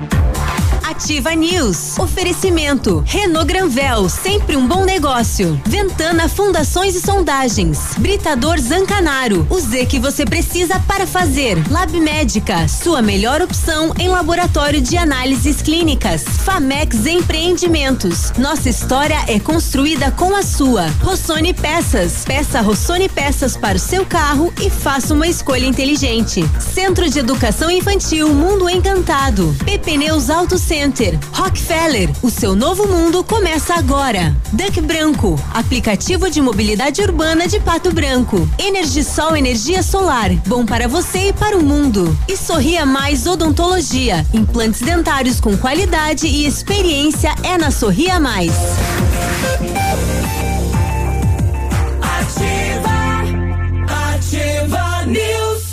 Ativa News. Oferecimento. Renault Granvel, sempre um bom negócio. Ventana Fundações e Sondagens. Britador Zancanaro. O Z que você precisa para fazer. Lab Médica, sua melhor opção em laboratório de análises clínicas. Famex Empreendimentos. Nossa história é construída com a sua. Rossoni Peças. Peça Rossoni Peças para o seu carro e faça uma escolha inteligente. Centro de Educação Infantil Mundo Encantado. PP Neus Auto Center. Rockefeller, o seu novo mundo começa agora. Duck Branco, aplicativo de mobilidade urbana de Pato Branco. Energisol energia solar, bom para você e para o mundo. E Sorria Mais Odontologia, implantes dentários com qualidade e experiência é na Sorria Mais. Ativa News.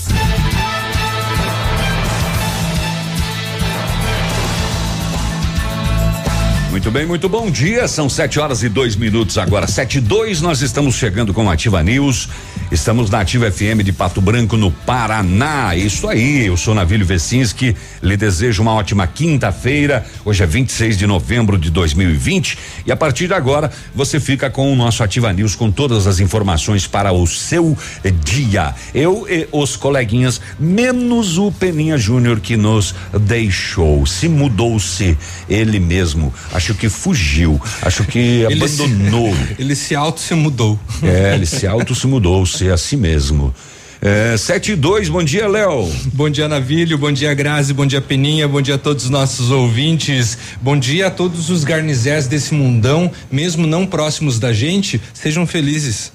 Muito bem, muito bom dia. São 7h02 agora, 7h02. Nós estamos chegando com a Ativa News. Estamos na Ativa FM de Pato Branco, no Paraná. Isso aí, eu sou Navílio Vecinski, lhe desejo uma ótima quinta-feira. Hoje é 26 de novembro de 2020 e a partir de agora você fica com o nosso Ativa News com todas as informações para o seu dia. Eu e os coleguinhas, menos o Peninha Júnior que nos deixou, se mudou-se ele mesmo. Acho que fugiu, acho que abandonou. Ele se mudou. Ele se mudou-se a si mesmo. 7:02, bom dia, Léo. Bom dia, Navílio, bom dia, Grazi, bom dia, Peninha, bom dia a todos os nossos ouvintes, bom dia a todos os garnizés desse mundão, mesmo não próximos da gente, sejam felizes.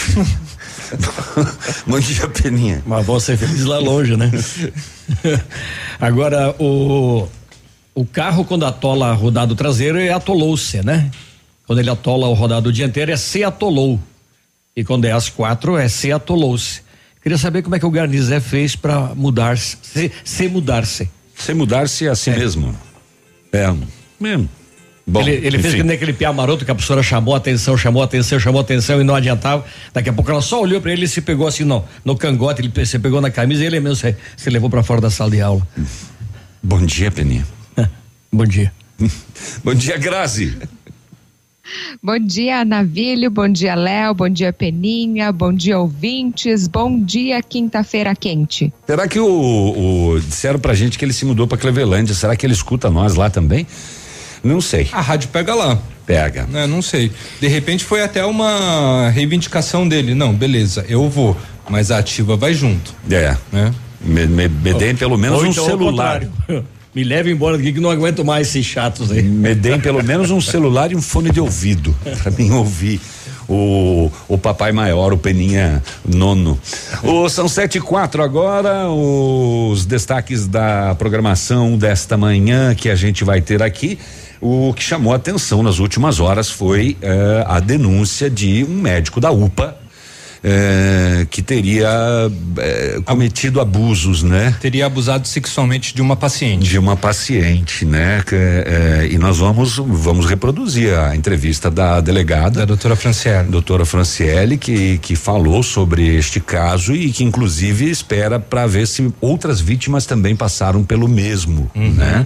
Bom dia, Peninha. Mas vão ser felizes lá longe, né? Agora, o carro, quando atola rodado traseiro, atolou-se, né? Quando ele atola o rodado dianteiro, se atolou. E quando é as 4, se atolou-se. Queria saber como é que o Garnizé fez para mudar-se, se mudar-se. Se mudar-se a si mesmo. Mesmo. Bom, ele fez que nem aquele piá maroto que a professora chamou atenção e não adiantava. Daqui a pouco ela só olhou para ele e se pegou assim no cangote, ele se pegou na camisa e ele mesmo se levou para fora da sala de aula. Bom dia, Peninha. Bom dia. Bom dia, Grazi. Bom dia, Navílio, bom dia, Léo, bom dia, Peninha, bom dia, ouvintes, bom dia, quinta-feira quente. Será que disseram pra gente que ele se mudou pra Clevelândia, será que ele escuta nós lá também? Não sei. A rádio pega lá. Pega. Não sei. De repente foi até uma reivindicação dele. Não, beleza, eu vou, mas a Ativa vai junto. Né? Me deem pelo menos um celular. Me leve embora daqui que não aguento mais esses chatos aí. Me deem pelo menos um celular e um fone de ouvido pra mim ouvir o papai maior, o Peninha nono. São 7:04 agora, os destaques da programação desta manhã que a gente vai ter aqui. O que chamou a atenção nas últimas horas foi a denúncia de um médico da UPA que teria cometido abusos, né? Teria abusado sexualmente de uma paciente. Né? E nós vamos reproduzir a entrevista da delegada. Da doutora Franciele, que falou sobre este caso e que inclusive espera para ver se outras vítimas também passaram pelo mesmo, né?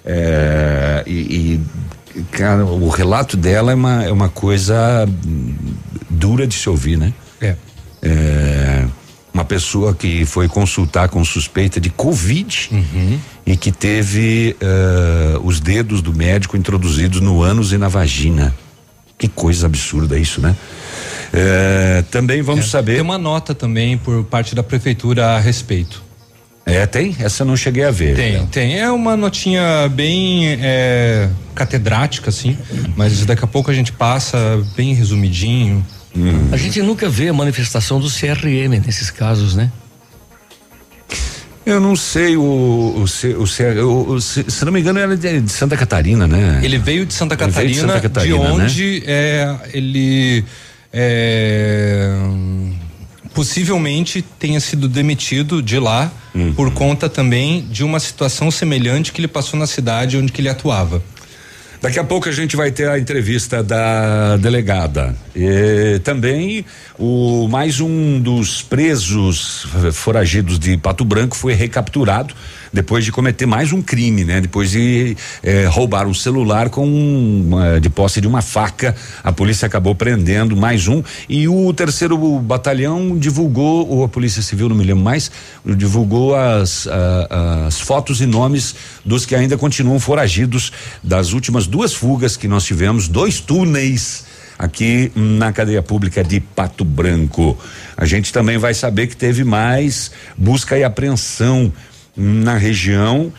Cara, o relato dela é uma coisa dura de se ouvir, né? Uma pessoa que foi consultar com suspeita de Covid e que teve os dedos do médico introduzidos no ânus e na vagina. Que coisa absurda isso, né? Também vamos saber. Tem uma nota também por parte da prefeitura a respeito. Tem? Essa eu não cheguei a ver. Tem. É uma notinha bem catedrática, assim, mas daqui a pouco a gente passa bem resumidinho. A gente nunca vê a manifestação do CRM nesses casos, né? Eu não sei, se não me engano, ele é de Santa Catarina, né? Ele veio de Santa Catarina, de onde ele possivelmente tenha sido demitido de lá por conta também de uma situação semelhante que ele passou na cidade onde que ele atuava. Daqui a pouco a gente vai ter a entrevista da delegada. E também mais um dos presos foragidos de Pato Branco foi recapturado depois de cometer mais um crime, né? Depois de roubar um celular de posse de uma faca, a polícia acabou prendendo mais um, e o 3º batalhão divulgou, ou a Polícia Civil, não me lembro mais, divulgou as fotos e nomes dos que ainda continuam foragidos das últimas 2 fugas que nós tivemos, 2 túneis aqui na cadeia pública de Pato Branco. A gente também vai saber que teve mais busca e apreensão na região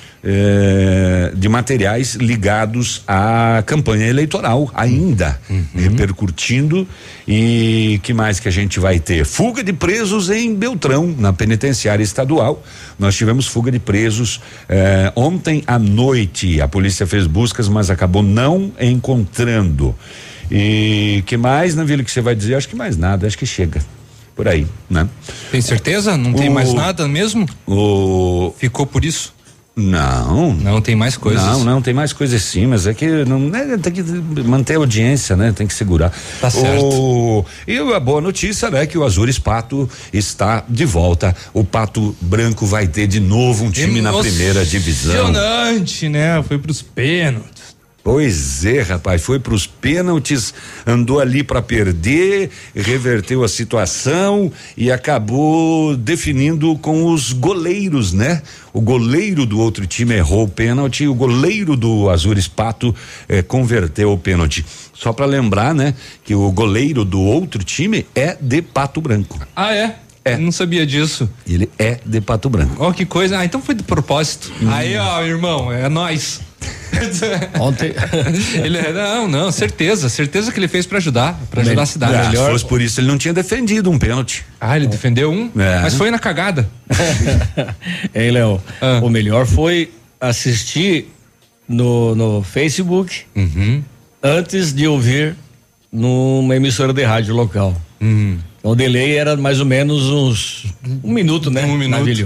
de materiais ligados à campanha eleitoral ainda, repercutindo. E que mais que a gente vai ter? Fuga de presos em Beltrão, na penitenciária estadual. Nós tivemos fuga de presos ontem à noite. A polícia fez buscas, mas acabou não encontrando. E que mais, Navílio, que você vai dizer? Acho que mais nada, acho que chega por aí, né? Tem certeza? Não tem mais nada mesmo? Ficou por isso? Não tem mais coisas. Não tem mais coisas sim, mas é que tem que manter a audiência, né? Tem que segurar. Tá certo. E a boa notícia, né? Que o Azures Pato está de volta. O Pato Branco vai ter de novo um time na primeira divisão. Emocionante, né? Foi pros pênaltis. Pois é, rapaz, foi pros pênaltis, andou ali para perder, reverteu a situação e acabou definindo com os goleiros, né? O goleiro do outro time errou o pênalti, o goleiro do Azures Pato converteu o pênalti. Só para lembrar, né, que o goleiro do outro time é de Pato Branco. Ah, é? Eu não sabia disso. Ele é de Pato Branco. Ó, que coisa. Ah, então foi de propósito. Aí, ó, irmão, é nós. Ontem. Certeza que ele fez pra ajudar a cidade. Se fosse por isso, ele não tinha defendido um pênalti. Ah, ele defendeu um? Mas foi na cagada. Ei, Léo, o melhor foi assistir no Facebook antes de ouvir numa emissora de rádio local. O delay era mais ou menos uns 1 minuto, né? 1 minuto. Navílio?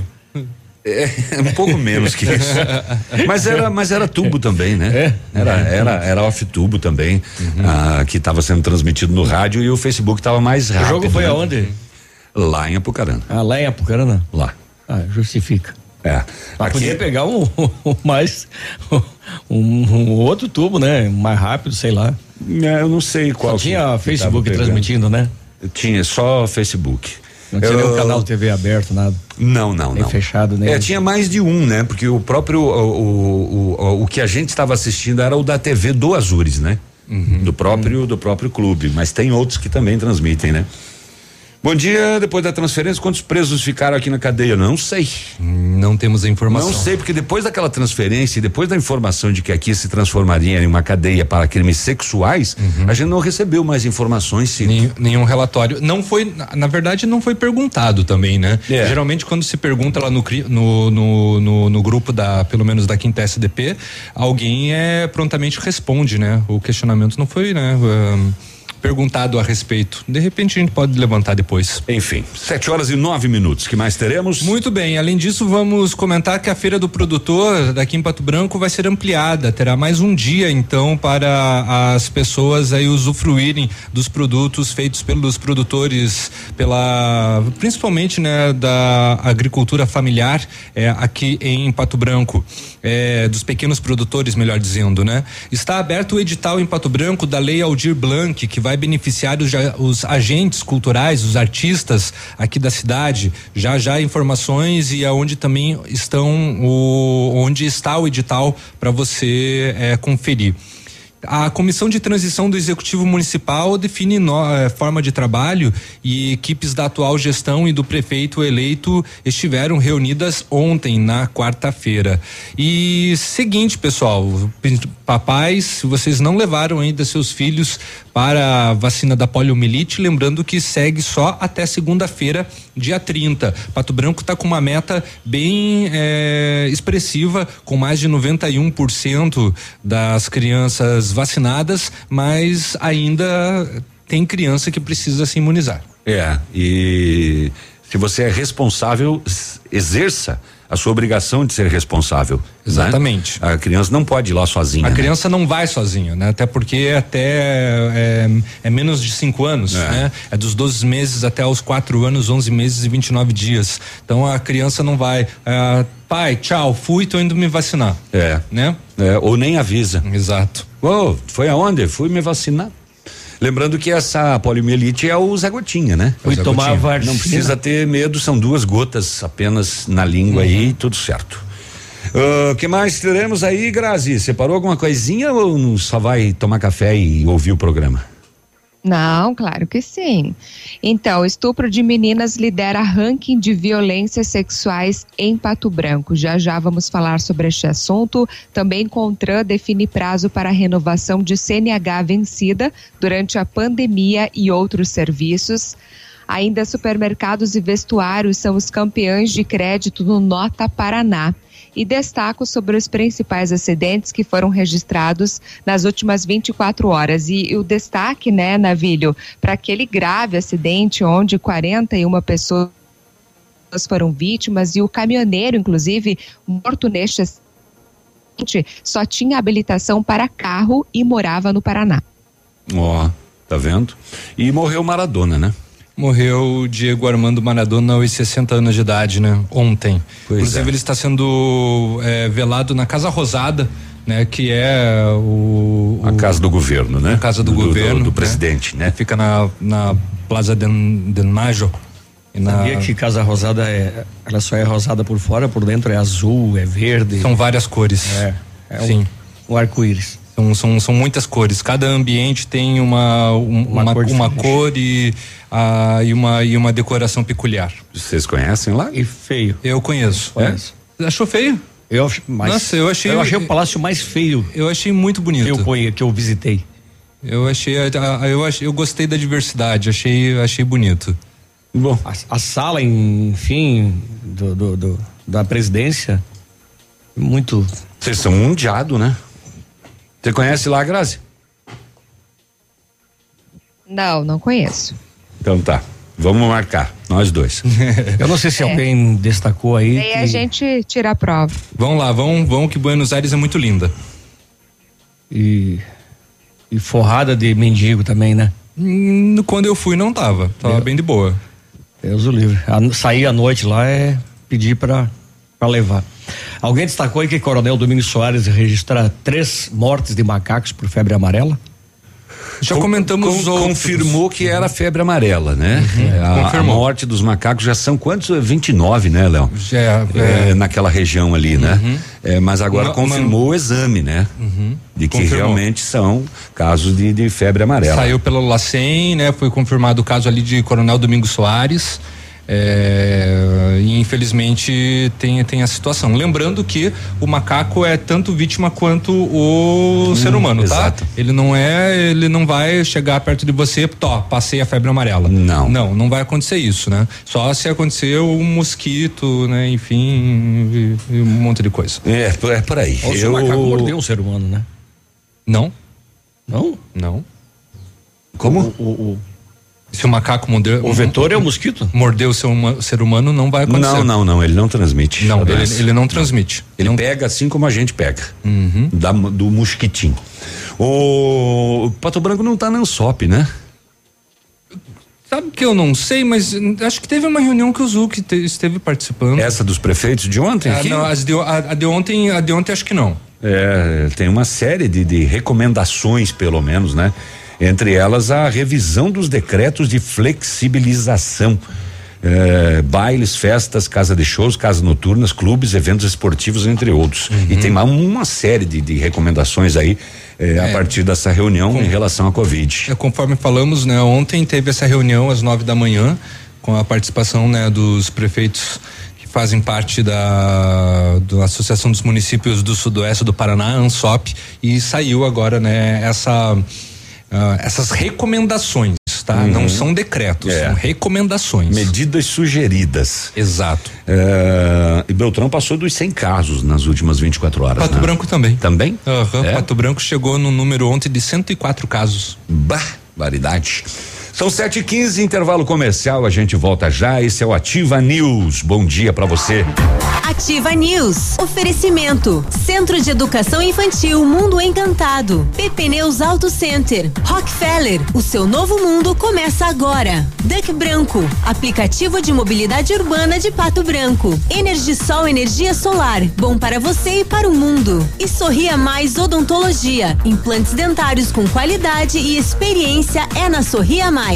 Um pouco menos que isso. Mas era tubo também, né? Era off tubo também, que estava sendo transmitido no rádio, e o Facebook estava mais rápido. O jogo foi aonde? Lá em Apucarana. Ah, lá em Apucarana? Lá. Ah, justifica. Aqui podia pegar um outro tubo, né? Mais rápido, sei lá. Eu não sei qual. Só tinha Facebook transmitindo, né? Tinha só Facebook. Não tinha nenhum canal TV aberto, nada. Não. Nem fechado, né? Tinha mais de um, né? Porque o próprio, o que a gente estava assistindo era o da TV do Azures, né? Do próprio clube, mas tem outros que também transmitem, né? Bom dia, depois da transferência, quantos presos ficaram aqui na cadeia? Não sei. Não temos a informação. Não sei, porque depois daquela transferência e depois da informação de que aqui se transformaria em uma cadeia para crimes sexuais, a gente não recebeu mais informações, sim. Nenhum relatório. Não foi, na verdade, não foi perguntado também, né? Geralmente, quando se pergunta lá no grupo pelo menos da 5ª SDP, alguém prontamente responde, né? O questionamento não foi, né? Perguntado a respeito. De repente a gente pode levantar depois. Enfim, 7h09. Que mais teremos? Muito bem, além disso vamos comentar que a Feira do Produtor daqui em Pato Branco vai ser ampliada, terá mais um dia então para as pessoas aí usufruírem dos produtos feitos pelos produtores, principalmente, né, da agricultura familiar aqui em Pato Branco, dos pequenos produtores, melhor dizendo, né? Está aberto o edital em Pato Branco da Lei Aldir Blanc, que vai beneficiar os agentes culturais, os artistas aqui da cidade. Já informações e aonde também onde está o edital para você conferir. A Comissão de Transição do Executivo Municipal define forma de trabalho, e equipes da atual gestão e do prefeito eleito estiveram reunidas ontem, na quarta-feira. E seguinte, pessoal, papais, se vocês não levaram ainda seus filhos para a vacina da poliomielite, lembrando que segue só até segunda-feira, dia 30. Pato Branco está com uma meta bem expressiva, com mais de 91% das crianças vacinadas, mas ainda tem criança que precisa se imunizar. E se você é responsável, exerça a sua obrigação de ser responsável. Exatamente. Né? A criança não pode ir lá sozinha. A criança não vai sozinha, né? Até porque é menos de 5 anos, né? É dos 12 meses até os 4 anos, 11 meses e 29 dias. Então a criança não vai, pai, tchau, fui, tô indo me vacinar. Né? Ou nem avisa. Exato. Foi aonde? Fui me vacinar. Lembrando que essa poliomielite é o Zé Gotinha, né? Fui tomar vacina. Não precisa ter medo, são 2 gotas apenas na língua aí, tudo certo. Que mais teremos aí, Grazi? Separou alguma coisinha ou só vai tomar café e ouvir o programa? Não, claro que sim. Então, estupro de meninas lidera ranking de violências sexuais em Pato Branco. Já vamos falar sobre este assunto. Também CONTRAN define prazo para a renovação de CNH vencida durante a pandemia e outros serviços. Ainda supermercados e vestuários são os campeões de crédito no Nota Paraná. E destaco sobre os principais acidentes que foram registrados nas últimas 24 horas. E o destaque, né, Navílio, para aquele grave acidente onde 41 pessoas foram vítimas e o caminhoneiro, inclusive, morto neste acidente, só tinha habilitação para carro e morava no Paraná. Tá vendo? E morreu Maradona, né? Morreu o Diego Armando Maradona aos 60 anos de idade, né? Ontem. Inclusive ele está sendo velado na Casa Rosada, né? Que é a casa do governo, né? A casa do governo. Do presidente, né? Fica na Plaza del Mayo. Sabia que Casa Rosada ela só é rosada por fora, por dentro é azul, é verde. São várias cores. Sim. Um arco-íris. São muitas cores. Cada ambiente tem uma cor e uma decoração peculiar. Vocês conhecem lá? E feio. Eu conheço. Achou feio? Eu achei o palácio mais feio. Eu achei muito bonito. Que eu visitei. Eu gostei da diversidade. Achei bonito. Bom. A sala, enfim, da presidência, muito. Vocês são mundiado, né? Você conhece lá, Grazi? Não conheço. Então tá, vamos marcar, nós 2. Eu não sei se alguém destacou aí. Aí a gente tira a prova. Vamos lá, vamos que Buenos Aires é muito linda. E forrada de mendigo também, né? Quando eu fui não tava bem de boa. Deus o livre. Sair à noite lá é pedir pra levar. Alguém destacou aí que Coronel Domingos Soares registra 3 mortes de macacos por febre amarela? Já comentamos confirmou que era febre amarela, né? A morte dos macacos já são quantos? 29, né, Léo? Naquela região ali, né? Mas agora confirmou o exame, né? De que realmente são casos de febre amarela. Saiu pela LACEN, né? Foi confirmado o caso ali de Coronel Domingos Soares. E infelizmente tem a situação. Lembrando que o macaco é tanto vítima quanto o ser humano, exato. Tá? Ele não vai chegar perto de você, passei a febre amarela. Não vai acontecer isso, né? Só se acontecer o mosquito, né? Enfim, um monte de coisa. É por aí. Ou se o macaco mordeu um ser humano, né? Não. Como? Se o macaco mordeu. O vetor é o mosquito? Mordeu o ser humano, não vai acontecer. Não, ele não transmite. Não, ele não transmite. Ele pega assim como a gente pega. Do mosquitinho. O Pato Branco não tá na ANSOP, né? Sabe que eu não sei, mas acho que teve uma reunião que o Zuc esteve participando. Essa dos prefeitos de ontem? Não, a de ontem acho que não. Tem uma série de recomendações, pelo menos, né? Entre elas a revisão dos decretos de flexibilização, bailes, festas, casa de shows, casas noturnas, clubes, eventos esportivos, entre outros. E tem uma série de recomendações aí a partir dessa reunião em relação à Covid. Conforme falamos, né? Ontem teve essa reunião às 9 da manhã com a participação, né, dos prefeitos que fazem parte da Associação dos Municípios do Sudoeste do Paraná, ANSOP, e saiu agora, né, essas recomendações, tá? Não são decretos, são recomendações. Medidas sugeridas. Exato. E Beltrão passou dos 100 casos nas últimas 24 horas. Pato Branco também. Também? Pato Branco chegou no número ontem de 104 casos. Barbaridade. São 7h15, intervalo comercial, a gente volta já. Esse é o Ativa News. Bom dia pra você. Ativa News. Oferecimento. Centro de Educação Infantil Mundo Encantado. PP Neus Auto Center. Rockefeller. O seu novo mundo começa agora. Duck Branco. Aplicativo de mobilidade urbana de Pato Branco. Energisol energia solar. Bom para você e para o mundo. E Sorria Mais Odontologia. Implantes dentários com qualidade e experiência é na Sorria Mais.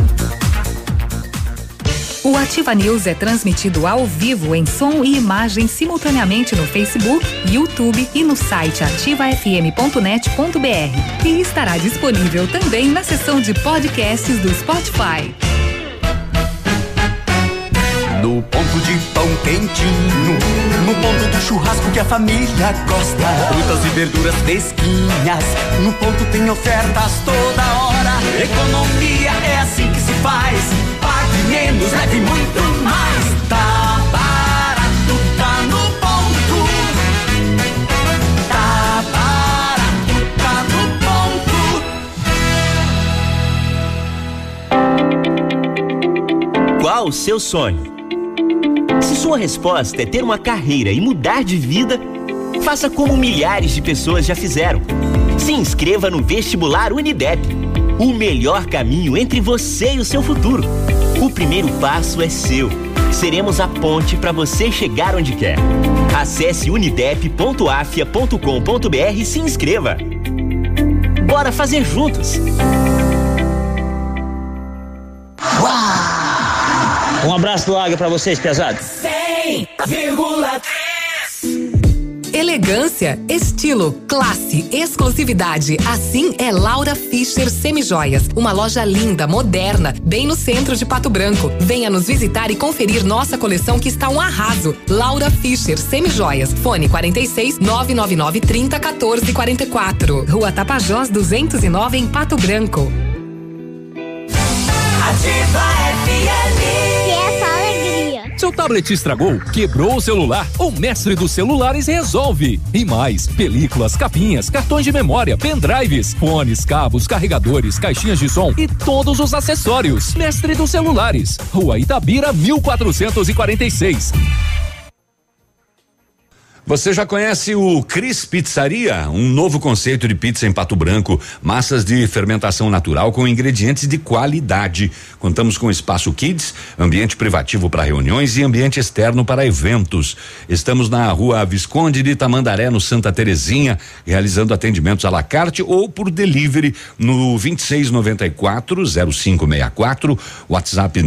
O Ativa News é transmitido ao vivo em som e imagem simultaneamente no Facebook, YouTube e no site ativafm.net.br. E estará disponível também na seção de podcasts do Spotify. No ponto de pão quentinho, no ponto do churrasco que a família gosta, frutas e verduras fresquinhas, no ponto tem ofertas toda hora. Economia é assim que se faz, pague menos, leve muito mais. Tá barato, tá no ponto. Tá barato, tá no ponto. Qual o seu sonho? Se sua resposta é ter uma carreira e mudar de vida, faça como milhares de pessoas já fizeram. Se inscreva no vestibular Unidep. O melhor caminho entre você e o seu futuro. O primeiro passo é seu. Seremos a ponte para você chegar onde quer. Acesse unidep.afia.com.br e se inscreva. Bora fazer juntos. Um abraço do Águia pra vocês, pesados. 100,3. Elegância, estilo, classe, exclusividade. Assim é Laura Fischer Semijoias. Uma loja linda, moderna, bem no centro de Pato Branco. Venha nos visitar e conferir nossa coleção que está um arraso. Laura Fischer Semijoias. Fone 46 999 30 14 44. Rua Tapajós 209 em Pato Branco. Ativa FM. Seu tablet estragou, quebrou o celular? O mestre dos celulares resolve. E mais, películas, capinhas, cartões de memória, pendrives, fones, cabos, carregadores, caixinhas de som e todos os acessórios. Mestre dos celulares, Rua Itabira 1446. Você já conhece o Cris Pizzaria? Um novo conceito de pizza em Pato Branco. Massas de fermentação natural com ingredientes de qualidade. Contamos com espaço kids, ambiente privativo para reuniões e ambiente externo para eventos. Estamos na Rua Visconde de Tamandaré, no Santa Terezinha, realizando atendimentos à la carte ou por delivery no 2694-0564, WhatsApp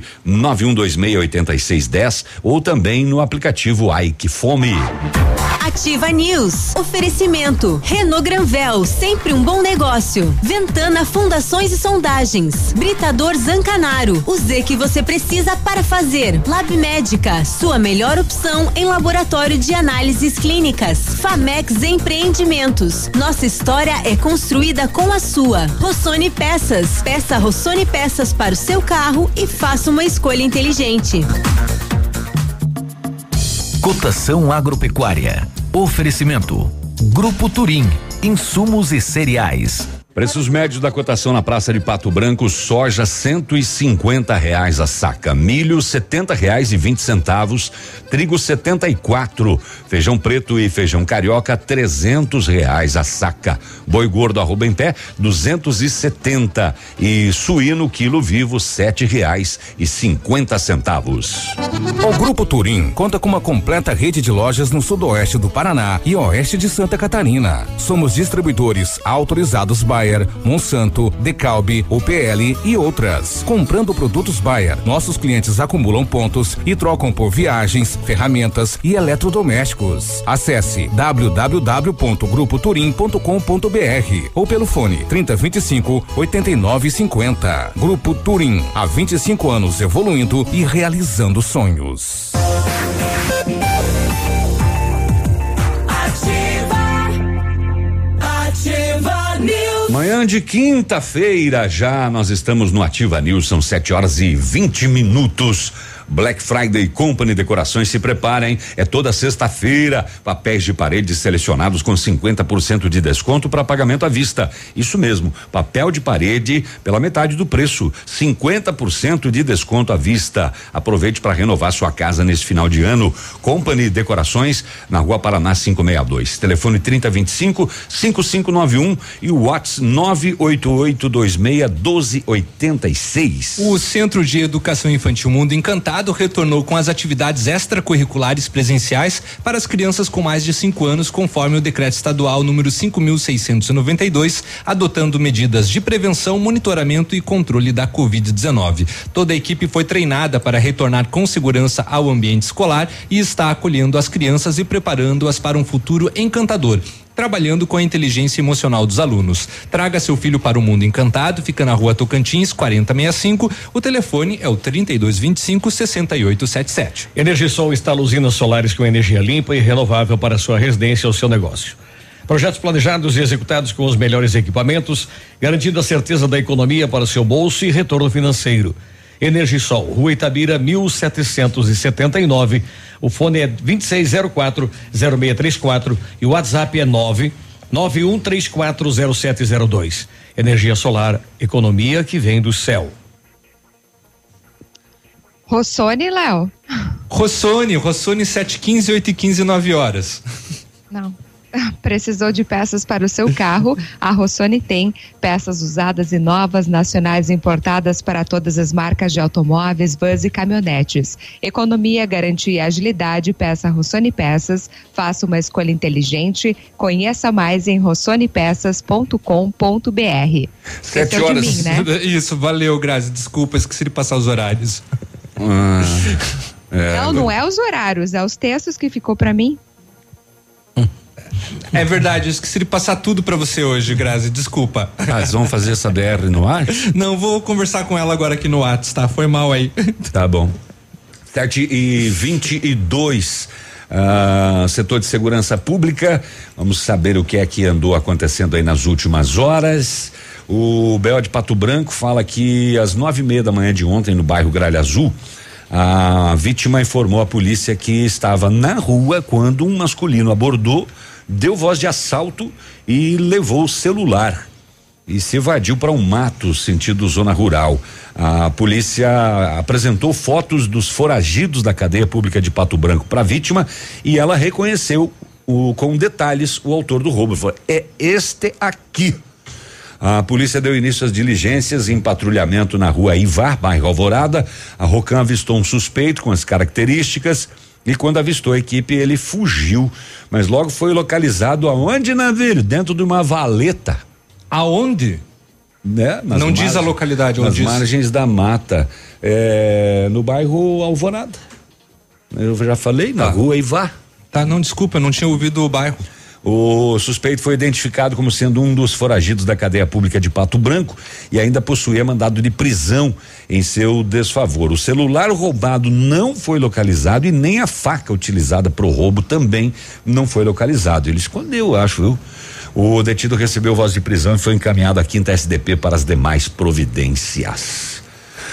991268610 ou também no aplicativo Ike Fome. Ativa News. Oferecimento. Renault Granvel, sempre um bom negócio. Ventana Fundações e Sondagens. Britador Zancanaro. O Z que você precisa para fazer. Lab Médica, sua melhor opção em laboratório de análises clínicas. Famex Empreendimentos. Nossa história é construída com a sua. Rossoni Peças. Peça Rossoni Peças para o seu carro e faça uma escolha inteligente. Cotação agropecuária. Oferecimento. Grupo Turim. Insumos e cereais. Preços médios da cotação na Praça de Pato Branco: soja R$150 a saca, milho R$70,20, trigo 74, feijão preto e feijão carioca R$300 a saca, boi gordo arroba em pé 270 e suíno quilo vivo R$7,50. O Grupo Turim conta com uma completa rede de lojas no sudoeste do Paraná e oeste de Santa Catarina. Somos distribuidores autorizados Bayer, Monsanto, Decalbe, UPL e outras. Comprando produtos Bayer, nossos clientes acumulam pontos e trocam por viagens, ferramentas e eletrodomésticos. Acesse www.grupoturim.com.br ou pelo fone 3025-8950. Grupo Turim, há 25 anos evoluindo e realizando sonhos. Manhã de quinta-feira já nós estamos no Ativa News, são 7h20. Black Friday Company Decorações, se preparem, é toda sexta-feira, papéis de parede selecionados com 50% de desconto para pagamento à vista. Isso mesmo, papel de parede pela metade do preço, 50% de desconto à vista. Aproveite para renovar sua casa nesse final de ano. Company Decorações, na Rua Paraná 562. Telefone 3025-5591 e o WhatsApp 988261286. O Centro de Educação Infantil Mundo Encantado retornou com as atividades extracurriculares presenciais para as crianças com mais de 5 anos, conforme o decreto estadual número 5.692, adotando medidas de prevenção, monitoramento e controle da Covid-19. Toda a equipe foi treinada para retornar com segurança ao ambiente escolar e está acolhendo as crianças e preparando-as para um futuro encantador, trabalhando com a inteligência emocional dos alunos. Traga seu filho para o Mundo Encantado, fica na Rua Tocantins 4065, o telefone é o 3225-6877. Energisol instala usinas solares com energia limpa e renovável para sua residência ou seu negócio. Projetos planejados e executados com os melhores equipamentos, garantindo a certeza da economia para o seu bolso e retorno financeiro. Energisol, Rua Itabira 1779, o fone é 2604-0634 e o WhatsApp é 991340702. Energia solar, economia que vem do céu. Rossoni, Léo? Rossoni 715, 815, 9 horas. Não. Precisou de peças para o seu carro? A Rossoni tem peças usadas e novas, nacionais e importadas para todas as marcas de automóveis, vans e caminhonetes. Economia, garantia e agilidade. Peça Rossoni Peças. Faça uma escolha inteligente. Conheça mais em rossonipeças.com.br. 7 horas. De mim, né? Isso, valeu, Grazi. Desculpa, esqueci de passar os horários. Não é os horários, é os textos que ficou para mim. É verdade, eu esqueci de passar tudo pra você hoje, Grazi, desculpa. Mas vamos fazer essa DR no ar? Não, vou conversar com ela agora aqui no WhatsApp, tá? Foi mal aí. Tá bom. 7h22, setor de segurança pública, vamos saber o que é que andou acontecendo aí nas últimas horas. O BO de Pato Branco fala que às 9:30 da manhã de ontem, no bairro Gralha Azul, a vítima informou à polícia que estava na rua quando um masculino abordou, deu voz de assalto e levou o celular e se evadiu para um mato sentido zona rural. A polícia apresentou fotos dos foragidos da cadeia pública de Pato Branco para a vítima e ela reconheceu com detalhes o autor do roubo. Falou: é este aqui. A polícia deu início às diligências em patrulhamento na rua Ivar, bairro Alvorada. A Rocan avistou um suspeito com as características e quando avistou a equipe ele fugiu, mas logo foi localizado aonde, Navírio? Dentro de uma valeta. Aonde? Né? Não diz a localidade onde nas diz. Margens da mata, no bairro Alvorada. Eu já falei, na rua Ivar. Tá, não, desculpa, eu não tinha ouvido o bairro. O suspeito foi identificado como sendo um dos foragidos da cadeia pública de Pato Branco e ainda possuía mandado de prisão em seu desfavor. O celular roubado não foi localizado e nem a faca utilizada para o roubo também não foi localizado. Ele escondeu, acho eu. O detido recebeu voz de prisão e foi encaminhado à 5ª SDP para as demais providências.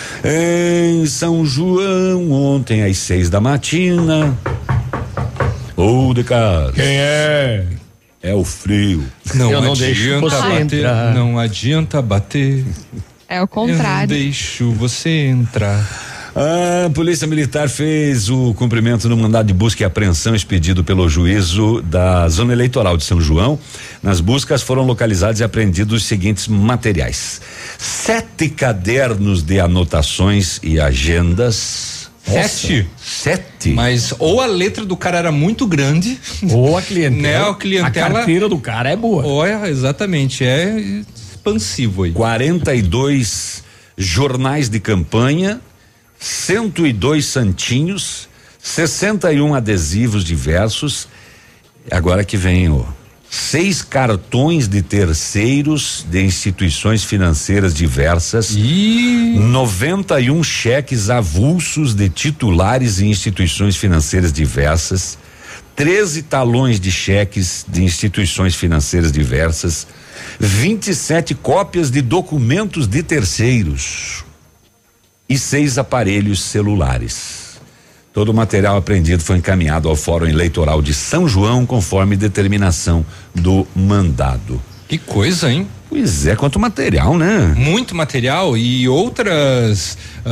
Em São João, ontem às 6 da matina. Ô, de casa. Quem é? É o frio. Não Eu não adianta deixo você bater. entrar. Não adianta bater. É o contrário. Eu não deixo você entrar. A Polícia Militar fez o cumprimento do mandado de busca e apreensão expedido pelo juízo da Zona Eleitoral de São João. Nas buscas foram localizados e apreendidos os seguintes materiais: 7 cadernos de anotações e agendas. 7? Mas ou a letra do cara era muito grande, ou a clientela. Né, a clientela. A carteira do cara é boa. Ou exatamente, é expansivo aí. 42 jornais de campanha, 102 santinhos, 61 adesivos diversos. Agora que vem 6 cartões de terceiros de instituições financeiras diversas, 91 cheques avulsos de titulares e instituições financeiras diversas, 13 talões de cheques de instituições financeiras diversas, 27 cópias de documentos de terceiros e 6 aparelhos celulares. Todo o material apreendido foi encaminhado ao Fórum Eleitoral de São João, conforme determinação do mandado. Que coisa, hein? Pois é, quanto material, né? Muito material e outros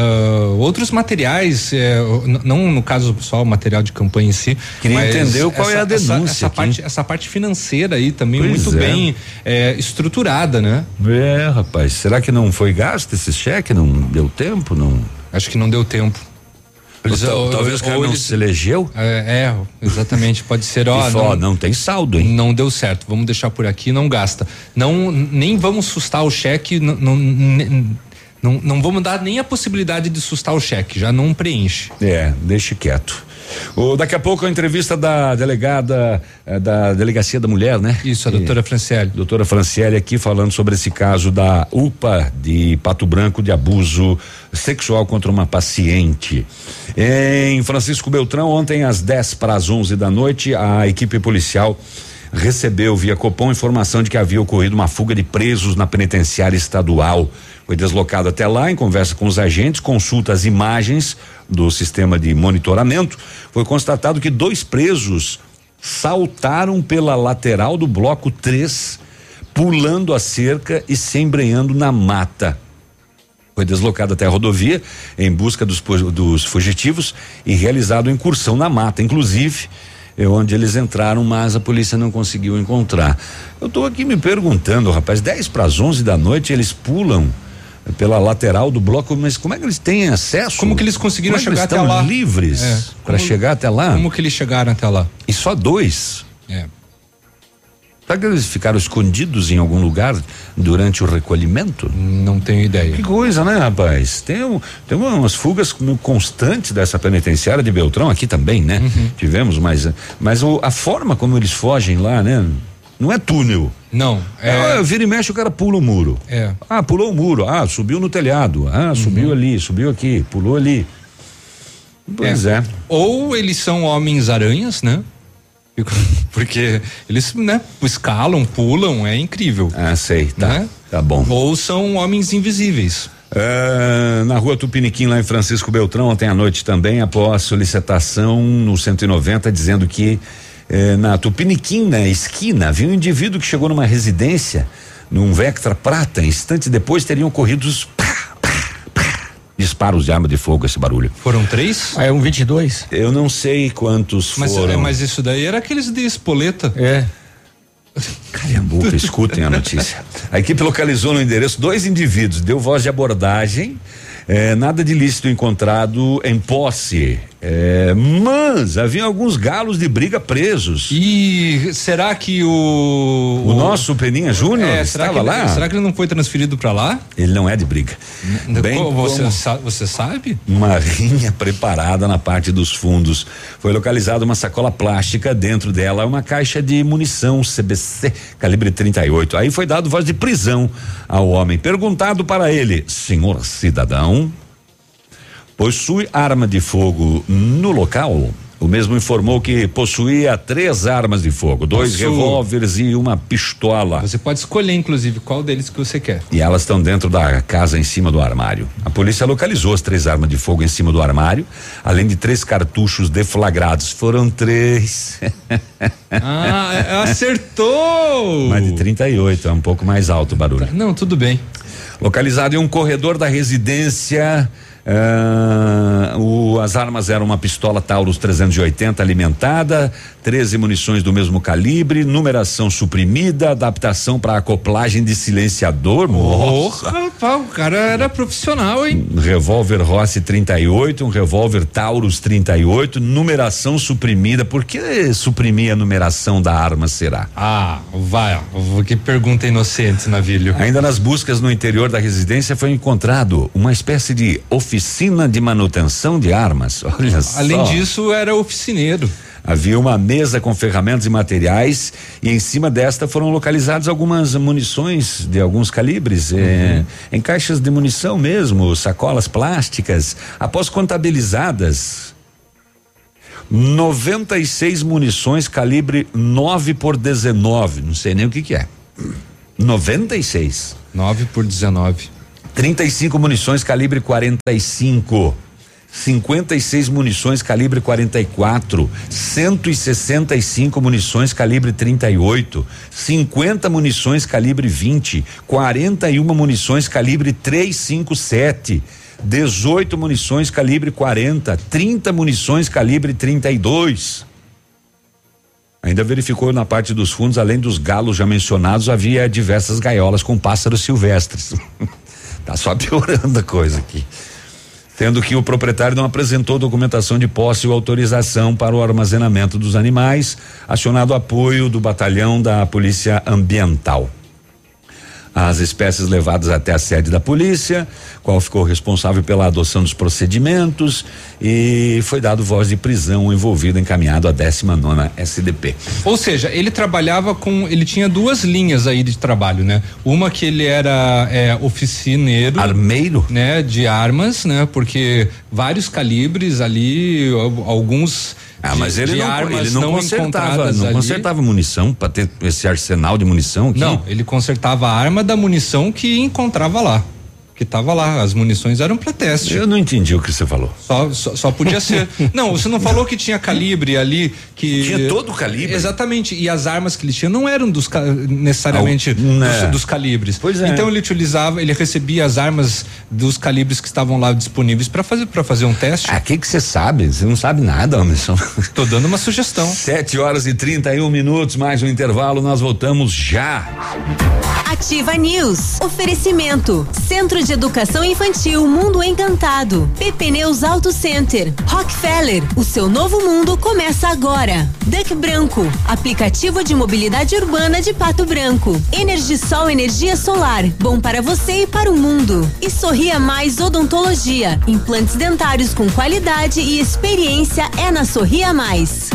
materiais, não no caso só o material de campanha em si. Queria entender qual é a denúncia. Essa parte financeira aí também pois muito bem estruturada, né? Rapaz, será que não foi gasto esse cheque? Não deu tempo? Não? Acho que não deu tempo. Talvez o cara não se elegeu? Exatamente, pode ser, não tem saldo, hein? Não deu certo, vamos deixar por aqui, não gasta. Nem vamos sustar o cheque, não vamos dar nem a possibilidade de sustar o cheque, já não preenche. Deixe quieto. Daqui a pouco a entrevista da delegada da Delegacia da Mulher, né? Isso, a doutora Franciele. Doutora Franciele aqui falando sobre esse caso da UPA de Pato Branco de abuso sexual contra uma paciente. Em Francisco Beltrão, ontem às 10:11 da noite, a equipe policial recebeu via Copom informação de que havia ocorrido uma fuga de presos na penitenciária estadual. Foi deslocado até lá, em conversa com os agentes, consulta as imagens do sistema de monitoramento. Foi constatado que 2 presos saltaram pela lateral do bloco 3, pulando a cerca e se embrenhando na mata. Foi deslocado até a rodovia em busca dos fugitivos e realizado incursão na mata, inclusive onde eles entraram, mas a polícia não conseguiu encontrar. Eu estou aqui me perguntando, rapaz, 10:11 da noite eles pulam pela lateral do bloco, mas como é que eles têm acesso? Como que eles conseguiram chegar até lá? Estão livres para chegar até lá? Como que eles chegaram até lá? E só 2? Será que eles ficaram escondidos em algum lugar durante o recolhimento? Não tenho ideia. Que coisa, né, rapaz? Tem umas fugas constantes dessa penitenciária de Beltrão aqui também, né? Tivemos, mas a forma como eles fogem lá, né? Não é túnel. Não. Vira e mexe, o cara pula o muro. Pulou o muro. Subiu no telhado. Subiu ali, subiu aqui, pulou ali. Pois é. Ou eles são homens-aranhas, né? Porque eles, né, escalam, pulam, é incrível. Sei, tá. Né? Tá bom. Ou são homens invisíveis. Na rua Tupiniquim, lá em Francisco Beltrão, ontem à noite também, após solicitação no 190, dizendo que na Tupiniquim, na esquina, havia um indivíduo que chegou numa residência, num Vectra prata. Instantes depois teriam ocorrido os disparos de arma de fogo, esse barulho. Foram 3? É um 22? Eu não sei quantos foram. Mas isso daí era aqueles de espoleta. Calha a boca, escutem a notícia. A equipe localizou no endereço 2 indivíduos, deu voz de abordagem, nada de ilícito encontrado em posse. Mas havia alguns galos de briga presos. E será que o nosso Peninha Júnior estava lá? Será que ele não foi transferido para lá? Ele não é de briga. Você sabe? Uma rinha preparada na parte dos fundos. Foi localizada uma sacola plástica, dentro dela uma caixa de munição CBC calibre 38. Aí foi dado voz de prisão ao homem. Perguntado para ele: senhor cidadão, possui arma de fogo no local? O mesmo informou que possuía 3 armas de fogo, 2 revólveres e uma pistola. Você pode escolher, inclusive, qual deles que você quer. E elas estão dentro da casa, em cima do armário. A polícia localizou as 3 armas de fogo em cima do armário, além de 3 cartuchos deflagrados. Foram 3. Acertou! Mais de 38, é um pouco mais alto o barulho. Não, tudo bem. Localizado em um corredor da residência. As armas eram uma pistola Taurus 380 alimentada, 13 munições do mesmo calibre, numeração suprimida, adaptação para acoplagem de silenciador. Rapaz, o cara era profissional, hein? Um revólver Rossi 38, um revólver Taurus 38, numeração suprimida. Por que suprimir a numeração da arma, será? Que pergunta inocente, Navilho. Ainda nas buscas no interior da residência foi encontrado uma espécie de oficina de manutenção de armas. Olha só. Além disso, era oficineiro. Havia uma mesa com ferramentas e materiais, e em cima desta foram localizadas algumas munições de alguns calibres, em caixas de munição mesmo, sacolas plásticas. Após contabilizadas, 96 munições calibre 9x19, não sei nem o que é. 96. 9x19. 35 munições calibre 45. 56 munições calibre 44, 165 munições calibre 38, 50 munições calibre 20, 41 munições calibre 357, 18 munições calibre 40, 30 munições calibre 32. Ainda verificou na parte dos fundos, além dos galos já mencionados, havia diversas gaiolas com pássaros silvestres. Tá só piorando a coisa aqui. Sendo que o proprietário não apresentou documentação de posse ou autorização para o armazenamento dos animais, acionado apoio do batalhão da Polícia Ambiental. As espécies levadas até a sede da polícia, qual ficou responsável pela adoção dos procedimentos, e foi dado voz de prisão, envolvido encaminhado à 19ª SDP. Ou seja, ele trabalhava ele tinha duas linhas aí de trabalho, né? Uma que ele era oficineiro, armeiro, né? De armas, né? Porque vários calibres ali, alguns mas ele não consertava munição para ter esse arsenal de munição aqui. Não, ele consertava a arma da munição que encontrava lá. Que tava lá, as munições eram para teste. Eu não entendi o que você falou. Só podia ser. Não, você não falou que tinha calibre ali, que tinha todo o calibre. Exatamente, e as armas que ele tinha não eram necessariamente dos calibres. Pois é. Então ele recebia as armas dos calibres que estavam lá disponíveis para fazer um teste. Que você sabe? Você não sabe nada, homem. Tô dando uma sugestão. 7h31, mais um intervalo, nós voltamos já. Ativa News. Oferecimento. Centro de Educação Infantil Mundo Encantado. PP Neus Auto Center. Rockefeller. O seu novo mundo começa agora. Duck Branco. Aplicativo de mobilidade urbana de Pato Branco. Energisol energia solar. Bom para você e para o mundo. E Sorria Mais Odontologia. Implantes dentários com qualidade e experiência é na Sorria Mais.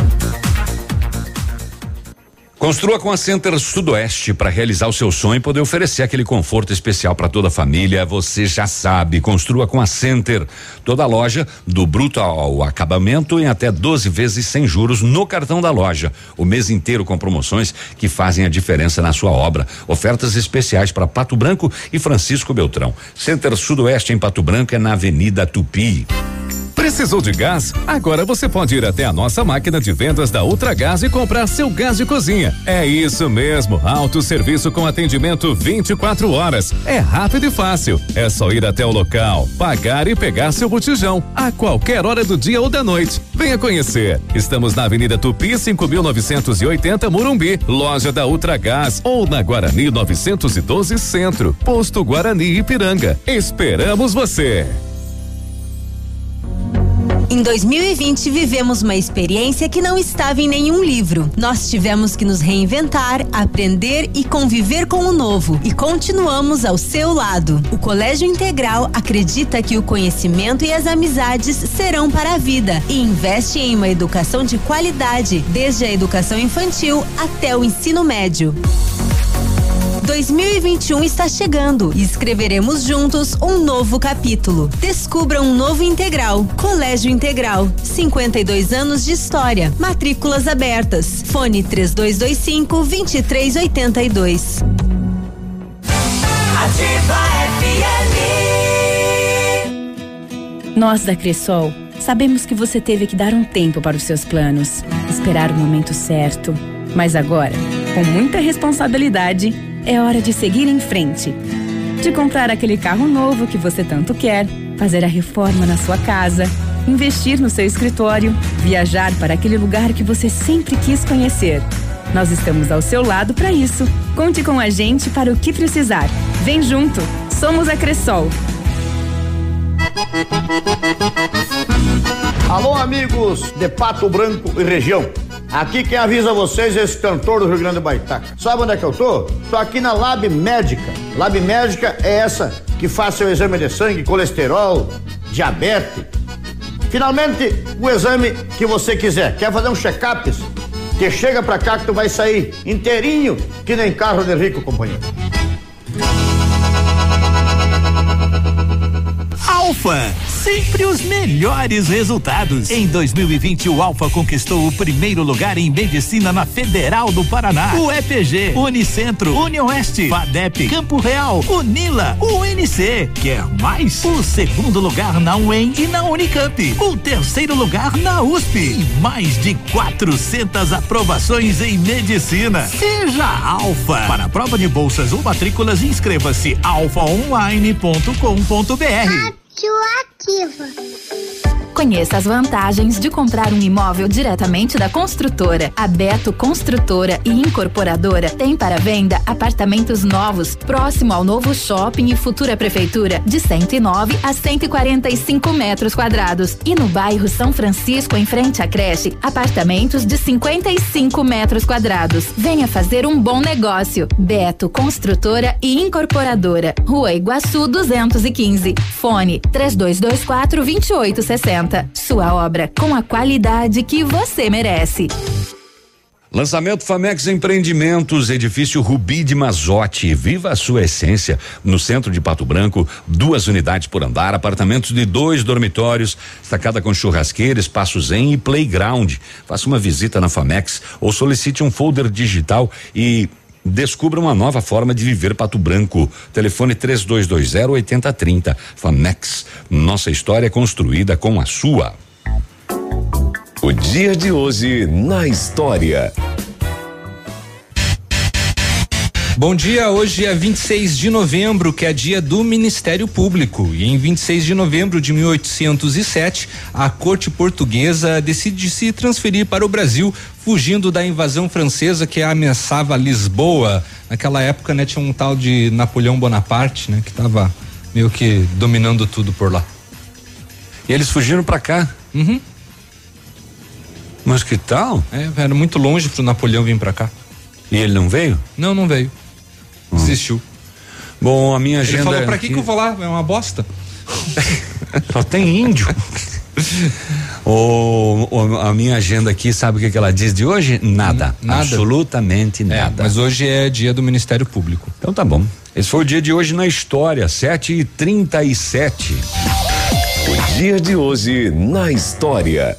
Construa com a Center Sudoeste para realizar o seu sonho e poder oferecer aquele conforto especial para toda a família. Você já sabe, construa com a Center. Toda a loja, do bruto ao acabamento, em até 12 vezes sem juros no cartão da loja. O mês inteiro com promoções que fazem a diferença na sua obra. Ofertas especiais para Pato Branco e Francisco Beltrão. Center Sudoeste em Pato Branco é na Avenida Tupi. Precisou de gás? Agora você pode ir até a nossa máquina de vendas da Ultragás e comprar seu gás de cozinha. É isso mesmo, autosserviço com atendimento 24 horas. É rápido e fácil. É só ir até o local, pagar e pegar seu botijão a qualquer hora do dia ou da noite. Venha conhecer. Estamos na Avenida Tupi, 5.980 Morumbi, loja da Ultragás, ou na Guarani 912 Centro, Posto Guarani Ipiranga. Esperamos você. Em 2020, vivemos uma experiência que não estava em nenhum livro. Nós tivemos que nos reinventar, aprender e conviver com o novo. E continuamos ao seu lado. O Colégio Integral acredita que o conhecimento e as amizades serão para a vida e investe em uma educação de qualidade, desde a educação infantil até o ensino médio. 2021 está chegando e escreveremos juntos um novo capítulo. Descubra um novo Integral. Colégio Integral, 52 anos de história. Matrículas abertas. Fone 3225-2382. Ativa FM. Nós da Cressol sabemos que você teve que dar um tempo para os seus planos, esperar o momento certo. Mas agora, com muita responsabilidade, é hora de seguir em frente. De comprar aquele carro novo que você tanto quer, fazer a reforma na sua casa, investir no seu escritório, viajar para aquele lugar que você sempre quis conhecer. Nós estamos ao seu lado para isso. Conte com a gente para o que precisar. Vem junto. Somos a Cressol. Alô, amigos de Pato Branco e região. Aqui quem avisa vocês é esse cantor do Rio Grande do Baitaca. Sabe onde é que eu tô? Tô aqui na Lab Médica. Lab Médica é essa que faz seu exame de sangue, colesterol, diabetes. Finalmente, o exame que você quiser. Quer fazer um check-up? Que chega pra cá que tu vai sair inteirinho, que nem carro de rico, companheiro. Alfa, sempre os melhores resultados. Em 2020, o Alfa conquistou o primeiro lugar em medicina na Federal do Paraná. O EPG, Unicentro, Unioeste, FADEP, Campo Real, Unila, UNC. Quer mais? O segundo lugar na UEM e na Unicamp. O terceiro lugar na USP. E mais de 400 aprovações em medicina. Seja Alfa. Para a prova de bolsas ou matrículas, inscreva-se alfaonline.com.br. Ativa. Conheça as vantagens de comprar um imóvel diretamente da construtora. A Beto Construtora e Incorporadora tem para venda apartamentos novos, próximo ao novo shopping e futura prefeitura, de 109 a 145 metros quadrados. E no bairro São Francisco, em frente à creche, apartamentos de 55 metros quadrados. Venha fazer um bom negócio. Beto Construtora e Incorporadora. Rua Iguaçu 215. Fone 3224-2860. Sua obra com a qualidade que você merece. Lançamento Famex Empreendimentos, edifício Rubi de Mazotti. Viva a sua essência. No centro de Pato Branco, 2 unidades por andar, apartamentos de 2 dormitórios, sacada com churrasqueira, espaço zen e playground. Faça uma visita na Famex ou solicite um folder digital e descubra uma nova forma de viver Pato Branco. Telefone 3220-8030. Famex, nossa história é construída com a sua. O dia de hoje na história. Bom dia, hoje é 26 de novembro, que é dia do Ministério Público. E em 26 de novembro de 1807, a corte portuguesa decide se transferir para o Brasil, fugindo da invasão francesa que ameaçava Lisboa. Naquela época, né, tinha um tal de Napoleão Bonaparte, né, que estava meio que dominando tudo por lá. E eles fugiram para cá? Uhum. Mas que tal? Era muito longe pro Napoleão vir para cá. E ele não veio? Não veio. Desistiu. Bom, a minha agenda. Ele falou, pra que eu vou lá? É uma bosta. Só tem índio. A minha agenda aqui, sabe o que ela diz de hoje? Nada. Absolutamente nada. Mas hoje é dia do Ministério Público. Então tá bom. Esse foi o dia de hoje na história, 7h37. O dia de hoje na história.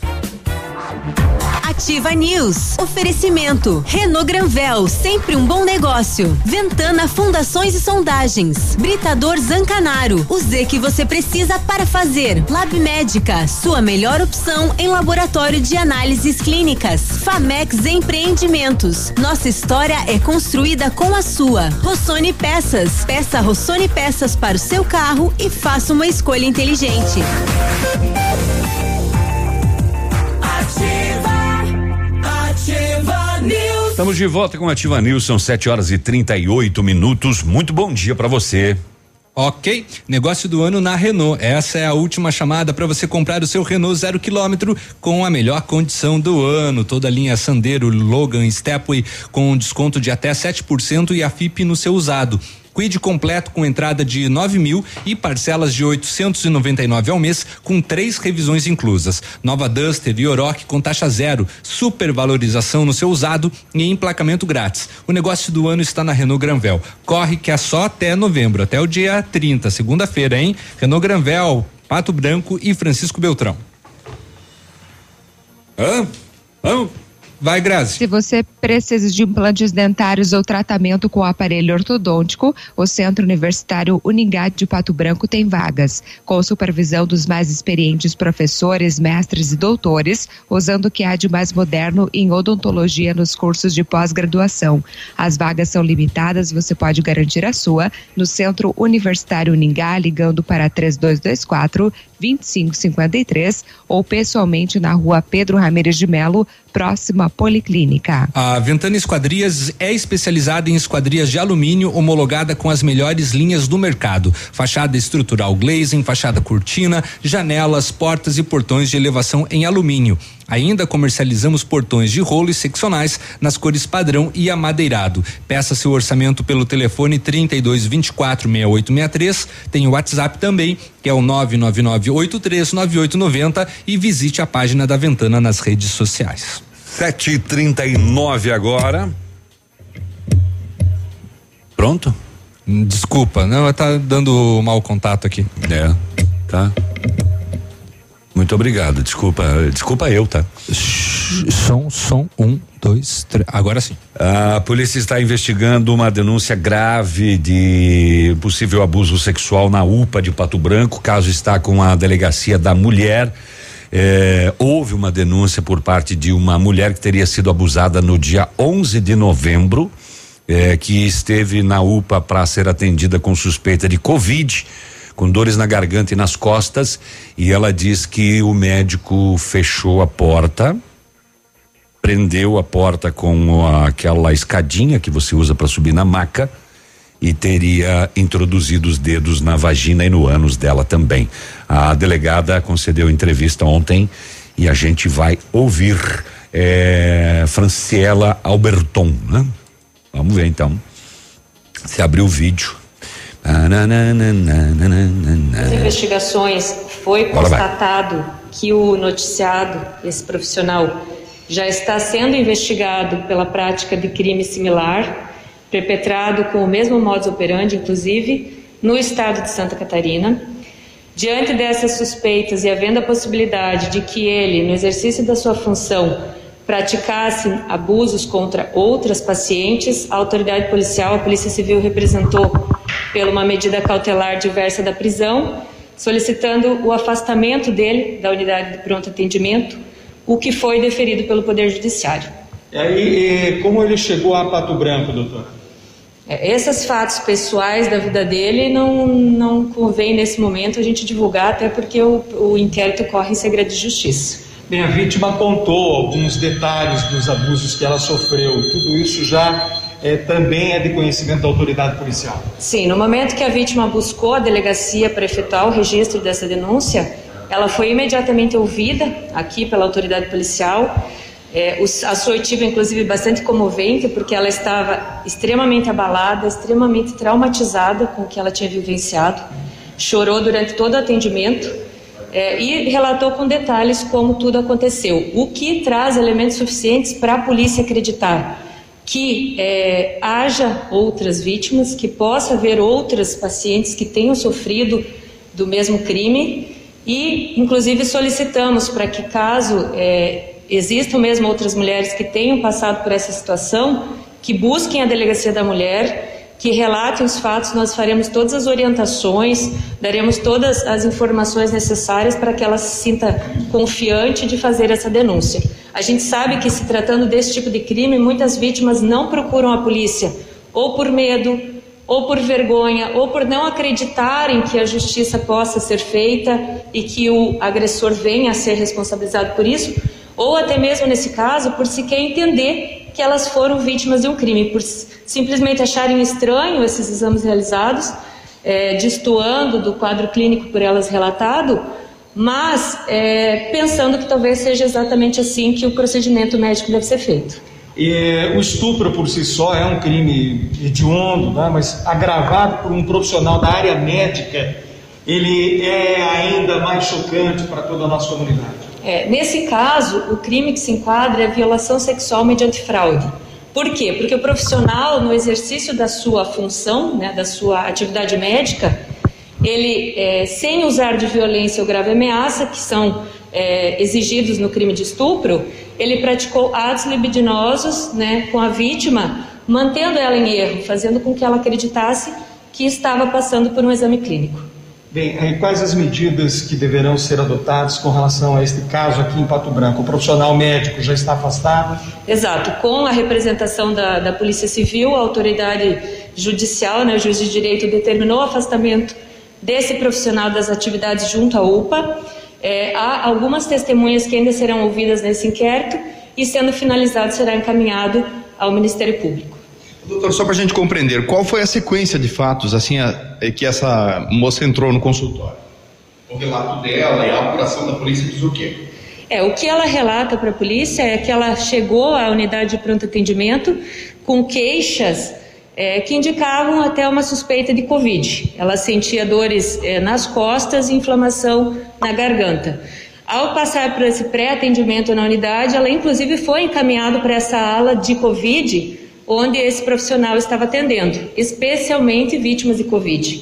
Ativa News. Oferecimento. Renault Granvel, sempre um bom negócio. Ventana Fundações e Sondagens. Britador Zancanaro. O Z que você precisa para fazer. Lab Médica, sua melhor opção em laboratório de análises clínicas. Famex Empreendimentos. Nossa história é construída com a sua. Rossoni Peças. Peça Rossoni Peças para o seu carro e faça uma escolha inteligente. Ativa News. Estamos de volta com a Ativa News, são 7h38. Muito bom dia para você. Ok, negócio do ano na Renault. Essa é a última chamada para você comprar o seu Renault 0 km com a melhor condição do ano. Toda a linha Sandero, Logan, Stepway com desconto de até 7% e a FIP no seu usado. Quid completo com entrada de 9.000 e parcelas de 899 ao mês, com 3 revisões inclusas. Nova Duster e Oroch com taxa zero, supervalorização no seu usado e emplacamento grátis. O negócio do ano está na Renault Granvel. Corre que é só até novembro, até o dia 30, segunda-feira, hein? Renault Granvel, Pato Branco e Francisco Beltrão. Vai, Grazi. Se você precisa de implantes dentários ou tratamento com aparelho ortodôntico, o Centro Universitário Uningá de Pato Branco tem vagas, com supervisão dos mais experientes professores, mestres e doutores, usando o que há de mais moderno em odontologia nos cursos de pós-graduação. As vagas são limitadas, você pode garantir a sua no Centro Universitário Uningá, ligando para 3224-2553 ou pessoalmente na Rua Pedro Ramires de Melo, próxima à Policlínica. A Ventana Esquadrias é especializada em esquadrias de alumínio, homologada com as melhores linhas do mercado. Fachada estrutural glazing, fachada cortina, janelas, portas e portões de elevação em alumínio. Ainda comercializamos portões de rolo e seccionais nas cores padrão e amadeirado. Peça seu orçamento pelo telefone 3224-6863. Tem o WhatsApp também, que é o 999839890, e visite a página da Ventana nas redes sociais. 7h39 agora. Pronto? Desculpa, não, tá dando mau contato aqui. tá? Muito obrigado, desculpa eu, tá? Som, 1, 2, 3, agora sim. A polícia está investigando uma denúncia grave de possível abuso sexual na UPA de Pato Branco. O caso está com a delegacia da mulher. Houve uma denúncia por parte de uma mulher que teria sido abusada no dia 11 de novembro, que esteve na UPA para ser atendida com suspeita de Covid, com dores na garganta e nas costas, e ela diz que o médico fechou a porta, prendeu a porta com aquela escadinha que você usa para subir na maca, e teria introduzido os dedos na vagina e no ânus dela também. A delegada concedeu entrevista ontem e a gente vai ouvir Franciela Alberton, né? Vamos ver então. Se abrir o vídeo. Nas investigações foi constatado que o noticiado, esse profissional, já está sendo investigado pela prática de crime similar, perpetrado com o mesmo modus operandi, inclusive, no estado de Santa Catarina. Diante dessas suspeitas e havendo a possibilidade de que ele, no exercício da sua função, praticasse abusos contra outras pacientes, a autoridade policial, a Polícia Civil, representou por uma medida cautelar diversa da prisão, solicitando o afastamento dele da unidade de pronto atendimento, o que foi deferido pelo Poder Judiciário. E aí, como ele chegou a Pato Branco, doutor? Esses fatos pessoais da vida dele não convém nesse momento a gente divulgar, até porque o inquérito corre em segredo de justiça. Bem, a vítima contou alguns detalhes dos abusos que ela sofreu. Tudo isso já também é de conhecimento da autoridade policial? Sim, no momento que a vítima buscou a delegacia para efetuar o registro dessa denúncia, ela foi imediatamente ouvida aqui pela autoridade policial. A sua oitiva, inclusive, bastante comovente, porque ela estava extremamente abalada, extremamente traumatizada com o que ela tinha vivenciado. Chorou durante todo o atendimento e relatou com detalhes como tudo aconteceu, o que traz elementos suficientes para a polícia acreditar que haja outras vítimas, que possa haver outras pacientes que tenham sofrido do mesmo crime e, inclusive, solicitamos para que, caso existam mesmo outras mulheres que tenham passado por essa situação, que busquem a delegacia da mulher, que relatem os fatos. Nós faremos todas as orientações, daremos todas as informações necessárias para que ela se sinta confiante de fazer essa denúncia. A gente sabe que, se tratando desse tipo de crime, muitas vítimas não procuram a polícia, ou por medo, ou por vergonha, ou por não acreditarem que a justiça possa ser feita e que o agressor venha a ser responsabilizado por isso, ou até mesmo, nesse caso, por sequer entender que elas foram vítimas de um crime, por simplesmente acharem estranho esses exames realizados, destoando do quadro clínico por elas relatado, mas pensando que talvez seja exatamente assim que o procedimento médico deve ser feito. O estupro por si só é um crime hediondo, né? Mas agravado por um profissional da área médica, ele é ainda mais chocante para toda a nossa comunidade. Nesse caso, o crime que se enquadra é violação sexual mediante fraude. Por quê? Porque o profissional, no exercício da sua função, né, da sua atividade médica, ele, sem usar de violência ou grave ameaça, que são exigidos no crime de estupro, ele praticou atos libidinosos, né, com a vítima, mantendo ela em erro, fazendo com que ela acreditasse que estava passando por um exame clínico. Bem, quais as medidas que deverão ser adotadas com relação a este caso aqui em Pato Branco? O profissional médico já está afastado? Exato, com a representação da Polícia Civil, a autoridade judicial, né, o juiz de direito, determinou o afastamento desse profissional das atividades junto à UPA. Há algumas testemunhas que ainda serão ouvidas nesse inquérito e, sendo finalizado, será encaminhado ao Ministério Público. Doutor, só para a gente compreender, qual foi a sequência de fatos assim que essa moça entrou no consultório? O relato dela e a apuração da polícia diz o quê? O que ela relata para a polícia é que ela chegou à unidade de pronto atendimento com queixas que indicavam até uma suspeita de Covid. Ela sentia dores nas costas e inflamação na garganta. Ao passar por esse pré-atendimento na unidade, ela inclusive foi encaminhada para essa ala de Covid, onde esse profissional estava atendendo, especialmente vítimas de Covid.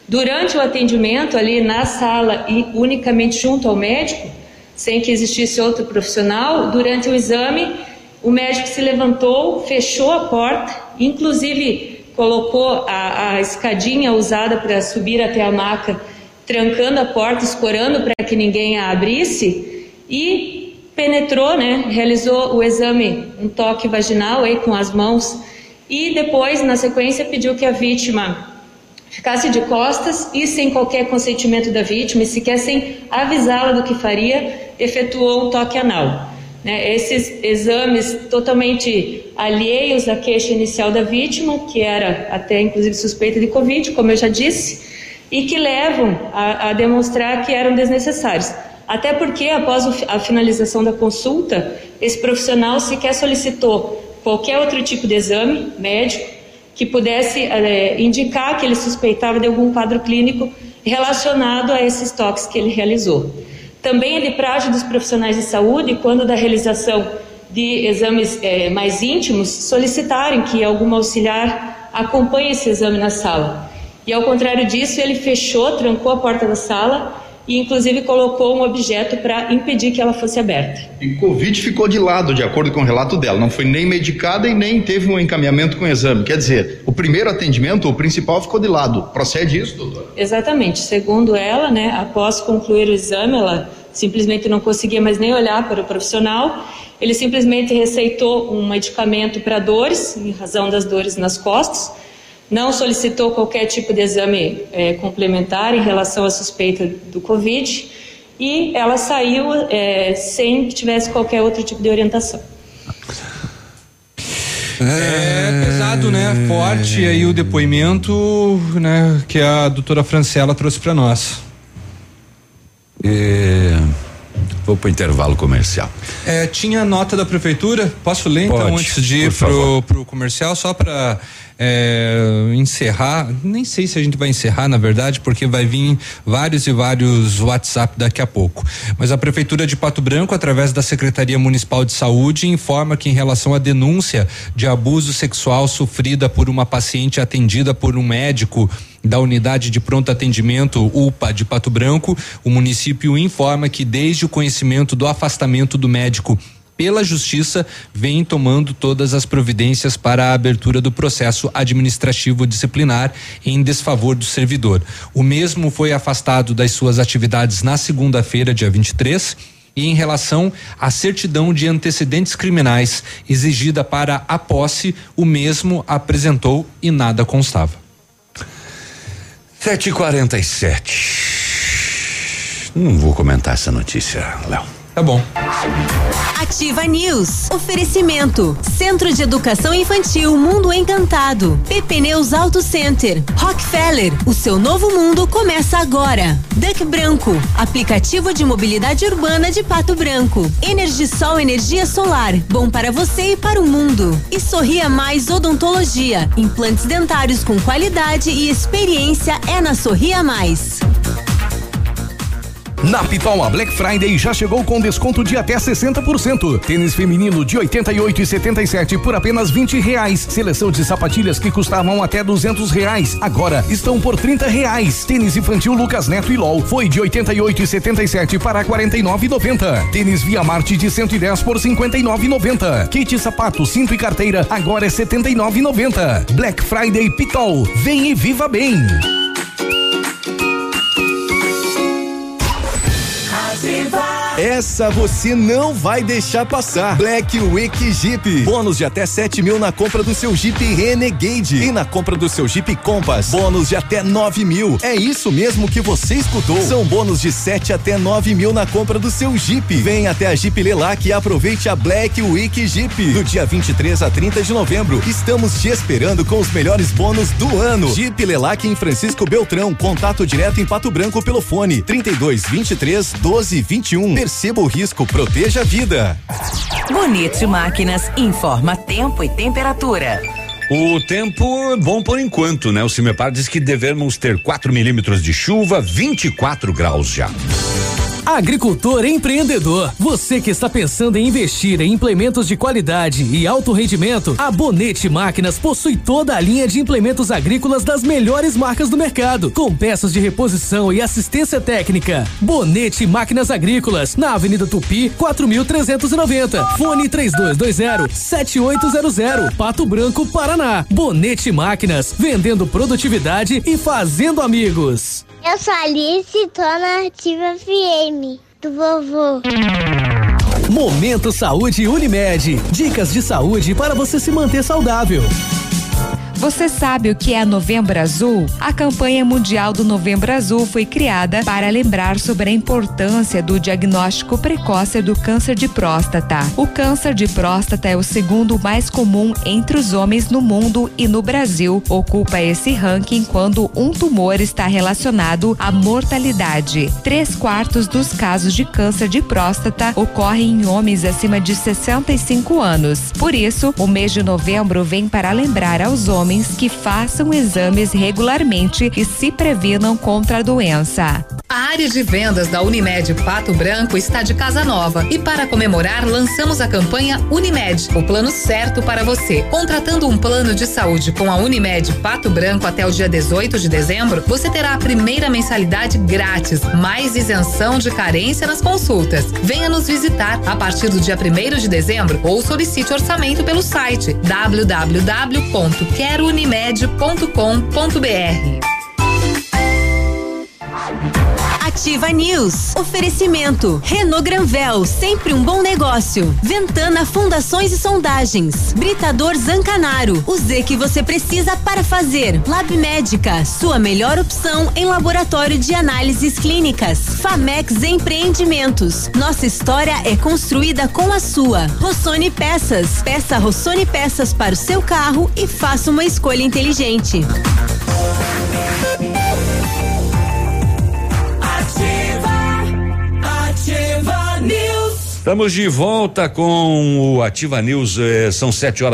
Durante o atendimento ali na sala e unicamente junto ao médico, sem que existisse outro profissional, durante o exame, o médico se levantou, fechou a porta, inclusive colocou a escadinha usada para subir até a maca, trancando a porta, escorando para que ninguém a abrisse, e penetrou, né, realizou o exame, um toque vaginal aí com as mãos, e depois, na sequência, pediu que a vítima ficasse de costas e, sem qualquer consentimento da vítima, e sequer sem avisá-la do que faria, efetuou um toque anal. Esses exames totalmente alheios à queixa inicial da vítima, que era até inclusive suspeita de Covid, como eu já disse, e que levam a demonstrar que eram desnecessários. Até porque, após a finalização da consulta, esse profissional sequer solicitou qualquer outro tipo de exame médico que pudesse indicar que ele suspeitava de algum quadro clínico relacionado a esses toques que ele realizou. Também é de praxe dos profissionais de saúde, quando da realização de exames mais íntimos, solicitarem que algum auxiliar acompanhe esse exame na sala. E ao contrário disso, ele fechou, trancou a porta da sala e inclusive colocou um objeto para impedir que ela fosse aberta. E Covid ficou de lado, de acordo com o relato dela, não foi nem medicada e nem teve um encaminhamento com o exame. Quer dizer, o primeiro atendimento, o principal, ficou de lado. Procede isso, doutora? Exatamente. Segundo ela, após concluir o exame, ela simplesmente não conseguia mais nem olhar para o profissional. Ele simplesmente receitou um medicamento para dores, em razão das dores nas costas. Não solicitou qualquer tipo de exame complementar em relação à suspeita do Covid, e ela saiu sem que tivesse qualquer outro tipo de orientação. É pesado, né? Forte aí o depoimento, né, que a doutora Franciela trouxe para nós. Vou pro intervalo comercial. Tinha nota da prefeitura, posso ler então? Pode, antes de ir pro comercial, só para encerrar, nem sei se a gente vai encerrar, na verdade, porque vai vir vários e vários WhatsApp daqui a pouco. Mas a Prefeitura de Pato Branco, através da Secretaria Municipal de Saúde, informa que, em relação à denúncia de abuso sexual sofrida por uma paciente atendida por um médico da Unidade de Pronto Atendimento UPA de Pato Branco, o município informa que, desde o conhecimento do afastamento do médico pela Justiça, vem tomando todas as providências para a abertura do processo administrativo disciplinar em desfavor do servidor. O mesmo foi afastado das suas atividades na segunda-feira, dia 23, e em relação à certidão de antecedentes criminais exigida para a posse, o mesmo apresentou e nada constava. 7h47. Não vou comentar essa notícia, Léo. Tá bom. Ativa News. Oferecimento. Centro de Educação Infantil Mundo Encantado. PP Neus Auto Center. Rockefeller. O seu novo mundo começa agora. Duck Branco. Aplicativo de mobilidade urbana de Pato Branco. Energisol energia solar. Bom para você e para o mundo. E Sorria Mais Odontologia. Implantes dentários com qualidade e experiência é na Sorria Mais. Na Pitol, a Black Friday já chegou com desconto de até 60%. Tênis feminino de 88 e 77 por apenas R$20. Seleção de sapatilhas que custavam até R$200, agora estão por R$30. Tênis infantil Lucas Neto e LOL foi de 88 e 77 para R$49,90. Tênis Via Marte de 110 por R$59,90. Kit sapato, cinto e carteira agora é R$79,90. Black Friday Pitol. Vem e viva bem. Essa você não vai deixar passar. Black Week Jeep. Bônus de até 7 mil na compra do seu Jeep Renegade. E na compra do seu Jeep Compass, bônus de até 9 mil. É isso mesmo que você escutou. São bônus de 7 até 9 mil na compra do seu Jeep. Vem até a Jeep Lelac e aproveite a Black Week Jeep. Do dia 23 a 30 de novembro, estamos te esperando com os melhores bônus do ano. Jeep Lelac em Francisco Beltrão. Contato direto em Pato Branco pelo fone 3223-1221. Perceba o risco, proteja a vida. Bonito Máquinas informa tempo e temperatura. O tempo bom por enquanto, né? O CIMEPAR diz que devemos ter 4 milímetros de chuva, 24 graus já. Agricultor empreendedor, você que está pensando em investir em implementos de qualidade e alto rendimento, a Bonete Máquinas possui toda a linha de implementos agrícolas das melhores marcas do mercado, com peças de reposição e assistência técnica. Bonete Máquinas Agrícolas, na Avenida Tupi, 4.390. Fone 3220-7800, Pato Branco, Paraná. Bonete Máquinas, vendendo produtividade e fazendo amigos. Eu sou a Alice e tô na Ativa FM do vovô. Momento Saúde Unimed. Dicas de saúde para você se manter saudável. Você sabe o que é Novembro Azul? A campanha mundial do Novembro Azul foi criada para lembrar sobre a importância do diagnóstico precoce do câncer de próstata. O câncer de próstata é o segundo mais comum entre os homens no mundo e no Brasil. Ocupa esse ranking quando um tumor está relacionado à mortalidade. 3/4 dos casos de câncer de próstata ocorrem em homens acima de 65 anos. Por isso, o mês de novembro vem para lembrar aos homens que façam exames regularmente e se previnam contra a doença. A área de vendas da Unimed Pato Branco está de casa nova e para comemorar lançamos a campanha Unimed, o plano certo para você. Contratando um plano de saúde com a Unimed Pato Branco até o dia 18 de dezembro, você terá a primeira mensalidade grátis, mais isenção de carência nas consultas. Venha nos visitar a partir do dia 1º de dezembro ou solicite orçamento pelo site www.querounimed.com.br. Ativa News. Oferecimento. Renault Granvel, sempre um bom negócio. Ventana Fundações e Sondagens. Britador Zancanaro. O Z que você precisa para fazer. Lab Médica, sua melhor opção em laboratório de análises clínicas. Famex Empreendimentos. Nossa história é construída com a sua. Rossoni Peças. Peça Rossoni Peças para o seu carro e faça uma escolha inteligente. Ativa News. Estamos de volta com o Ativa News, são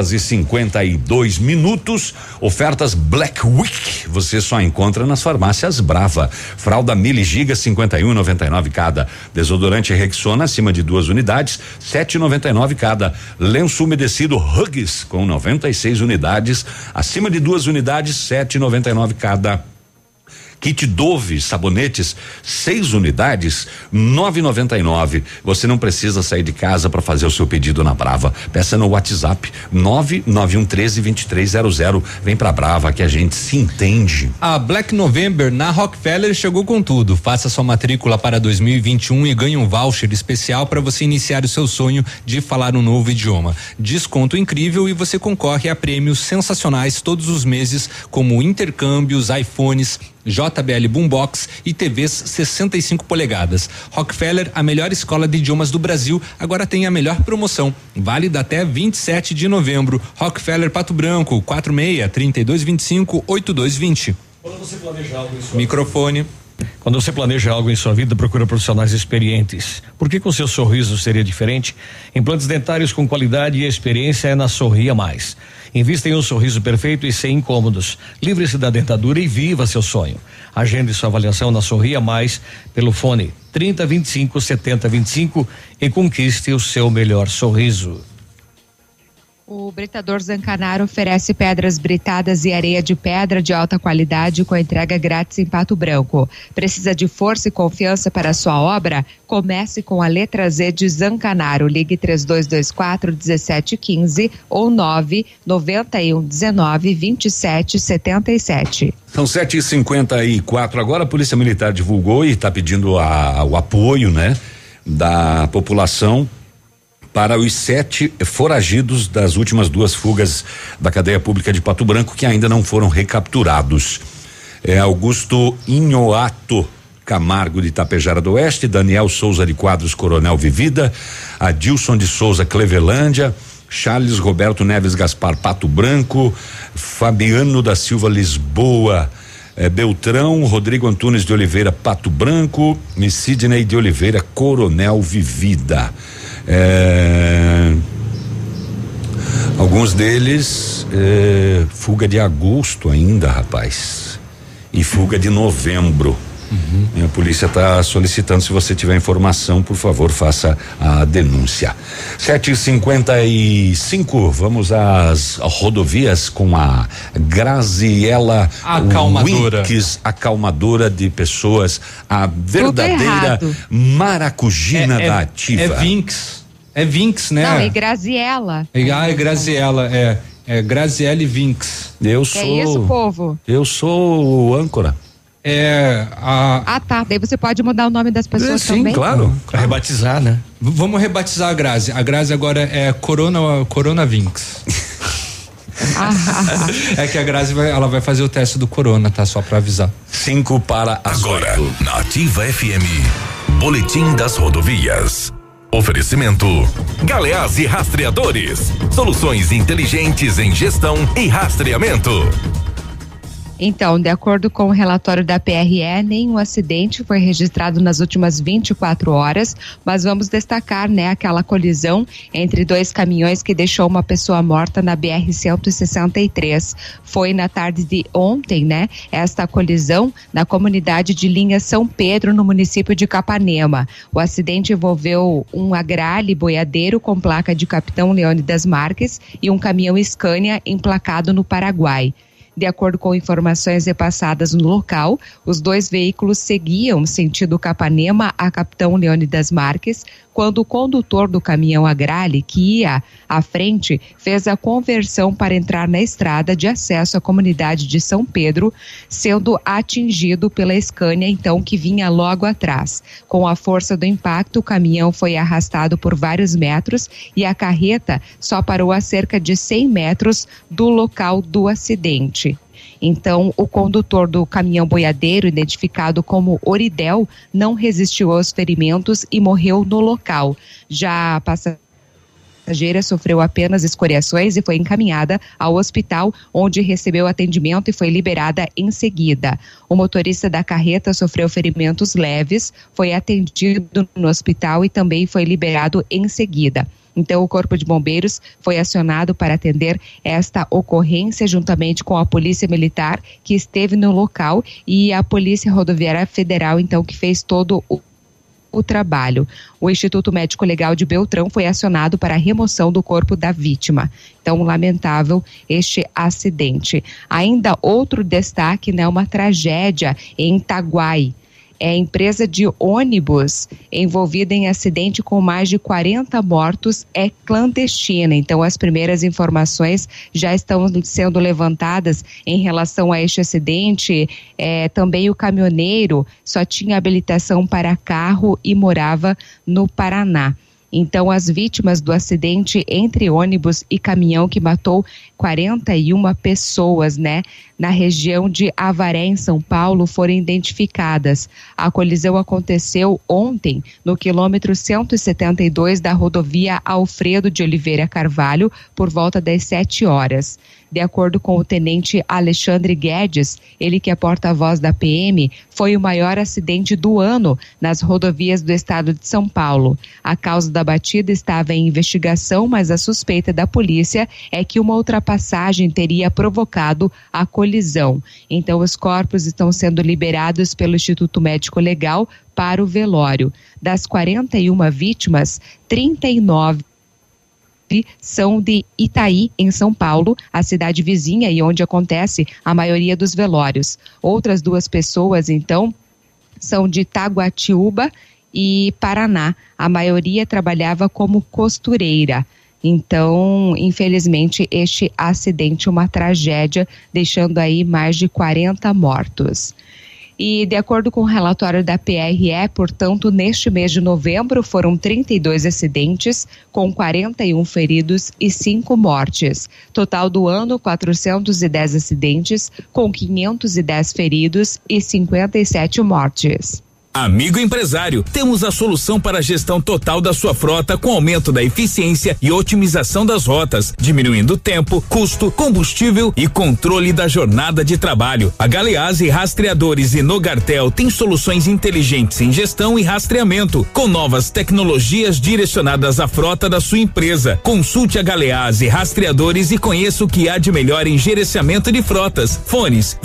7h52. Ofertas Black Week, você só encontra nas farmácias Brava. Fralda Mili Giga 51,99 cada. Desodorante Rexona acima de 2 unidades, 7,99 cada. Lenço umedecido Huggies com 96 unidades, acima de 2 unidades, 7,99 cada. Kit Dove sabonetes 6 unidades 9,99. Você não precisa sair de casa para fazer o seu pedido na Brava. Peça no WhatsApp 991132300. Vem pra Brava que a gente se entende. A Black November na Rockefeller chegou com tudo. Faça sua matrícula para 2021 e ganhe um voucher especial para você iniciar o seu sonho de falar um novo idioma. Desconto incrível e você concorre a prêmios sensacionais todos os meses, como intercâmbios, iPhones, JBL Boombox e TVs 65 polegadas. Rockefeller, a melhor escola de idiomas do Brasil, agora tem a melhor promoção, válida até 27 de novembro. Rockefeller Pato Branco, 46-3225-8220. Quando você planeja algo em sua microfone. Quando você planeja algo em sua vida, procura profissionais experientes. Por que com seu sorriso seria diferente? Implantes dentários com qualidade e experiência é na Sorria Mais. Invista em um sorriso perfeito e sem incômodos. Livre-se da dentadura e viva seu sonho. Agende sua avaliação na Sorria Mais pelo fone 3025-7025 e conquiste o seu melhor sorriso. O Britador Zancanaro oferece pedras britadas e areia de pedra de alta qualidade com entrega grátis em Pato Branco. Precisa de força e confiança para a sua obra? Comece com a letra Z de Zancanaro. Ligue 3224-1715 ou 99119-2777. São 7h54 agora. A Polícia Militar divulgou e está pedindo o apoio, né, da população para os 7 foragidos das últimas 2 fugas da cadeia pública de Pato Branco que ainda não foram recapturados. Augusto Inhoato Camargo de Itapejara do Oeste, Daniel Souza de Quadros Coronel Vivida, Adilson de Souza Clevelândia, Charles Roberto Neves Gaspar Pato Branco, Fabiano da Silva Lisboa Beltrão, Rodrigo Antunes de Oliveira Pato Branco e Sidney de Oliveira Coronel Vivida. Alguns deles fuga de agosto ainda, rapaz, e fuga de novembro. A polícia está solicitando, se você tiver informação, por favor, faça a denúncia. 7h55, vamos às rodovias com a Graziela Winks, acalmadora de pessoas, a verdadeira maracujina da Ativa. É Winks, né? Não, é Graziela. É Graziela, é Graziele Winks. Eu sou. É isso, povo? Eu sou o âncora. Tá. Daí você pode mudar o nome das pessoas também? Sim, claro. Pra rebatizar, né? Vamos rebatizar a Grazi. A Grazi agora é Corona Vinx. É que a Grazi ela vai fazer o teste do Corona, tá? Só pra avisar. 5 para agora, na Ativa FM. Boletim das rodovias. Oferecimento Galeás e Rastreadores. Soluções inteligentes em gestão e rastreamento. Então, de acordo com o relatório da PRE, nenhum acidente foi registrado nas últimas 24 horas, mas vamos destacar, aquela colisão entre 2 caminhões que deixou uma pessoa morta na BR-163. Foi na tarde de ontem, esta colisão na comunidade de Linha São Pedro, no município de Capanema. O acidente envolveu um agrale boiadeiro com placa de Capitão Leônidas Marques e um caminhão Scania emplacado no Paraguai. De acordo com informações repassadas no local, os 2 veículos seguiam sentido Capanema a Capitão Leônidas Marques, quando o condutor do caminhão agrale, que ia à frente, fez a conversão para entrar na estrada de acesso à comunidade de São Pedro, sendo atingido pela Scania, então, que vinha logo atrás. Com a força do impacto, o caminhão foi arrastado por vários metros e a carreta só parou a cerca de 100 metros do local do acidente. Então, o condutor do caminhão boiadeiro, identificado como Oridel, não resistiu aos ferimentos e morreu no local. Já a passageira sofreu apenas escoriações e foi encaminhada ao hospital, onde recebeu atendimento e foi liberada em seguida. O motorista da carreta sofreu ferimentos leves, foi atendido no hospital e também foi liberado em seguida. Então, o Corpo de Bombeiros foi acionado para atender esta ocorrência juntamente com a Polícia Militar, que esteve no local, e a Polícia Rodoviária Federal, então, que fez todo o trabalho. O Instituto Médico Legal de Beltrão foi acionado para a remoção do corpo da vítima. Então, lamentável este acidente. Ainda outro destaque, uma tragédia em Itaguai. É a empresa de ônibus envolvida em acidente com mais de 40 mortos é clandestina. Então, as primeiras informações já estão sendo levantadas em relação a este acidente. Também o caminhoneiro só tinha habilitação para carro e morava no Paraná. Então, as vítimas do acidente entre ônibus e caminhão que matou 41 pessoas, na região de Avaré, em São Paulo, foram identificadas. A colisão aconteceu ontem no quilômetro 172 da rodovia Alfredo de Oliveira Carvalho, por volta das 7 horas. De acordo com o tenente Alexandre Guedes, ele que é porta-voz da PM, foi o maior acidente do ano nas rodovias do estado de São Paulo. A causa da batida estava em investigação, mas a suspeita da polícia é que uma ultrapassagem teria provocado a colisão. Então, os corpos estão sendo liberados pelo Instituto Médico Legal para o velório. Das 41 vítimas, 39 são de Itaí, em São Paulo, a cidade vizinha e onde acontece a maioria dos velórios. Outras 2 pessoas, então, são de Taguatiúba e Paraná. A maioria trabalhava como costureira. Então, infelizmente, este acidente, uma tragédia, deixando aí mais de 40 mortos. E, de acordo com o relatório da PRE, portanto, neste mês de novembro foram 32 acidentes, com 41 feridos e 5 mortes. Total do ano, 410 acidentes, com 510 feridos e 57 mortes. Amigo empresário, temos a solução para a gestão total da sua frota com aumento da eficiência e otimização das rotas, diminuindo tempo, custo, combustível e controle da jornada de trabalho. A Galeazzi Rastreadores e Nogartel tem soluções inteligentes em gestão e rastreamento, com novas tecnologias direcionadas à frota da sua empresa. Consulte a Galeazzi Rastreadores e conheça o que há de melhor em gerenciamento de frotas. Fones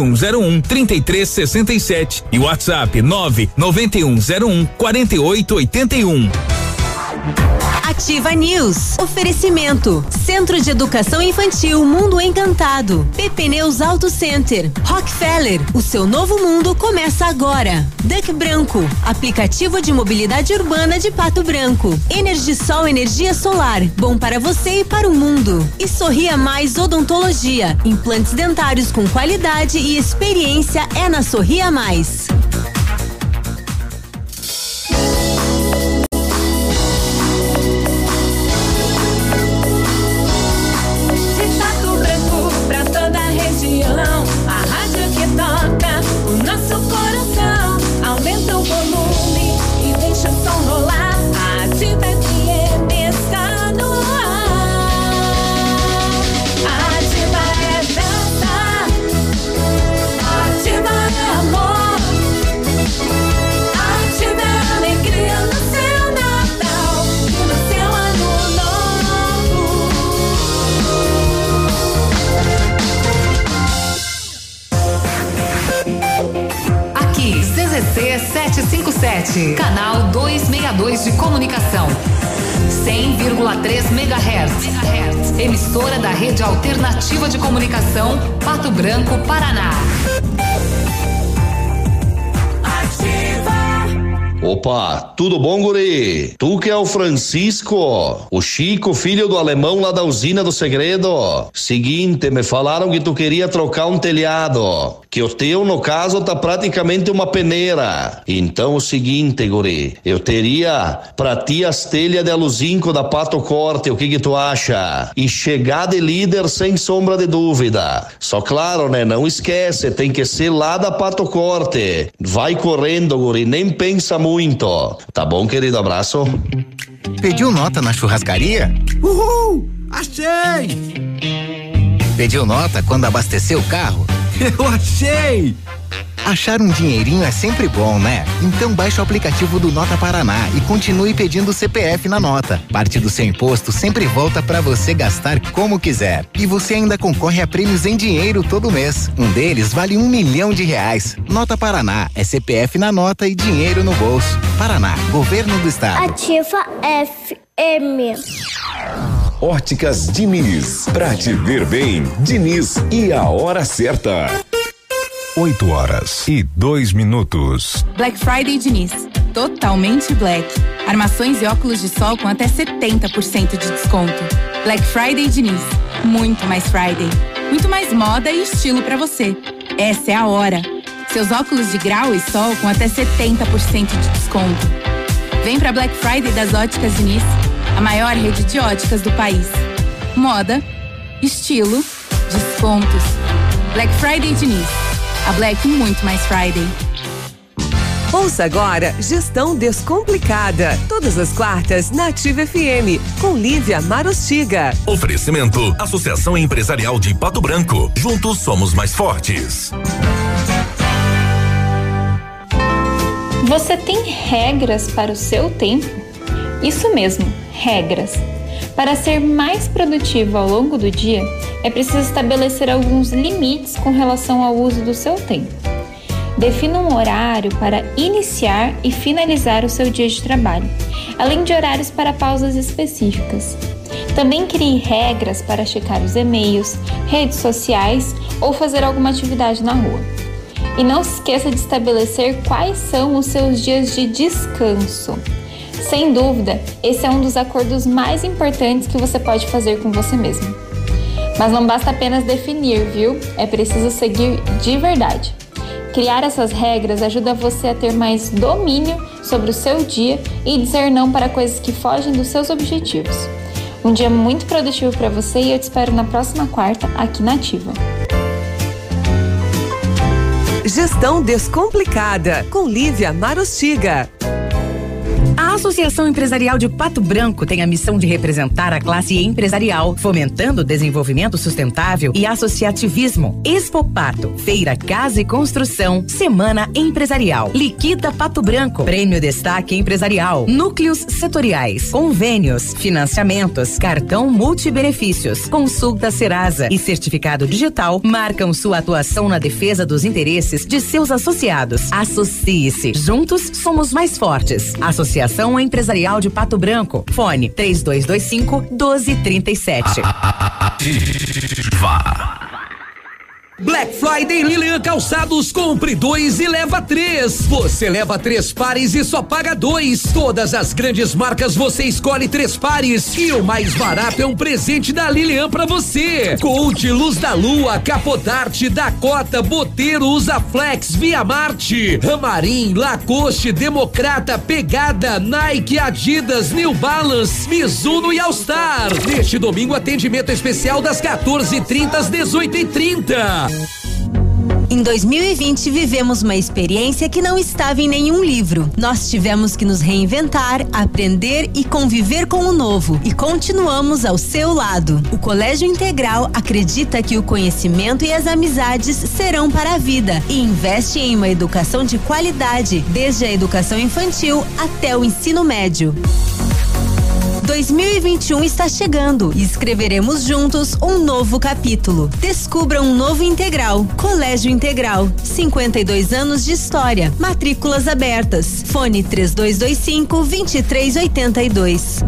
2101-3367 e WhatsApp 99101-4881. Ativa News. Oferecimento. Centro de Educação Infantil Mundo Encantado. Pneus Auto Center. Rockefeller. O seu novo mundo começa agora. Duck Branco. Aplicativo de mobilidade urbana de Pato Branco. Energisol energia solar. Bom para você e para o mundo. E Sorria Mais Odontologia. Implantes dentários com qualidade e experiência é na Sorria Mais. CZC 757, canal 262 de comunicação. 100,3 MHz. Emissora da Rede Alternativa de Comunicação, Pato Branco, Paraná. Opa, tudo bom, guri? Tu que é o Francisco, o Chico, filho do alemão lá da usina do segredo. Seguinte, me falaram que tu queria trocar um telhado, que o teu, no caso, tá praticamente uma peneira. Então, o seguinte, guri, eu teria pra ti as telhas de aluzinco da Pato Corte, o que tu acha? E chegar de líder sem sombra de dúvida. Só claro, né, não esquece, tem que ser lá da Pato Corte. Vai correndo, guri, nem pensa muito. Tá bom, querido? Abraço. Pediu nota na churrascaria? Uhul! Achei! Pediu nota quando abasteceu o carro? Eu achei! Achar um dinheirinho é sempre bom, né? Então baixe o aplicativo do Nota Paraná e continue pedindo CPF na nota. Parte do seu imposto sempre volta para você gastar como quiser. E você ainda concorre a prêmios em dinheiro todo mês. Um deles vale R$1 milhão. Nota Paraná é CPF na nota e dinheiro no bolso. Paraná, Governo do Estado. Ativa FM. Óticas Diniz, pra te ver bem, Diniz e a hora certa. 8h02. Black Friday Diniz. Totalmente black. Armações e óculos de sol com até 70% de desconto. Black Friday Diniz. Muito mais Friday. Muito mais moda e estilo pra você. Essa é a hora. Seus óculos de grau e sol com até 70% de desconto. Vem pra Black Friday das Óticas Diniz. A maior rede de óticas do país. Moda, estilo, descontos. Black Friday Diniz. A Black muito mais Friday. Ouça agora Gestão Descomplicada. Todas as quartas na Ativa FM, com Lívia Marostiga. Oferecimento: Associação Empresarial de Pato Branco. Juntos somos mais fortes. Você tem regras para o seu tempo? Isso mesmo, regras. Para ser mais produtivo ao longo do dia, é preciso estabelecer alguns limites com relação ao uso do seu tempo. Defina um horário para iniciar e finalizar o seu dia de trabalho, além de horários para pausas específicas. Também crie regras para checar os e-mails, redes sociais ou fazer alguma atividade na rua. E não se esqueça de estabelecer quais são os seus dias de descanso. Sem dúvida, esse é um dos acordos mais importantes que você pode fazer com você mesmo. Mas não basta apenas definir, viu? É preciso seguir de verdade. Criar essas regras ajuda você a ter mais domínio sobre o seu dia e dizer não para coisas que fogem dos seus objetivos. Um dia muito produtivo para você e eu te espero na próxima quarta aqui na Ativa. Gestão Descomplicada, com Lívia Marostiga. A Associação Empresarial de Pato Branco tem a missão de representar a classe empresarial, fomentando o desenvolvimento sustentável e associativismo. Expo Pato, Feira Casa e Construção, Semana Empresarial. Liquida Pato Branco, Prêmio Destaque Empresarial, Núcleos Setoriais, Convênios, Financiamentos, Cartão Multibenefícios, Consulta Serasa e Certificado Digital marcam sua atuação na defesa dos interesses de seus associados. Associe-se. Juntos somos mais fortes. Associação Empresarial de Pato Branco. Fone 3225-1237. Black Friday Lilian Calçados, compre 2 e leva 3. Você leva 3 pares e só paga 2. Todas as grandes marcas você escolhe 3 pares e o mais barato é um presente da Lilian pra você. Coach, Luz da Lua, Capodarte, Dakota, Boteiro, Usaflex, Via Marte, Ramarim, Lacoste, Democrata, Pegada, Nike, Adidas, New Balance, Mizuno e All Star. Neste domingo, atendimento especial das 14h30 às 18h30. Em 2020, vivemos uma experiência que não estava em nenhum livro. Nós tivemos que nos reinventar, aprender e conviver com o novo. E continuamos ao seu lado. O Colégio Integral acredita que o conhecimento e as amizades serão para a vida e investe em uma educação de qualidade, desde a educação infantil até o ensino médio. 2021 está chegando e escreveremos juntos um novo capítulo. Descubra um novo Integral. Colégio Integral, 52 anos de história. Matrículas abertas. Fone 3225-2382.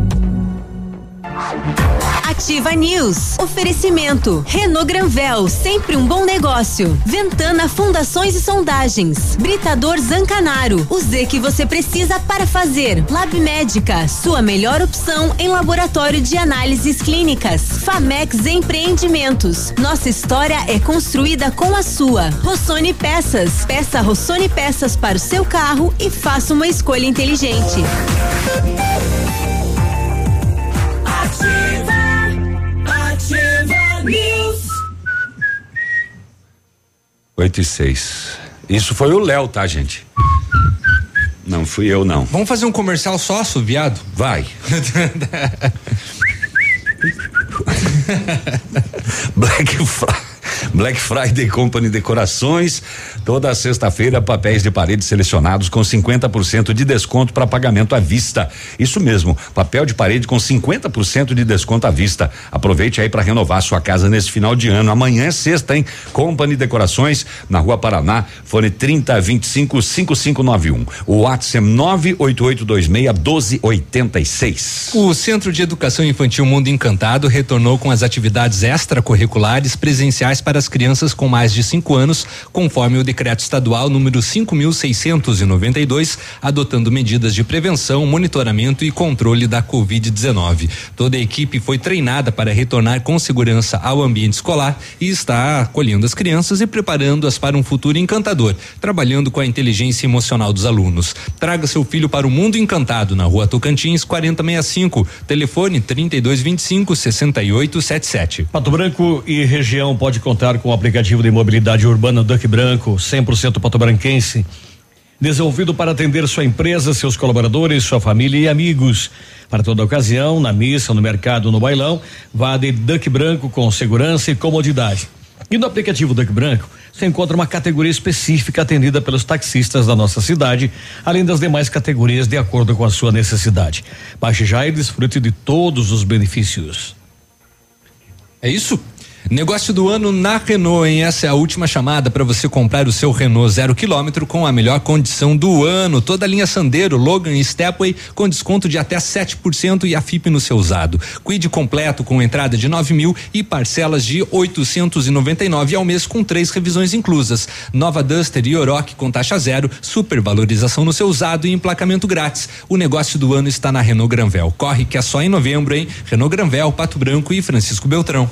Ativa News. Oferecimento. Renault Granvel, sempre um bom negócio. Ventana Fundações e Sondagens. Britador Zancanaro. O Z que você precisa para fazer. Lab Médica, sua melhor opção em laboratório de análises clínicas. Famex Empreendimentos. Nossa história é construída com a sua. Rossoni Peças. Peça Rossoni Peças para o seu carro e faça uma escolha inteligente. Ativa News. 8:06. Isso foi o Léo, tá, gente? Não fui eu, não. Vamos fazer um comercial só assoviado? Vai. Black Friday Company Decorações, toda sexta-feira papéis de parede selecionados com 50% de desconto para pagamento à vista. Isso mesmo, papel de parede com 50% de desconto à vista. Aproveite aí para renovar sua casa nesse final de ano. Amanhã é sexta, hein? Company Decorações, na Rua Paraná, fone 3025-5591. O WhatsApp 98826-1286. O Centro de Educação Infantil Mundo Encantado retornou com as atividades extracurriculares presenciais para as crianças com mais de 5 anos, conforme o decreto estadual número 5.692, adotando medidas de prevenção, monitoramento e controle da Covid-19. Toda a equipe foi treinada para retornar com segurança ao ambiente escolar e está acolhendo as crianças e preparando-as para um futuro encantador, trabalhando com a inteligência emocional dos alunos. Traga seu filho para o Mundo Encantado, na Rua Tocantins, 4065, telefone 3225-6877. Pato Branco e região pode contar com o aplicativo de mobilidade urbana Duck Branco, 100% patobranquense, desenvolvido para atender sua empresa, seus colaboradores, sua família e amigos. Para toda ocasião, na missa, no mercado, no bailão, vá de Duck Branco com segurança e comodidade. E no aplicativo Duck Branco, você encontra uma categoria específica atendida pelos taxistas da nossa cidade, além das demais categorias de acordo com a sua necessidade. Baixe já e desfrute de todos os benefícios. É isso? Negócio do ano na Renault, hein? Essa é a última chamada para você comprar o seu Renault 0 km com a melhor condição do ano. Toda a linha Sandero, Logan e Stepway com desconto de até 7% e a FIP no seu usado. Quid completo com entrada de 9.000 e parcelas de 899 ao mês com 3 revisões inclusas. Nova Duster e Oroch com taxa zero, supervalorização no seu usado e emplacamento grátis. O negócio do ano está na Renault Granvel. Corre que é só em novembro, hein? Renault Granvel, Pato Branco e Francisco Beltrão.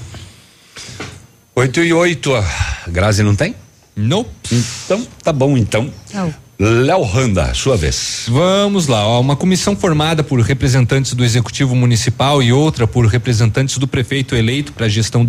8:08. Grazi não tem? Não. Então, tá bom então. Não. Léo Randa, sua vez. Vamos lá, uma comissão formada por representantes do Executivo Municipal e outra por representantes do prefeito eleito para a gestão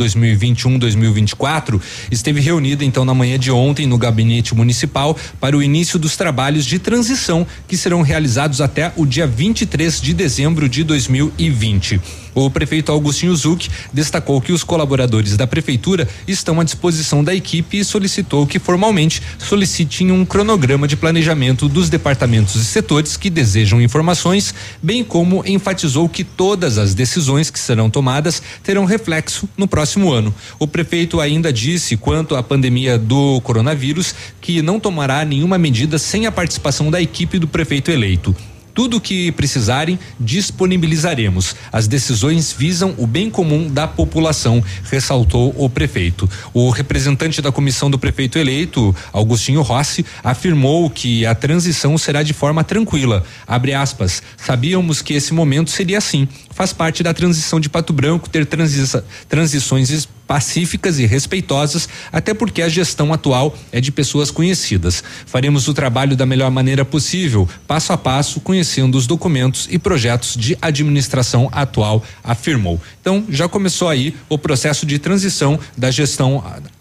2021-2024 esteve reunida então na manhã de ontem no gabinete municipal para o início dos trabalhos de transição que serão realizados até o dia 23 de dezembro de 2020. O prefeito Augustinho Zucchi destacou que os colaboradores da prefeitura estão à disposição da equipe e solicitou que formalmente solicitem um cronograma de planejamento dos departamentos e setores que desejam informações, bem como enfatizou que todas as decisões que serão tomadas terão reflexo no próximo ano. O prefeito ainda disse quanto à pandemia do coronavírus que não tomará nenhuma medida sem a participação da equipe do prefeito eleito. Tudo o que precisarem, disponibilizaremos. As decisões visam o bem comum da população, ressaltou o prefeito. O representante da comissão do prefeito eleito, Augustinho Rossi, afirmou que a transição será de forma tranquila. Abre aspas, sabíamos que esse momento seria assim. Faz parte da transição de Pato Branco ter transições pacíficas e respeitosas, até porque a gestão atual é de pessoas conhecidas. Faremos o trabalho da melhor maneira possível, passo a passo, conhecendo os documentos e projetos de administração atual, afirmou. Então, já começou aí o processo de transição da gestão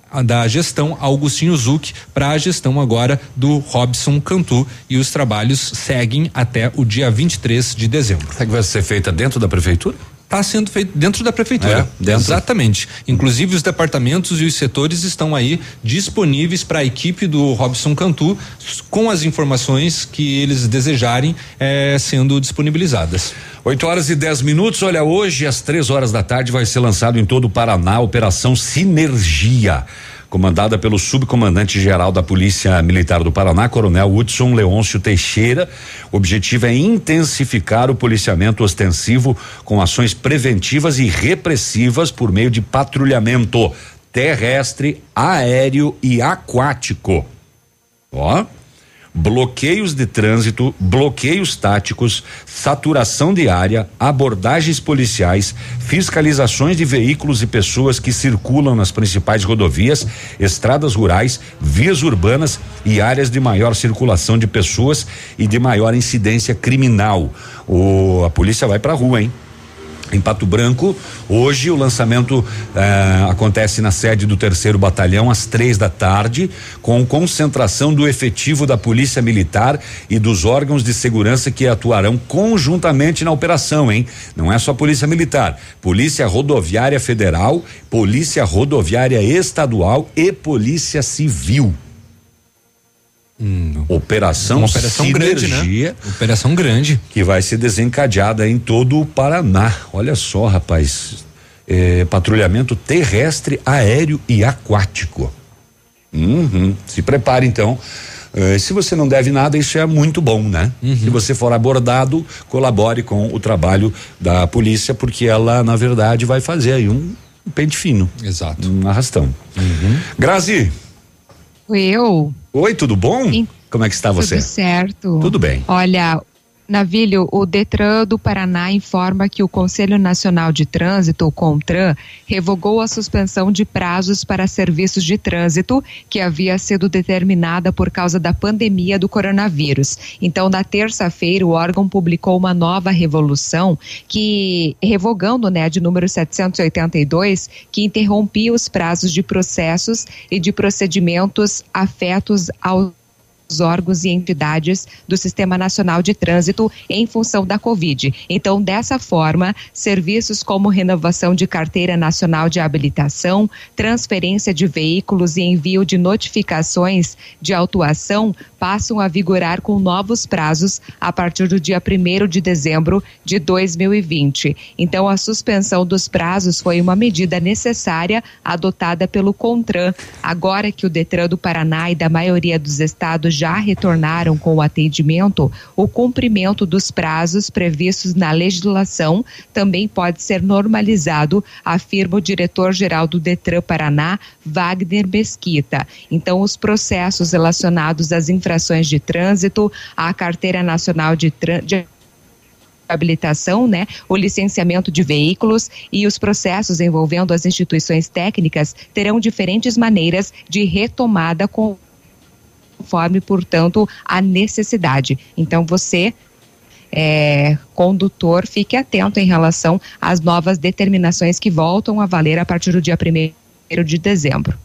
Augustinho Zucchi para a gestão agora do Robson Cantu e os trabalhos seguem até o dia 23 de dezembro. Será que vai ser feita dentro da prefeitura? Está sendo feito dentro da prefeitura. Exatamente. Inclusive os departamentos e os setores estão aí disponíveis para a equipe do Robson Cantu com as informações que eles desejarem sendo disponibilizadas. 8h10. Olha, hoje às 15h vai ser lançado em todo o Paraná a Operação Sinergia, comandada pelo subcomandante-geral da Polícia Militar do Paraná, Coronel Hudson Leôncio Teixeira. O objetivo é intensificar o policiamento ostensivo com ações preventivas e repressivas por meio de patrulhamento terrestre, aéreo e aquático. Bloqueios de trânsito, bloqueios táticos, saturação de área, abordagens policiais, fiscalizações de veículos e pessoas que circulam nas principais rodovias, estradas rurais, vias urbanas e áreas de maior circulação de pessoas e de maior incidência criminal. A polícia vai pra rua, hein? Em Pato Branco, hoje o lançamento acontece na sede do 3º Batalhão às 15h, com concentração do efetivo da Polícia Militar e dos órgãos de segurança que atuarão conjuntamente na operação, hein? Não é só Polícia Militar, Polícia Rodoviária Federal, Polícia Rodoviária Estadual e Polícia Civil. Operação Sinergia, grande, né? Operação grande. Que vai ser desencadeada em todo o Paraná. Olha só, rapaz. Patrulhamento terrestre, aéreo e aquático. Se prepare, então. Se você não deve nada, isso é muito bom, né? Se você for abordado, colabore com o trabalho da polícia, porque ela, na verdade, vai fazer aí um pente fino. Exato. Um arrastão. Grazi. Oi, tudo bom? Como é que está você? Tudo certo. Tudo bem. Olha, Navílio, o Detran do Paraná informa que o Conselho Nacional de Trânsito, o CONTRAN, revogou a suspensão de prazos para serviços de trânsito que havia sido determinada por causa da pandemia do coronavírus. Então, na terça-feira, o órgão publicou uma nova resolução que, revogando, de número 782, que interrompia os prazos de processos e de procedimentos afetos aos órgãos e entidades do Sistema Nacional de Trânsito em função da Covid. Então, dessa forma, serviços como renovação de carteira nacional de habilitação, transferência de veículos e envio de notificações de autuação passam a vigorar com novos prazos a partir do dia 1º de dezembro de 2020. Então, a suspensão dos prazos foi uma medida necessária adotada pelo CONTRAN, agora que o Detran do Paraná e da maioria dos estados já retornaram com o atendimento. O cumprimento dos prazos previstos na legislação também pode ser normalizado, afirma o diretor-geral do Detran Paraná, Wagner Mesquita. Então, os processos relacionados às infrações de trânsito, à carteira nacional de habilitação, o licenciamento de veículos e os processos envolvendo as instituições técnicas terão diferentes maneiras de retomada conforme, portanto, a necessidade. Então, você, condutor, fique atento em relação às novas determinações que voltam a valer a partir do dia 1º de dezembro.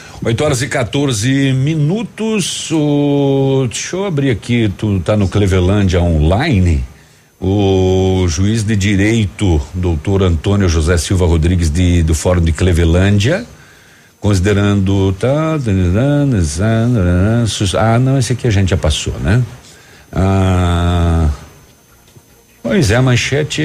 8h14. Deixa eu abrir aqui, tu tá no Clevelândia online. O juiz de direito, doutor Antônio José Silva Rodrigues, do Fórum de Clevelândia, considerando. Não, esse aqui a gente já passou, né? Pois é, a manchete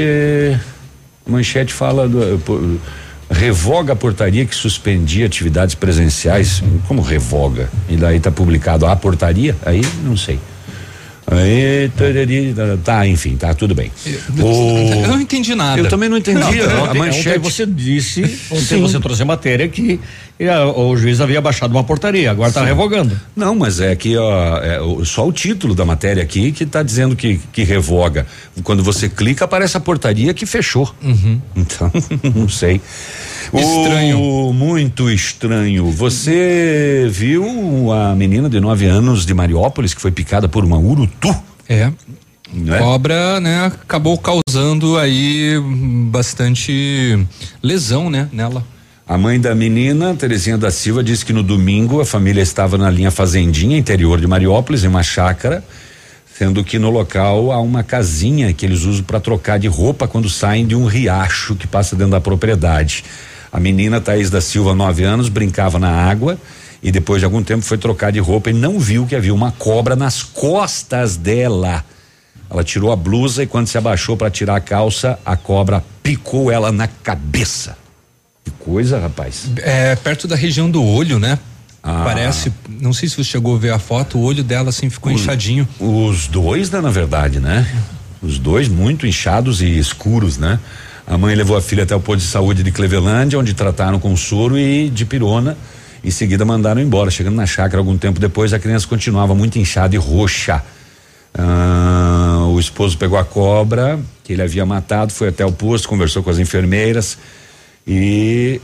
fala revoga a portaria que suspendia atividades presenciais. Como revoga? E daí tá publicado a portaria? Aí não sei. Aí, enfim, tá tudo bem. Eu não entendi nada. Eu também não entendi. A manchete. Ontem você disse, você trouxe a matéria que o juiz havia baixado uma portaria, agora está revogando. Não, mas é que só o título da matéria aqui que está dizendo que revoga. Quando você clica, aparece a portaria que fechou. Então, não sei. Estranho. Muito estranho. Você viu a menina de 9 anos de Mariópolis que foi picada por uma urutu? Não é? Cobra, né, acabou causando aí bastante lesão, né, nela. A mãe da menina, Terezinha da Silva, disse que no domingo a família estava na linha Fazendinha, interior de Mariópolis, em uma chácara, sendo que no local há uma casinha que eles usam para trocar de roupa quando saem de um riacho que passa dentro da propriedade. A menina Thaís da Silva, 9 anos, brincava na água e depois de algum tempo foi trocar de roupa e não viu que havia uma cobra nas costas dela. Ela tirou a blusa e quando se abaixou para tirar a calça, a cobra picou ela na cabeça. Que coisa, rapaz. É perto da região do olho, né? Parece, não sei se você chegou a ver a foto, o olho dela assim ficou inchadinho. Os dois, né, na verdade, né? Os dois muito inchados e escuros, né? A mãe levou a filha até o posto de saúde de Clevelândia, onde trataram com soro e dipirona. Em seguida mandaram embora. Chegando na chácara algum tempo depois, a criança continuava muito inchada e roxa. O esposo pegou a cobra que ele havia matado, foi até o posto, conversou com as enfermeiras e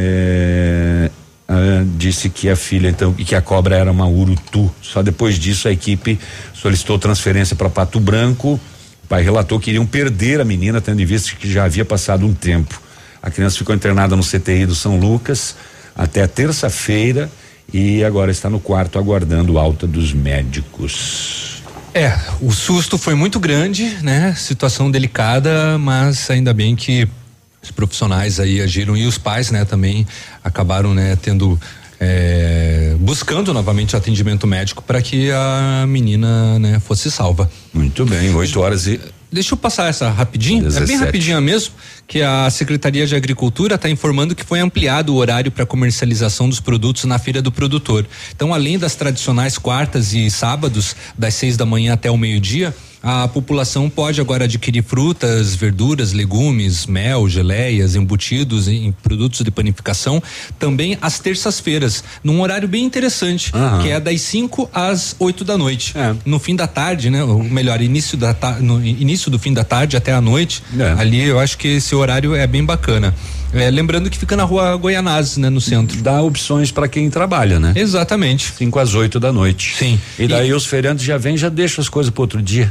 disse que a filha e que a cobra era uma urutu. Só depois disso a equipe solicitou transferência para Pato Branco. O pai relatou que iriam perder a menina, tendo em vista que já havia passado um tempo. A criança ficou internada no CTI do São Lucas até terça-feira e agora está no quarto aguardando alta dos médicos. O susto foi muito grande, né? Situação delicada, mas ainda bem que os profissionais aí agiram e os pais, né, também acabaram, né, tendo buscando novamente atendimento médico para que a menina, né, fosse salva. Muito bem, 8h e... Deixa eu passar essa rapidinho, 17. É bem rapidinho mesmo, que a Secretaria de Agricultura está informando que foi ampliado o horário para comercialização dos produtos na Feira do Produtor. Então, além das tradicionais quartas e sábados, das 6 da manhã até o meio-dia, a população pode agora adquirir frutas, verduras, legumes, mel, geleias, embutidos em produtos de panificação, também às terças-feiras, num horário bem interessante, que é das 5 às 8 da noite. No fim da tarde, né? Ou melhor, no início do fim da tarde até a noite, ali eu acho que esse horário é bem bacana. Lembrando que fica na rua Goianazes, né? No centro. Dá opções para quem trabalha, né? Exatamente. 5 às 8 da noite. Sim. E daí os feirantes já vêm, já deixam as coisas para outro dia.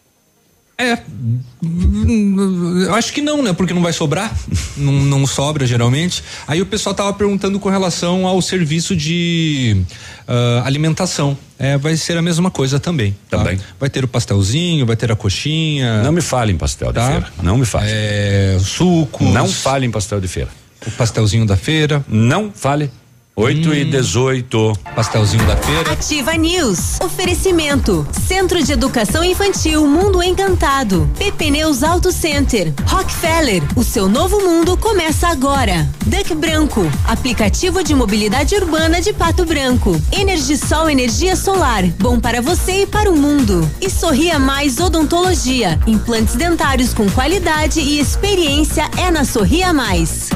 Eu acho que não, né? Porque não vai sobrar, não sobra geralmente. Aí o pessoal tava perguntando com relação ao serviço de alimentação. Vai ser a mesma coisa também. Tá? Vai ter o pastelzinho, vai ter a coxinha. Não me fale em pastel de feira. Não me fale. Sucos. Não fale em pastel de feira. O pastelzinho da feira. Não fale. 8h18. Pastelzinho da feira. Ativa News. Oferecimento. Centro de Educação Infantil Mundo Encantado. Pneus Auto Center. Rockefeller. O seu novo mundo começa agora. Duck Branco. Aplicativo de mobilidade urbana de Pato Branco. Energisol energia solar. Bom para você e para o mundo. E Sorria Mais Odontologia. Implantes dentários com qualidade e experiência é na Sorria Mais.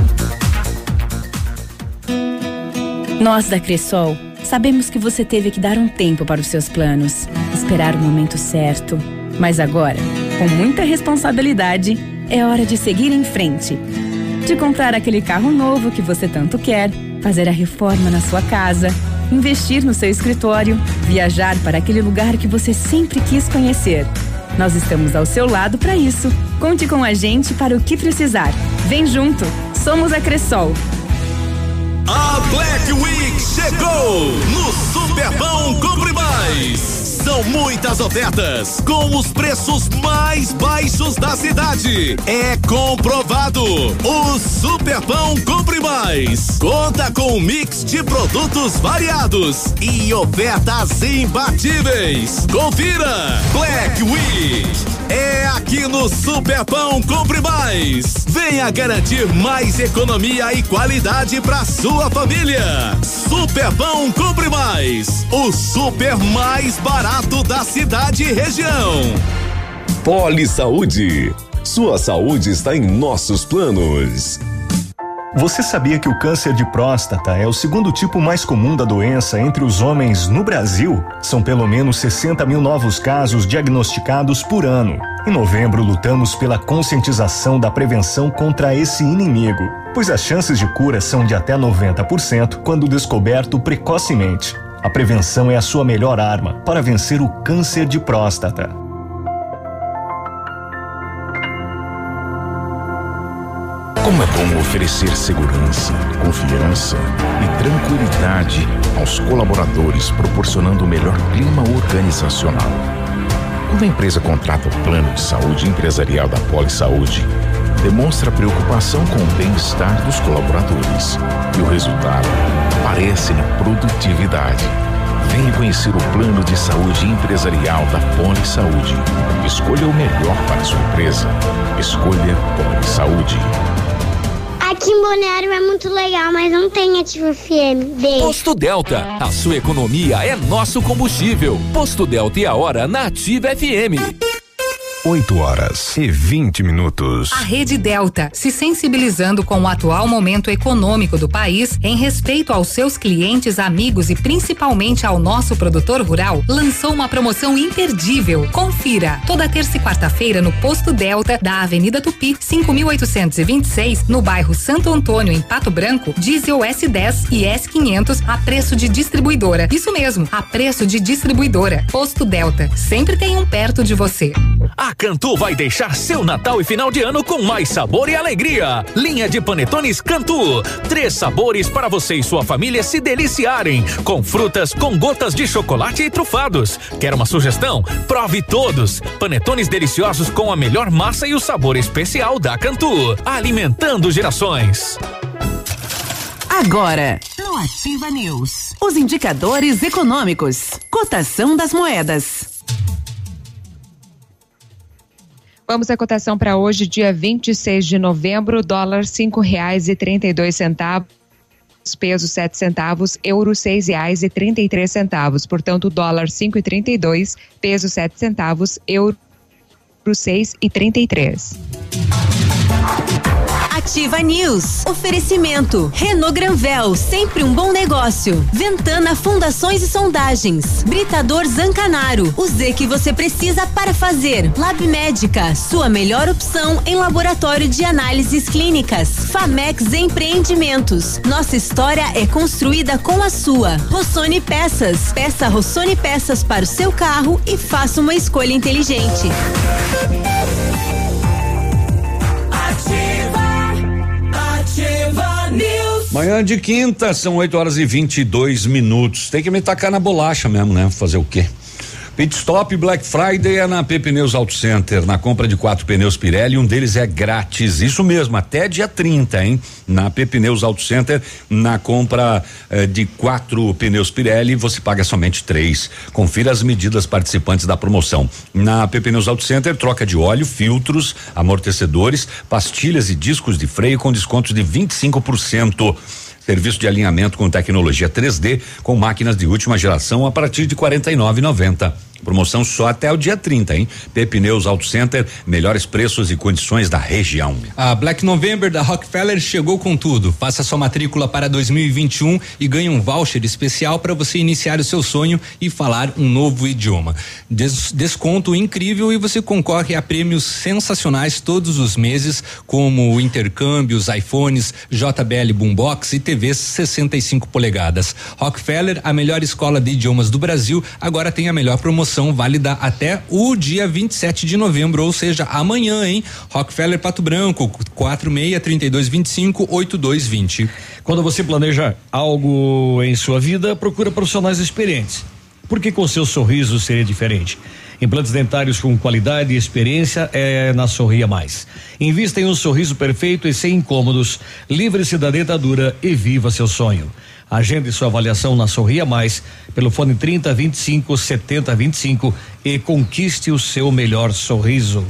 Nós da Cressol sabemos que você teve que dar um tempo para os seus planos, esperar o momento certo. Mas agora, com muita responsabilidade, é hora de seguir em frente. De comprar aquele carro novo que você tanto quer, fazer a reforma na sua casa, investir no seu escritório, viajar para aquele lugar que você sempre quis conhecer. Nós estamos ao seu lado para isso. Conte com a gente para o que precisar. Vem junto, somos a Cressol. A Black Week chegou no Superpão Compre Mais. São muitas ofertas com os preços mais baixos da cidade. É comprovado. O Superpão Compre Mais conta com um mix de produtos variados e ofertas imbatíveis. Confira. Black Week é aqui no Superpão Compre Mais. Venha garantir mais economia e qualidade para sua família. Superpão Compre Mais. O super mais barato da cidade e região. Poli Saúde. Sua saúde está em nossos planos. Você sabia que o câncer de próstata é o segundo tipo mais comum da doença entre os homens no Brasil? São pelo menos 60 mil novos casos diagnosticados por ano. Em novembro, lutamos pela conscientização da prevenção contra esse inimigo, pois as chances de cura são de até 90% quando descoberto precocemente. A prevenção é a sua melhor arma para vencer o câncer de próstata. Como é bom oferecer segurança, confiança e tranquilidade aos colaboradores, proporcionando o melhor clima organizacional. Quando a empresa contrata o plano de saúde empresarial da Poli Saúde, demonstra preocupação com o bem-estar dos colaboradores e o resultado aparece na produtividade. Venha conhecer o plano de saúde empresarial da Poli Saúde. Escolha o melhor para a sua empresa. Escolha Poli Saúde. Aqui em Balneário é muito legal, mas não tem Ativa FM. Beijo. Posto Delta, a sua economia é nosso combustível. Posto Delta e a hora na Ativa FM. 8h20. A Rede Delta, se sensibilizando com o atual momento econômico do país, em respeito aos seus clientes, amigos e principalmente ao nosso produtor rural, lançou uma promoção imperdível. Confira! Toda terça e quarta-feira no Posto Delta da Avenida Tupi, 5.826, no bairro Santo Antônio, em Pato Branco, diesel S10 e S500 a preço de distribuidora. Isso mesmo, a preço de distribuidora. Posto Delta, sempre tem um perto de você. A Cantu vai deixar seu Natal e final de ano com mais sabor e alegria. Linha de panetones Cantu. 3 sabores para você e sua família se deliciarem. Com frutas, com gotas de chocolate e trufados. Quer uma sugestão? Prove todos. Panetones deliciosos com a melhor massa e o sabor especial da Cantu. Alimentando gerações. Agora, no Ativa News, os indicadores econômicos. Cotação das moedas. Vamos à cotação para hoje, dia 26 de novembro, dólar R$5,32, peso 7 centavos, euro R$6,33, portanto dólar 5,32, peso 7 centavos, euro 6,33. Ativa News. Oferecimento. Renault Granvel, sempre um bom negócio. Ventana Fundações e Sondagens. Britador Zancanaro. O Z que você precisa para fazer. Lab Médica, sua melhor opção em laboratório de análises clínicas. Famex Empreendimentos. Nossa história é construída com a sua. Rossoni Peças. Peça Rossoni Peças para o seu carro e faça uma escolha inteligente. Ativa News. Manhã de quinta, são 8h22. Tem que me tacar na bolacha mesmo, né? Fazer o quê? Pit Stop Black Friday é na PP Pneus Auto Center. Na compra de 4 pneus Pirelli, um deles é grátis. Isso mesmo, até dia 30, hein? Na PP Pneus Auto Center, na compra de 4 pneus Pirelli, você paga somente 3. Confira as medidas participantes da promoção. Na PP Pneus Auto Center, troca de óleo, filtros, amortecedores, pastilhas e discos de freio com descontos de 25%. Serviço de alinhamento com tecnologia 3D com máquinas de última geração a partir de R$49,90. Promoção só até o dia 30, hein? Pneus Auto Center, melhores preços e condições da região. A Black November da Rockefeller chegou com tudo. Faça sua matrícula para 2021 e ganhe um voucher especial para você iniciar o seu sonho e falar um novo idioma. Desconto incrível e você concorre a prêmios sensacionais todos os meses, como intercâmbios, iPhones, JBL Boombox e TVs 65 polegadas. Rockefeller, a melhor escola de idiomas do Brasil, agora tem a melhor promoção válida até o dia 27 de novembro, ou seja, amanhã, hein? Rockefeller Pato Branco, 46-3225-8220. Quando você planeja algo em sua vida, procura profissionais experientes. Porque com seu sorriso seria diferente. Implantes dentários com qualidade e experiência é na Sorria Mais. Invista em um sorriso perfeito e sem incômodos. Livre-se da dentadura e viva seu sonho. Agende sua avaliação na Sorria Mais pelo fone 3025-7025 e conquiste o seu melhor sorriso.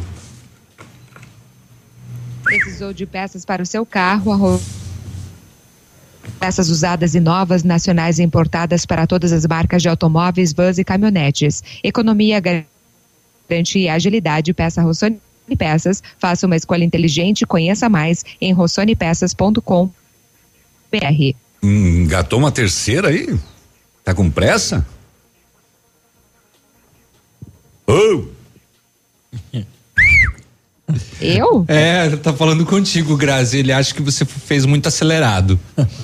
Precisou de peças para o seu carro? Peças usadas e novas, nacionais e importadas para todas as marcas de automóveis, vans e caminhonetes. Economia, garantia e agilidade. Peça Rossoni Peças. Faça uma escolha inteligente. Conheça mais em rossonepeças.com.br. Engatou uma terceira aí? Tá com pressa? Oh! Eu? Tá falando contigo, Grazi. Ele acha que você fez muito acelerado.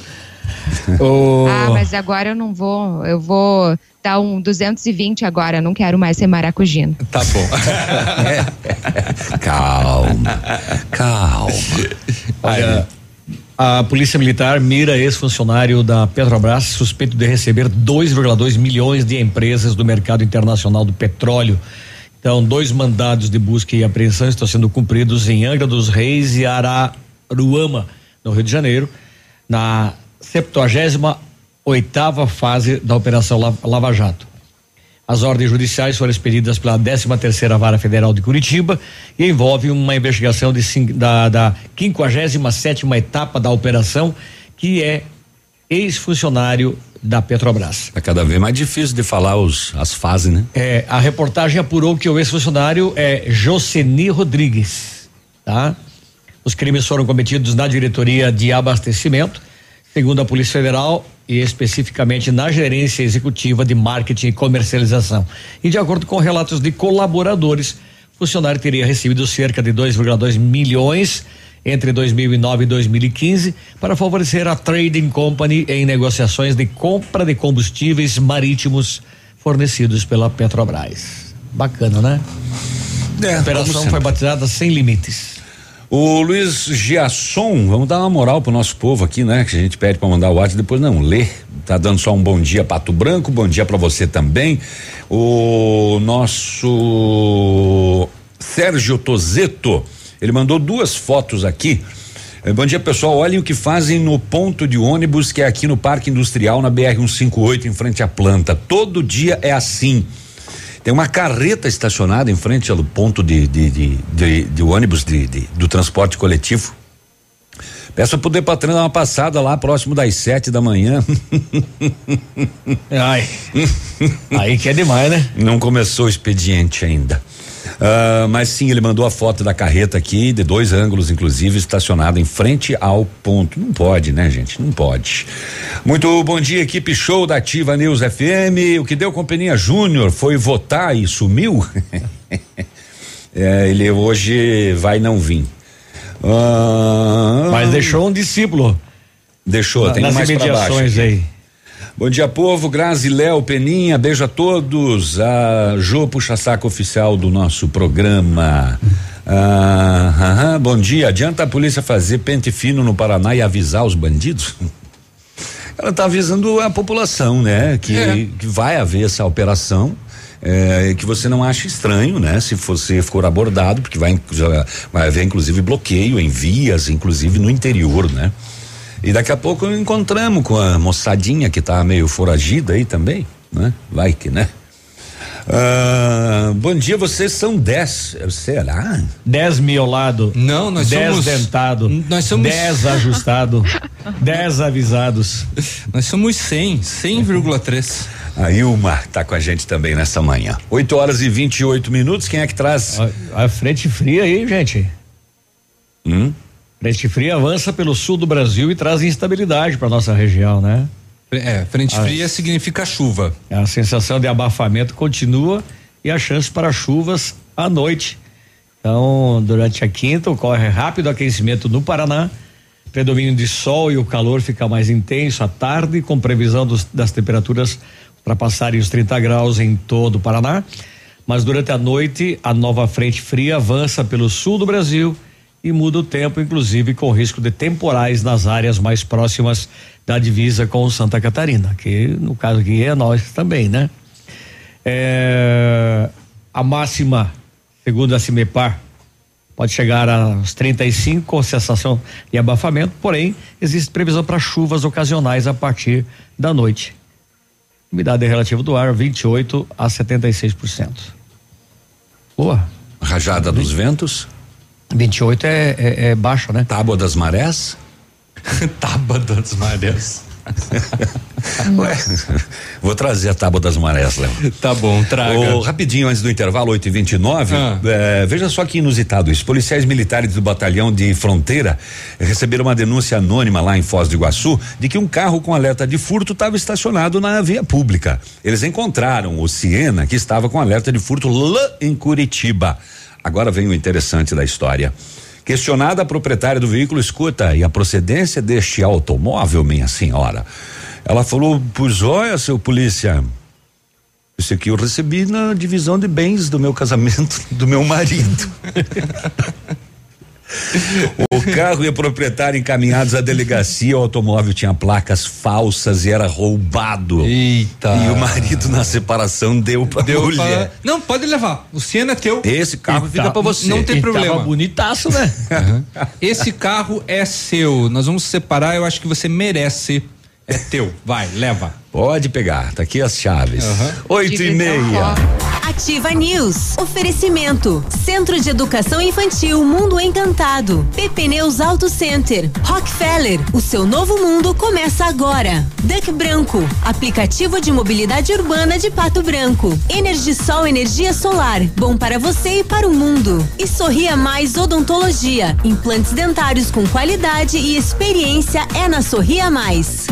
Mas agora eu não vou. Eu vou dar um 220 agora. Não quero mais ser maracujina. Tá bom. Calma. Olha, a Polícia Militar mira ex-funcionário da Petrobras suspeito de receber 2,2 milhões de empresas do mercado internacional do petróleo. Então, 2 mandados de busca e apreensão estão sendo cumpridos em Angra dos Reis e Araruama, no Rio de Janeiro, na 78ª fase da Operação Lava Jato. As ordens judiciais foram expedidas pela 13ª Vara Federal de Curitiba e envolve uma investigação da 57ª etapa da operação, que é ex-funcionário da Petrobras. É cada vez mais difícil de falar as fases, né? A reportagem apurou que o ex-funcionário é Joceni Rodrigues, tá? Os crimes foram cometidos na diretoria de abastecimento, segundo a Polícia Federal, e especificamente na gerência executiva de marketing e comercialização. E de acordo com relatos de colaboradores, o funcionário teria recebido cerca de 2,2 milhões entre 2009 e 2015 para favorecer a Trading Company em negociações de compra de combustíveis marítimos fornecidos pela Petrobras. Bacana, né? A operação foi batizada Sem Limites. O Luiz Giasson, vamos dar uma moral pro nosso povo aqui, né? Que a gente pede para mandar o WhatsApp, depois não lê. Tá dando só um bom dia, Pato Branco, bom dia para você também. O nosso Sérgio Tozeto, ele mandou 2 fotos aqui. Bom dia, pessoal, olhem o que fazem no ponto de ônibus que é aqui no Parque Industrial, na BR-158, em frente à planta. Todo dia é assim. Tem uma carreta estacionada em frente ao ponto de ônibus do transporte coletivo. Peço pro Depatran dar uma passada lá próximo das 7 da manhã. Aí que é demais, né? Não começou o expediente ainda. Mas sim, ele mandou a foto da carreta aqui, de 2 ângulos, inclusive, estacionada em frente ao ponto. Não pode, né, gente? Não pode. Muito bom dia, equipe show da Ativa News FM. O que deu com Peninha Júnior foi votar e sumiu? Ele hoje vai não vir. Mas deixou um discípulo. Deixou, tem mais pra baixo aqui. Aí. Bom dia, povo, Grazi, Léo, Peninha, beijo a todos. A Jô puxa-saco oficial do nosso programa. Bom dia, adianta a polícia fazer pente fino no Paraná e avisar os bandidos? Ela tá avisando a população, né? Que vai haver essa operação. Que você não acha estranho, né? Se você for abordado, porque vai haver inclusive bloqueio em vias, inclusive no interior, né? E daqui a pouco encontramos com a moçadinha que tá meio foragida aí também, né? Vai que, né? Bom dia, vocês são 10, será? 10 miolado. Não, nós 10 somos. 10 dentado. Nós somos 10 ajustado. 10 avisados. Nós somos 100,3. A Ilma tá com a gente também nessa manhã. 8h28. Quem é que traz? A frente fria aí, gente. Frente fria avança pelo sul do Brasil e traz instabilidade para nossa região, né? Frente fria significa chuva. A sensação de abafamento continua e a chance para chuvas à noite. Então, durante a quinta ocorre rápido aquecimento no Paraná, predomínio de sol e o calor fica mais intenso à tarde, com previsão das temperaturas ultrapassarem os 30 graus em todo o Paraná. Mas durante a noite, a nova frente fria avança pelo sul do Brasil e muda o tempo, inclusive com risco de temporais nas áreas mais próximas da divisa com Santa Catarina, que no caso aqui é nós também, né? A máxima, segundo a CIMEPAR, pode chegar aos 35 com sensação de abafamento, porém existe previsão para chuvas ocasionais a partir da noite. Umidade relativa do ar 28 a 76%. Boa. Rajada dos ventos? 28 é baixo, né? Tábua das marés? Tábua das marés. Ué, vou trazer a tábua das marés, Léo. Tá bom, traga. Rapidinho, antes do intervalo, 8h29, veja só que inusitado isso. Policiais militares do batalhão de fronteira receberam uma denúncia anônima lá em Foz do Iguaçu de que um carro com alerta de furto estava estacionado na via pública. Eles encontraram o Siena, que estava com alerta de furto lá em Curitiba. Agora vem o interessante da história. Questionada a proprietária do veículo, escuta, e a procedência deste automóvel, minha senhora? Ela falou, pois olha, seu polícia, isso aqui eu recebi na divisão de bens do meu casamento, do meu marido. O carro e a proprietária encaminhados à delegacia, o automóvel tinha placas falsas e era roubado. Eita. E o marido na separação deu pra mulher. Não, pode levar, o Siena é teu. Esse carro fica pra você. Não tem problema. Tava bonitaço, né? Esse carro é seu, nós vamos separar, eu acho que você merece. É teu, vai, leva. Pode pegar, tá aqui as chaves. 8h30. Ativa News. Oferecimento. Centro de Educação Infantil Mundo Encantado. PP Neus Auto Center. Rockefeller. O seu novo mundo começa agora. Duck Branco. Aplicativo de mobilidade urbana de Pato Branco. Energisol energia solar. Bom para você e para o mundo. E Sorria Mais Odontologia. Implantes dentários com qualidade e experiência é na Sorria Mais.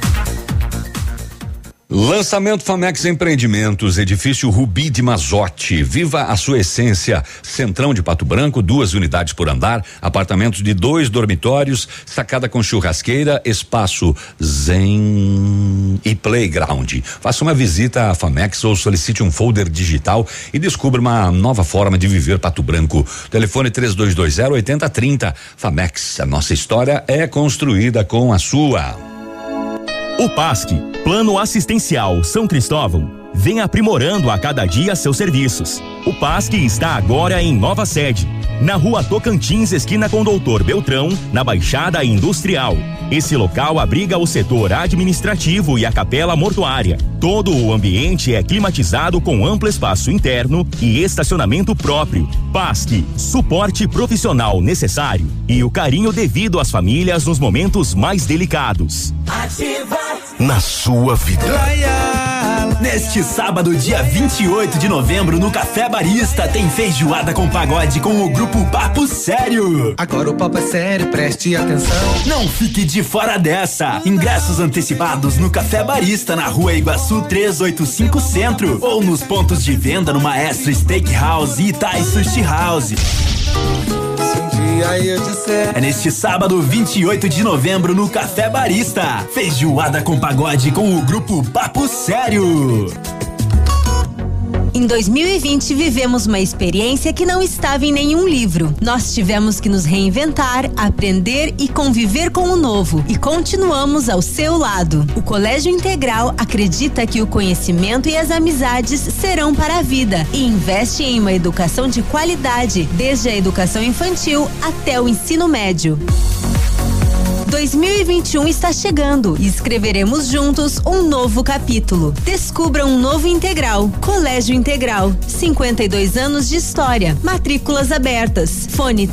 Lançamento Famex Empreendimentos, edifício Rubi de Mazotti. Viva a sua essência. Centrão de Pato Branco, 2 unidades por andar, apartamentos de 2 dormitórios, sacada com churrasqueira, espaço zen e playground. Faça uma visita à Famex ou solicite um folder digital e descubra uma nova forma de viver Pato Branco. Telefone 3220-8030. Famex, a nossa história é construída com a sua. O PASC, Plano Assistencial São Cristóvão, vem aprimorando a cada dia seus serviços. O PASC está agora em nova sede, na Rua Tocantins, esquina com Doutor Beltrão, na Baixada Industrial. Esse local abriga o setor administrativo e a capela mortuária. Todo o ambiente é climatizado com amplo espaço interno e estacionamento próprio. PASC, suporte profissional necessário e o carinho devido às famílias nos momentos mais delicados. Ativa na sua vida. Neste sábado, dia 28 de novembro, no Café Barista, tem feijoada com pagode com o grupo Papo Sério. Agora o papo é sério, preste atenção. Não fique de fora dessa. Ingressos antecipados no Café Barista, na Rua Iguaçu 385 Centro, ou nos pontos de venda no Maestro Steakhouse e Thai Sushi House. É neste sábado, 28 de novembro, no Café Barista. Feijoada com pagode com o grupo Papo Sério. Em 2020, vivemos uma experiência que não estava em nenhum livro. Nós tivemos que nos reinventar, aprender e conviver com o novo. E continuamos ao seu lado. O Colégio Integral acredita que o conhecimento e as amizades serão para a vida e investe em uma educação de qualidade, desde a educação infantil até o ensino médio. 2021 está chegando e escreveremos juntos um novo capítulo. Descubra um novo integral. Colégio Integral. 52 anos de história. Matrículas abertas. Fone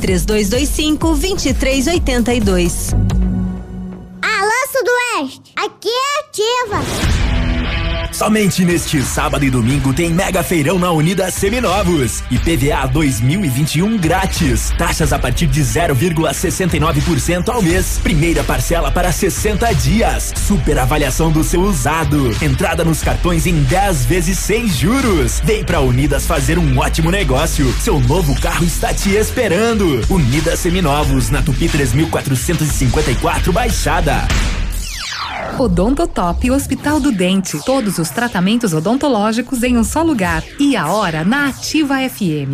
3225-2382. Alô, Sudoeste, aqui é Ativa. Somente neste sábado e domingo tem mega feirão na Unidas Seminovos. IPVA 2021 grátis. Taxas a partir de 0,69% ao mês. Primeira parcela para 60 dias. Super avaliação do seu usado. Entrada nos cartões em 10 vezes sem juros. Vem pra Unidas fazer um ótimo negócio. Seu novo carro está te esperando. Unidas Seminovos, na Tupi 3454 Baixada. Odontotop Hospital do Dente. Todos os tratamentos odontológicos em um só lugar. E a hora na Ativa FM.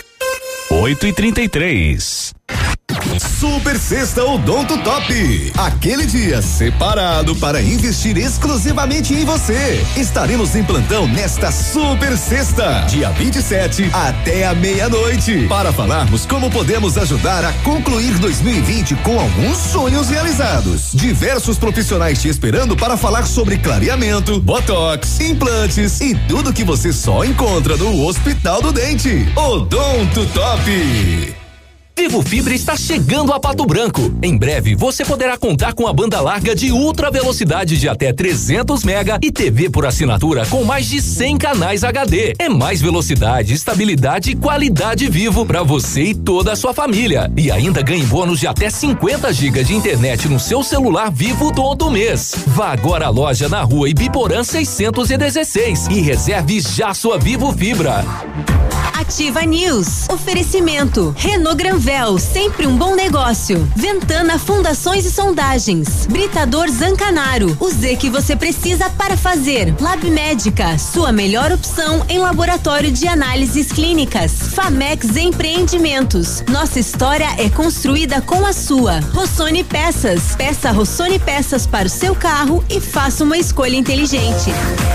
8h33. Super Sexta Odonto Top. Aquele dia separado para investir exclusivamente em você. Estaremos em plantão nesta Super Sexta, dia 27 até a meia-noite, para falarmos como podemos ajudar a concluir 2020 com alguns sonhos realizados. Diversos profissionais te esperando para falar sobre clareamento, botox, implantes e tudo que você só encontra no Hospital do Dente. Odonto Top. Vivo Fibra está chegando a Pato Branco. Em breve você poderá contar com a banda larga de ultra velocidade de até 300 mega e TV por assinatura com mais de 100 canais HD. É mais velocidade, estabilidade e qualidade Vivo para você e toda a sua família. E ainda ganhe bônus de até 50 GB de internet no seu celular Vivo todo mês. Vá agora à loja na Rua Ibiporã 616 e reserve já sua Vivo Fibra. Ativa News. Oferecimento. Renault Granvel, sempre um bom negócio. Ventana Fundações e Sondagens. Britador Zancanaro. O Z que você precisa para fazer. Lab Médica, sua melhor opção em laboratório de análises clínicas. Famex Empreendimentos. Nossa história é construída com a sua. Rossoni Peças. Peça Rossoni Peças para o seu carro e faça uma escolha inteligente.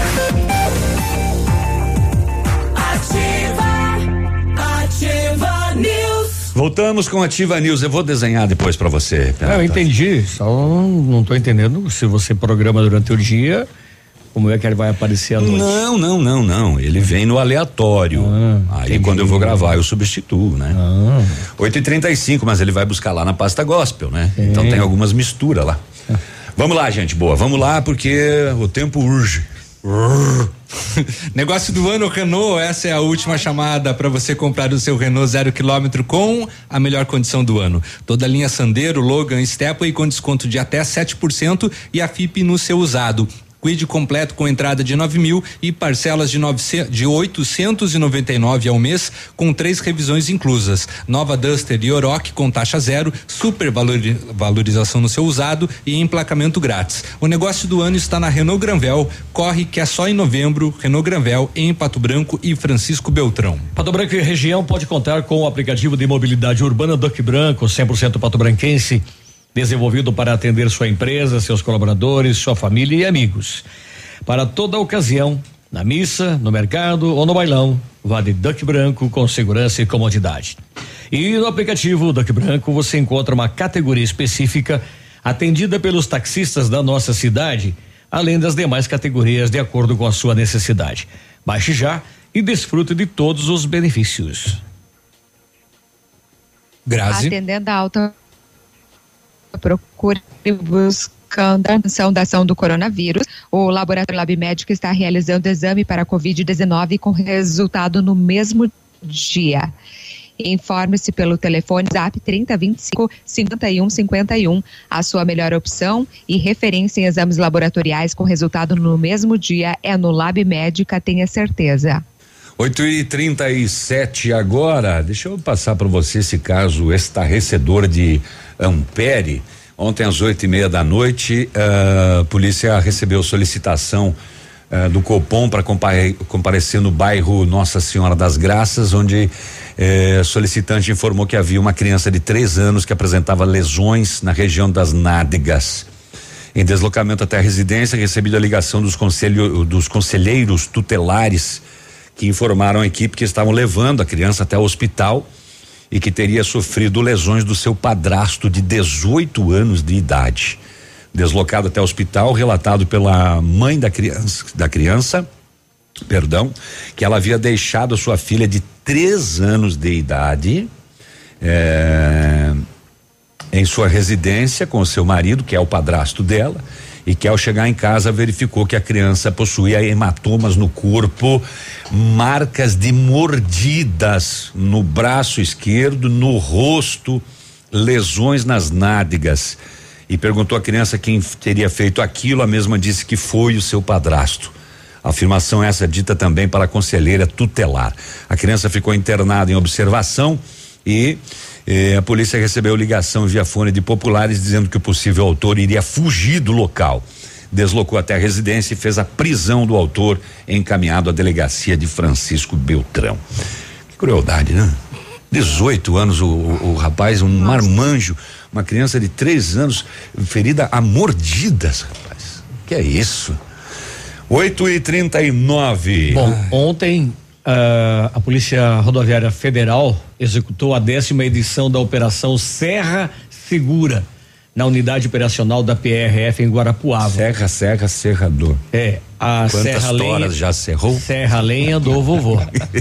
Ativa News. Voltamos com Ativa News. Eu vou desenhar depois pra você. Eu entendi. Só não tô entendendo se você programa durante o dia, como é que ele vai aparecer à noite. Não. Ele vem no aleatório. Aí entendi. Quando eu vou gravar eu substituo, né? 8h35, mas ele vai buscar lá na pasta gospel, né? Então tem algumas misturas lá. Vamos lá, gente boa. Vamos lá porque o tempo urge. Negócio do ano Renault, essa é a última chamada para você comprar o seu Renault 0 km com a melhor condição do ano. Toda a linha Sandero, Logan, Stepway com desconto de até 7% e a FIP no seu usado. Quid completo com entrada de 9.000 e parcelas de 899 ao mês, com 3 revisões inclusas. Nova Duster e Oroch com taxa zero, super valorização no seu usado e emplacamento grátis. O negócio do ano está na Renault Granvel. Corre que é só em novembro. Renault Granvel em Pato Branco e Francisco Beltrão. Pato Branco e região pode contar com o aplicativo de mobilidade urbana Duck Branco, 100% patobranquense. Desenvolvido para atender sua empresa, seus colaboradores, sua família e amigos. Para toda ocasião, na missa, no mercado ou no bailão, vá de Duck Branco com segurança e comodidade. E no aplicativo Duck Branco você encontra uma categoria específica atendida pelos taxistas da nossa cidade, além das demais categorias de acordo com a sua necessidade. Baixe já e desfrute de todos os benefícios. Grazi. Atendendo a alta procure buscando a atenção da ação do coronavírus. O Laboratório Lab Médica está realizando exame para Covid-19 com resultado no mesmo dia. Informe-se pelo telefone Zap 3025-5151. A sua melhor opção e referência em exames laboratoriais com resultado no mesmo dia é no Lab Médica, tenha certeza. 8h37 agora. Deixa eu passar para você esse caso estarrecedor de Ampere. Ontem às 8:30 da noite, a polícia recebeu solicitação do Copom para comparecer no bairro Nossa Senhora das Graças, onde solicitante informou que havia uma criança de 3 anos que apresentava lesões na região das nádegas. Em deslocamento até a residência, recebido a ligação dos conselheiros tutelares que informaram a equipe que estavam levando a criança até o hospital e que teria sofrido lesões do seu padrasto de 18 anos de idade. Deslocado até o hospital, relatado pela mãe da criança, que ela havia deixado sua filha de 3 anos de idade em sua residência com o seu marido, que é o padrasto dela, e que ao chegar em casa verificou que a criança possuía hematomas no corpo, marcas de mordidas no braço esquerdo, no rosto, lesões nas nádegas. E perguntou à criança quem teria feito aquilo. A mesma disse que foi o seu padrasto. Afirmação essa dita também para a conselheira tutelar. A criança ficou internada em observação e a polícia recebeu ligação via fone de populares dizendo que o possível autor iria fugir do local. Deslocou até a residência e fez a prisão do autor, encaminhado à delegacia de Francisco Beltrão. Que crueldade, né? 18 anos o rapaz, um marmanjo, uma criança de 3 anos ferida a mordidas, rapaz. Que é isso? 8h39. Bom, ontem a Polícia Rodoviária Federal executou a 10ª edição da Operação Serra Segura na unidade operacional da PRF em Guarapuava. Serrador. A Quantas Serra Lenha. toras já serrou? Serra Lenha do vovô.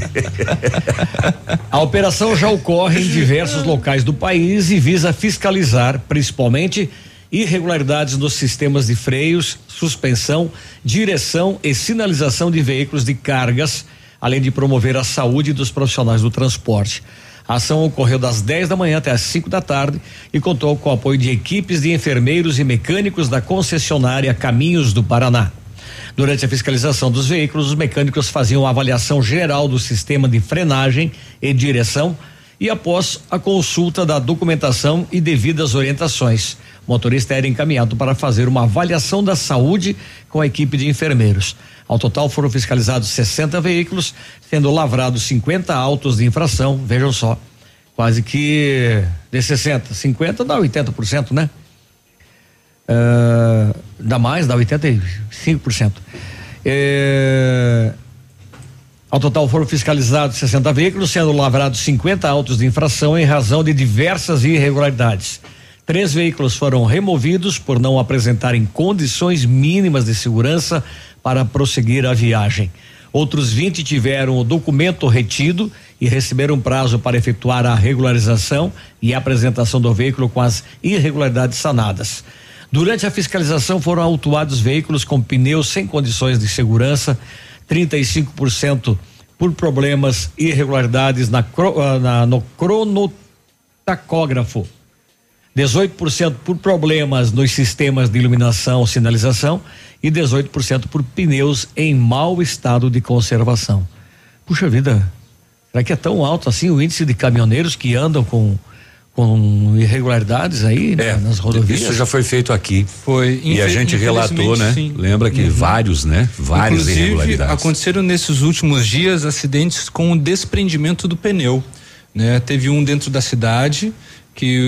A operação já ocorre em diversos locais do país e visa fiscalizar, principalmente, irregularidades nos sistemas de freios, suspensão, direção e sinalização de veículos de cargas, além de promover a saúde dos profissionais do transporte. A ação ocorreu das 10 da manhã até as 5 da tarde e contou com o apoio de equipes de enfermeiros e mecânicos da concessionária Caminhos do Paraná. Durante a fiscalização dos veículos, os mecânicos faziam a avaliação geral do sistema de frenagem e direção e, após a consulta da documentação e devidas orientações, o motorista era encaminhado para fazer uma avaliação da saúde com a equipe de enfermeiros. Ao total foram fiscalizados 60 veículos, sendo lavrados 50 autos de infração. Vejam só, quase que de 60, 50 dá 80%, né? Dá mais, dá 85%. Ao total foram fiscalizados 60 veículos, sendo lavrados 50 autos de infração em razão de diversas irregularidades. 3 veículos foram removidos por não apresentarem condições mínimas de segurança para prosseguir a viagem. Outros 20 tiveram o documento retido e receberam prazo para efetuar a regularização e apresentação do veículo com as irregularidades sanadas. Durante a fiscalização foram autuados veículos com pneus sem condições de segurança, 35% por problemas e irregularidades no cronotacógrafo, 18% por problemas nos sistemas de iluminação, sinalização e 18% por pneus em mau estado de conservação. Puxa vida, será que é tão alto assim o índice de caminhoneiros que andam com irregularidades aí nas rodovias? Isso já foi feito aqui. Foi. E a gente relatou, né? Sim. Lembra que várias irregularidades. Aconteceram nesses últimos dias acidentes com o desprendimento do pneu, né? Teve um dentro da cidade que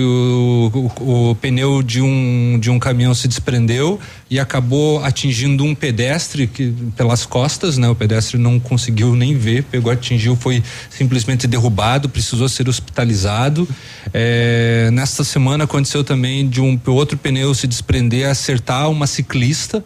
o pneu de um caminhão se desprendeu e acabou atingindo um pedestre pelas costas, né? O pedestre não conseguiu nem ver, atingiu, foi simplesmente derrubado, precisou ser hospitalizado. Nesta semana aconteceu também de outro pneu se desprender, acertar uma ciclista.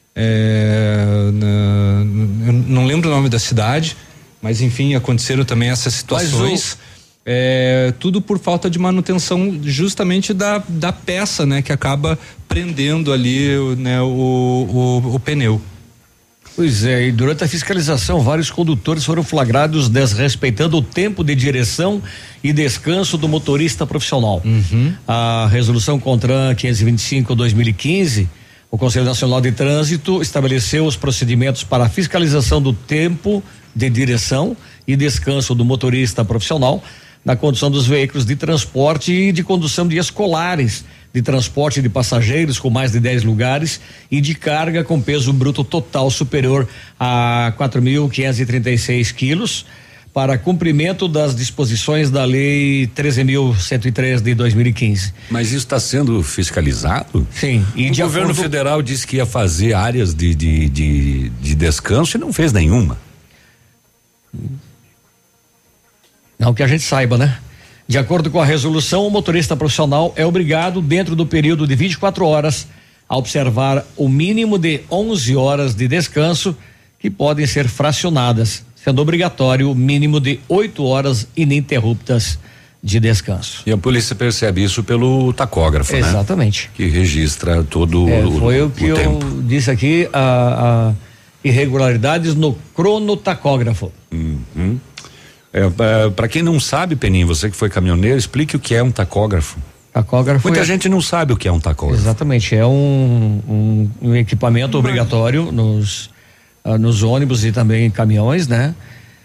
Eu não lembro o nome da cidade, mas enfim, aconteceram também essas situações. Tudo por falta de manutenção justamente da peça, né? Que acaba prendendo ali, né, o pneu. Pois é, e durante a fiscalização vários condutores foram flagrados desrespeitando o tempo de direção e descanso do motorista profissional. A resolução CONTRAN 525/2015, o Conselho Nacional de Trânsito estabeleceu os procedimentos para a fiscalização do tempo de direção e descanso do motorista profissional na condução dos veículos de transporte e de condução de escolares, de transporte de passageiros com mais de 10 lugares e de carga com peso bruto total superior a 4.536 quilos, para cumprimento das disposições da Lei 13.103 de 2015. Mas isso está sendo fiscalizado? Sim. E o governo federal disse que ia fazer áreas de descanso e não fez nenhuma. Não que a gente saiba, né? De acordo com a resolução, o motorista profissional é obrigado, dentro do período de 24 horas, a observar o mínimo de 11 horas de descanso, que podem ser fracionadas, sendo obrigatório o mínimo de 8 horas ininterruptas de descanso. E a polícia percebe isso pelo tacógrafo, Exatamente. Né? Que registra todo foi o que eu disse aqui, irregularidades no cronotacógrafo. Uhum. Para quem não sabe, Peninho, você que foi caminhoneiro, explique o que é um tacógrafo. Tacógrafo. Muita gente não sabe o que é um tacógrafo. Exatamente, é um equipamento obrigatório nos ônibus e também em caminhões, né?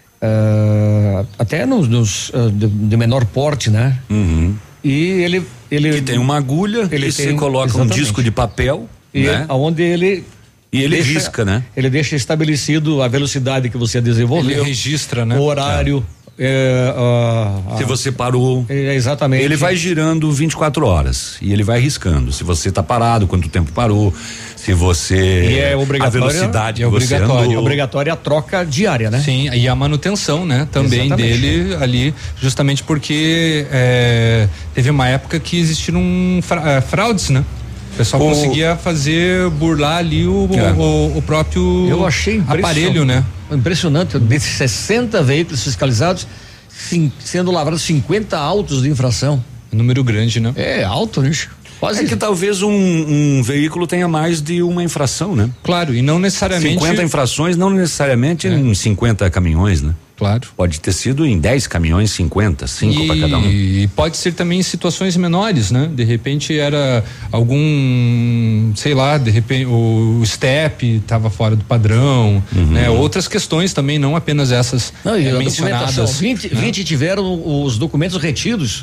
Até de menor porte, né? Uhum. E ele que tem uma agulha, você coloca um disco de papel, né? Onde ele risca, né? Ele deixa estabelecido a velocidade que você desenvolveu. Ele registra, né? O horário. Se você parou. Exatamente. Ele vai girando 24 horas e ele vai riscando. Se você está parado, quanto tempo parou, se você. E é obrigatório. A velocidade é que você andou. É obrigatória a troca diária, né? Sim, e a manutenção, né? Também Exatamente. Dele ali, justamente porque teve uma época que existiram fraudes, né? O pessoal conseguia burlar ali o próprio Eu achei aparelho, né? Impressionante, desses 60 veículos fiscalizados, sendo lavrados 50 autos de infração. Número grande, né? É alto, né? Quase que talvez um veículo tenha mais de uma infração, né? Claro, e não necessariamente 50 infrações, não necessariamente em 50 caminhões, né? Claro. Pode ter sido em 10 caminhões, 5 para cada um. E pode ser também em situações menores, né? De repente era algum, sei lá, de repente o step estava fora do padrão, né? Outras questões também, não apenas essas mencionadas. 20 tiveram os documentos retidos.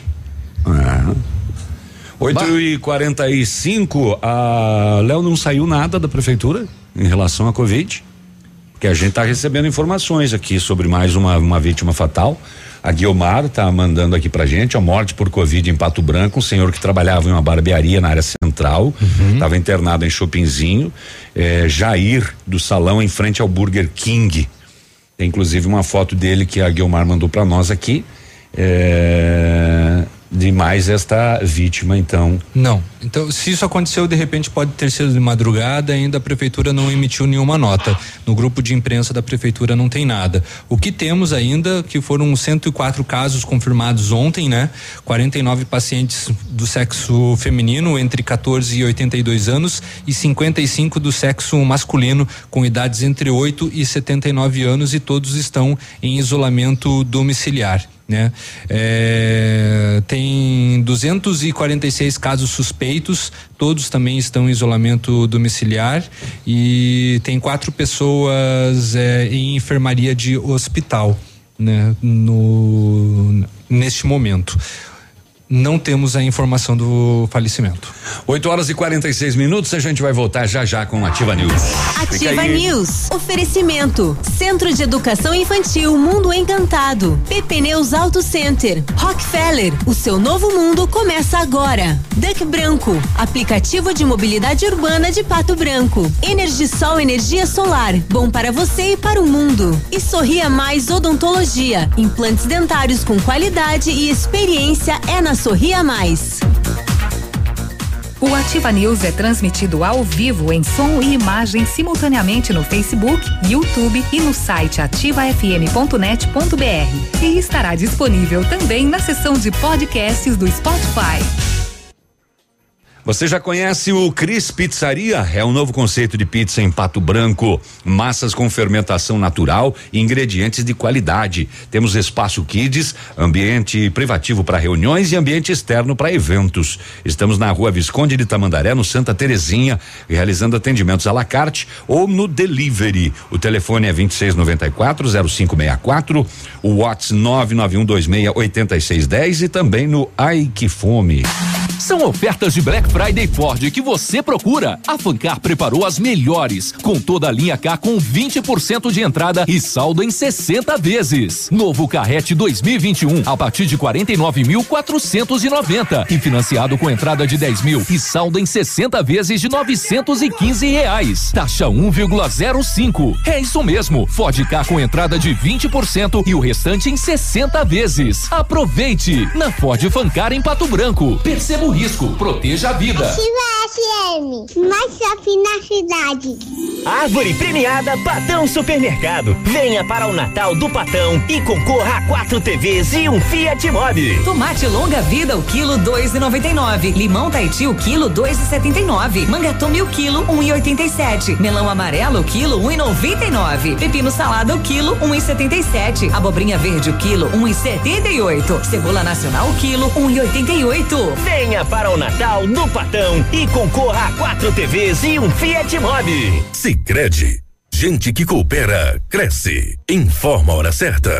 8h45, a Léo não saiu nada da prefeitura em relação à Covid, porque a gente está recebendo informações aqui sobre mais uma vítima fatal. A Guiomar está mandando aqui pra gente a morte por Covid em Pato Branco, um senhor que trabalhava em uma barbearia na área central, estava internado em Chopinzinho, Jair do salão em frente ao Burger King. Tem inclusive uma foto dele que a Guiomar mandou para nós aqui. De mais esta vítima, então. Não. Então, se isso aconteceu, de repente pode ter sido de madrugada, ainda a prefeitura não emitiu nenhuma nota. No grupo de imprensa da prefeitura não tem nada. O que temos ainda, que foram 104 casos confirmados ontem, né? 49 pacientes do sexo feminino entre 14 e 82 anos e 55 do sexo masculino com idades entre 8 e 79 anos e todos estão em isolamento domiciliar, né? Tem 246 casos suspeitos, todos também estão em isolamento domiciliar e tem 4 pessoas em enfermaria de hospital, né? Neste momento. Não temos a informação do falecimento. 8h46, a gente vai voltar já com Ativa News. Ativa News. Oferecimento. Centro de Educação Infantil Mundo Encantado. PP Neus Auto Center. Rockefeller. O seu novo mundo começa agora. Duck Branco. Aplicativo de mobilidade urbana de Pato Branco. Energisol energia solar. Bom para você e para o mundo. E Sorria Mais Odontologia. Implantes dentários com qualidade e experiência é na Sorria Mais. O Ativa News é transmitido ao vivo em som e imagem simultaneamente no Facebook, YouTube e no site ativafm.net.br. E estará disponível também na seção de podcasts do Spotify. Você já conhece o Cris Pizzaria? É um novo conceito de pizza em Pato Branco. Massas com fermentação natural e ingredientes de qualidade. Temos espaço kids, ambiente privativo para reuniões e ambiente externo para eventos. Estamos na Rua Visconde de Tamandaré, no Santa Terezinha, realizando atendimentos à la carte ou no delivery. O telefone é 2694-0564, o WhatsApp 991268610 e também no Ai Que Fome. São ofertas de Black Friday Ford que você procura. A Fancar preparou as melhores, com toda a linha K com 20% de entrada e saldo em 60 vezes. Novo Carrete 2021 a partir de 49.490 e financiado com entrada de 10 mil e saldo em 60 vezes de R$915. Taxa 1,05. É isso mesmo. Ford K com entrada de 20% e o restante em 60 vezes. Aproveite na Ford Fancar em Pato Branco. Perceba o risco, proteja a vida. Ativa FM, mais shopping na cidade. Árvore premiada Patão Supermercado. Venha para o Natal do Patão e concorra a 4 TVs e um Fiat Mobi. Tomate longa vida o quilo 2,99. Limão Tahiti o quilo 2,79. Mangatome o quilo 1,87. Melão amarelo o quilo 1,99. Pepino salada o quilo 1,77. Abobrinha verde o quilo 1,78. Cebola nacional o quilo 1,88. Venha para o Natal do Patão e concorra a 4 TVs e um Fiat Mobi. Sicredi, gente que coopera, cresce. Informa a hora certa.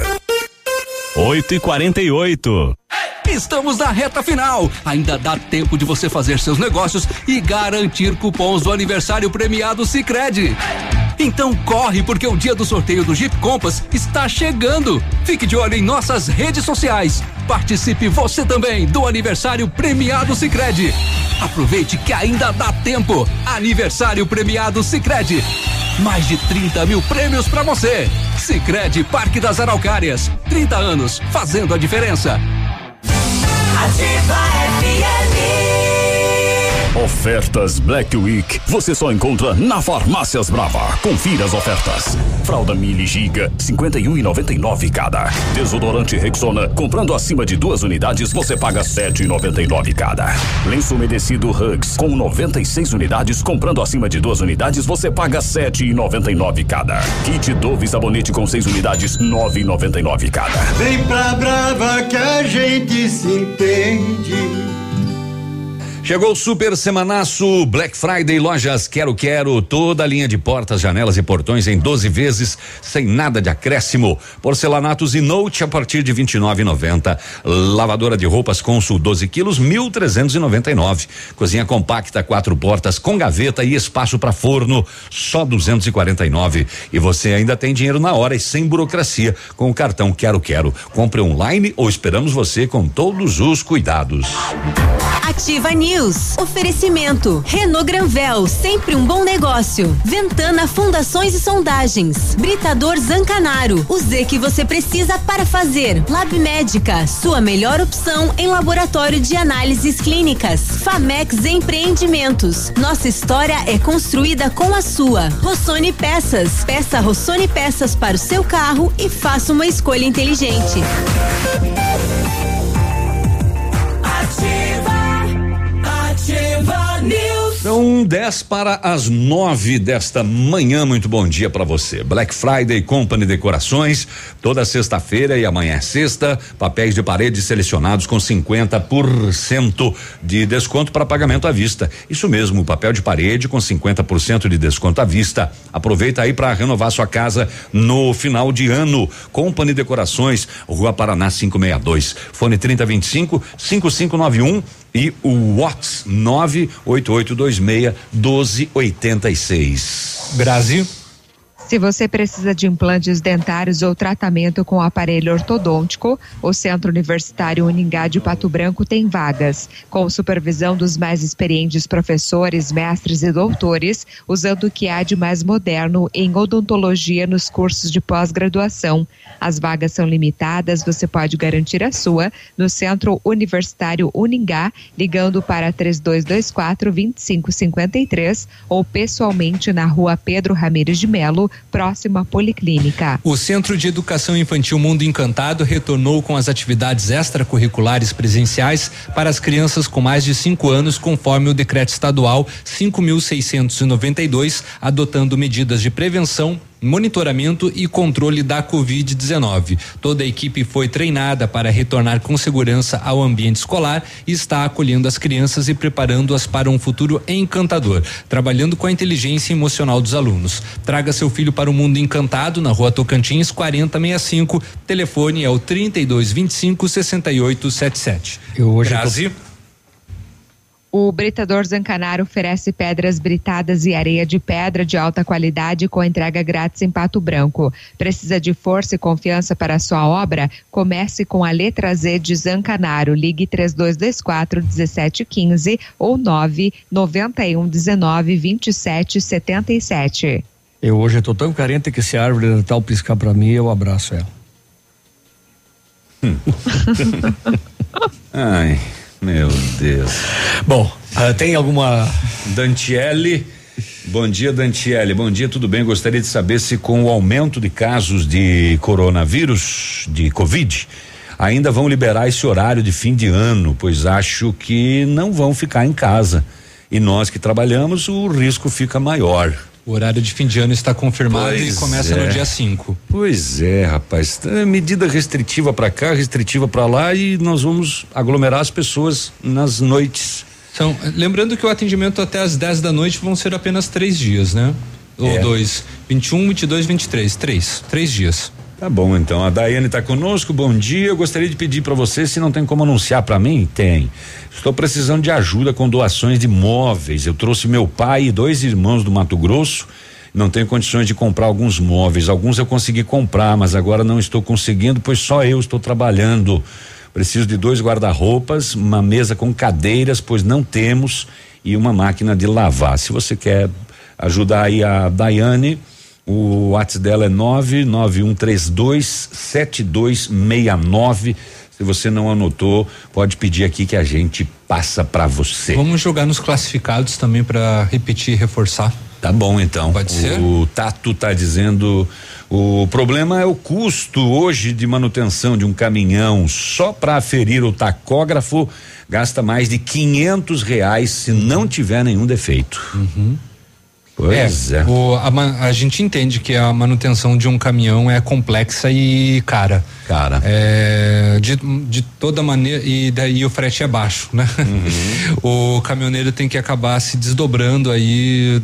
8h48. Estamos na reta final. Ainda dá tempo de você fazer seus negócios e garantir cupons do aniversário premiado Sicredi. Então corre, porque o dia do sorteio do Jeep Compass está chegando. Fique de olho em nossas redes sociais. Participe você também do aniversário premiado Sicredi. Aproveite que ainda dá tempo. Aniversário premiado Sicredi. Mais de 30 mil prêmios para você. Sicredi Parque das Araucárias. 30 anos fazendo a diferença. Ativa FM. Ofertas Black Week você só encontra na Farmácias Brava. Confira as ofertas. Fralda Mili Giga 51,99 cada. Desodorante Rexona, comprando acima de 2 unidades você paga 7,99 cada. Lenço umedecido Hugs com 96 unidades, comprando acima de 2 unidades você paga 7,99 cada. Kit Dove sabonete com 6 unidades 9,99 cada. Vem pra Brava que a gente se entende. Chegou o super semanaço Black Friday Lojas Quero, toda a linha de portas, janelas e portões em 12 vezes, sem nada de acréscimo. Porcelanatos e Note a partir de 29,90. Lavadora de roupas Consul 12 quilos, 1.399. Cozinha compacta 4 portas com gaveta e espaço para forno, só 249. E você ainda tem dinheiro na hora e sem burocracia com o cartão Quero. Compre online ou esperamos você com todos os cuidados. Ativa News. Oferecimento. Renault Granvel, sempre um bom negócio. Ventana Fundações e Sondagens. Britador Zancanaro. O Z que você precisa para fazer. Lab Médica, sua melhor opção em laboratório de análises clínicas. Famex Empreendimentos. Nossa história é construída com a sua. Rossoni Peças. Peça Rossoni Peças para o seu carro e faça uma escolha inteligente. Ativa News. São 10 para as 9 desta manhã. Muito bom dia para você. Black Friday Company Decorações, toda sexta-feira e amanhã é sexta. Papéis de parede selecionados com 50% de desconto para pagamento à vista. Isso mesmo, papel de parede com 50% de desconto à vista. Aproveita aí para renovar sua casa no final de ano. Company Decorações, Rua Paraná 562. Fone 3025-5591. E o WhatsApp 98826-1286. Brasil. Se você precisa de implantes dentários ou tratamento com aparelho ortodôntico, o Centro Universitário Uningá de Pato Branco tem vagas, com supervisão dos mais experientes professores, mestres e doutores, usando o que há de mais moderno em odontologia nos cursos de pós-graduação. As vagas são limitadas, você pode garantir a sua no Centro Universitário Uningá, ligando para 3224-2553 ou pessoalmente na Rua Pedro Ramires de Melo, próxima à Policlínica. O Centro de Educação Infantil Mundo Encantado retornou com as atividades extracurriculares presenciais para as crianças com mais de 5 anos, conforme o decreto estadual 5.692, adotando medidas de prevenção, monitoramento e controle da Covid-19. Toda a equipe foi treinada para retornar com segurança ao ambiente escolar e está acolhendo as crianças e preparando-as para um futuro encantador, trabalhando com a inteligência emocional dos alunos. Traga seu filho para o Mundo Encantado, na Rua Tocantins 4065. Telefone é o 3225-6877. Eu hoje Brasil. O Britador Zancanaro oferece pedras britadas e areia de pedra de alta qualidade com entrega grátis em Pato Branco. Precisa de força e confiança para a sua obra? Comece com a letra Z de Zancanaro. Ligue 3224-1715 ou 99119-2777. Eu hoje estou tão carente que se a árvore de Natal piscar para mim, eu abraço ela. Ai, meu Deus. Bom, tem alguma... Dantiele, bom dia Dantiele, bom dia, tudo bem? Gostaria de saber se com o aumento de casos de coronavírus, de Covid, ainda vão liberar esse horário de fim de ano, pois acho que não vão ficar em casa. E nós que trabalhamos, o risco fica maior. O horário de fim de ano está confirmado e começa no dia 5. Pois é, rapaz. Medida restritiva para cá, restritiva para lá e nós vamos aglomerar as pessoas nas noites. Lembrando que o atendimento até às 10 da noite vão ser apenas 3 dias, né? Ou 2, 21, 22, 23, 3 dias. Tá bom, então. A Daiane tá conosco, bom dia. Eu gostaria de pedir para você se não tem como anunciar para mim. Tem. Estou precisando de ajuda com doações de móveis. Eu trouxe meu pai e 2 irmãos do Mato Grosso. Não tenho condições de comprar alguns móveis. Alguns eu consegui comprar, mas agora não estou conseguindo, pois só eu estou trabalhando. Preciso de 2 guarda-roupas, uma mesa com cadeiras, pois não temos, e uma máquina de lavar. Se você quer ajudar aí a Daiane, o WhatsApp dela é 991327269. Se você não anotou, pode pedir aqui que a gente passa para você. Vamos jogar nos classificados também para repetir e reforçar. Tá bom, então. Pode ser? O Tato tá dizendo, o problema é o custo hoje de manutenção de um caminhão. Só para aferir o tacógrafo gasta mais de R$500 se não tiver nenhum defeito. Pois é. A gente entende que a manutenção de um caminhão é complexa e cara. De toda maneira, e daí o frete é baixo, né? O caminhoneiro tem que acabar se desdobrando aí,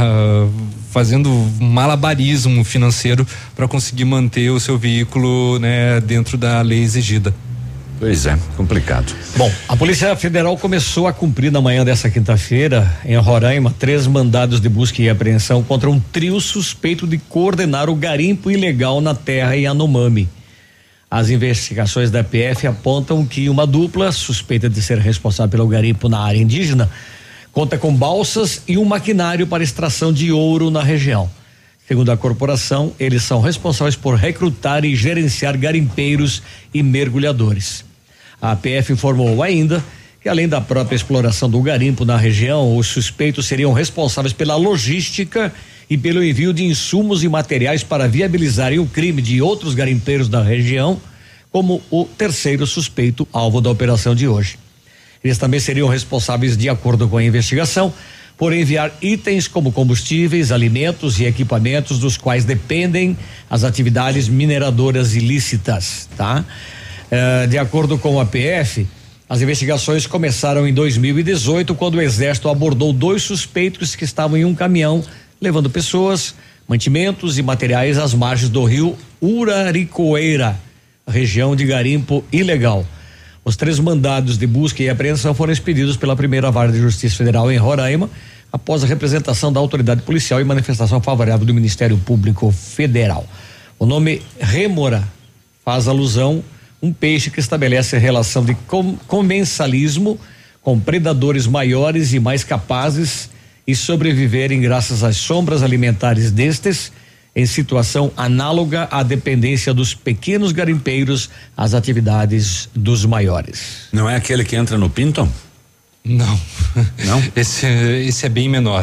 fazendo malabarismo financeiro para conseguir manter o seu veículo, né, dentro da lei exigida. Pois é, complicado. Bom, a Polícia Federal começou a cumprir na manhã dessa quinta-feira, em Roraima, 3 mandados de busca e apreensão contra um trio suspeito de coordenar o garimpo ilegal na terra Yanomami. As investigações da PF apontam que uma dupla, suspeita de ser responsável pelo garimpo na área indígena, conta com balsas e um maquinário para extração de ouro na região. Segundo a corporação, eles são responsáveis por recrutar e gerenciar garimpeiros e mergulhadores. A PF informou ainda que, além da própria exploração do garimpo na região, os suspeitos seriam responsáveis pela logística e pelo envio de insumos e materiais para viabilizarem o crime de outros garimpeiros da região, como o terceiro suspeito alvo da operação de hoje. Eles também seriam responsáveis, de acordo com a investigação, por enviar itens como combustíveis, alimentos e equipamentos dos quais dependem as atividades mineradoras ilícitas, tá? De acordo com a PF, as investigações começaram em 2018, quando o Exército abordou 2 suspeitos que estavam em um caminhão levando pessoas, mantimentos e materiais às margens do rio Uraricoeira, região de garimpo ilegal. Os 3 mandados de busca e apreensão foram expedidos pela primeira Vara de Justiça Federal em Roraima, após a representação da autoridade policial e manifestação favorável do Ministério Público Federal. O nome rêmora faz alusão um peixe que estabelece relação de comensalismo com predadores maiores e mais capazes e sobreviverem graças às sombras alimentares destes, em situação análoga à dependência dos pequenos garimpeiros às atividades dos maiores. Não é aquele que entra no Pinton? Não. Não? Esse é bem menor.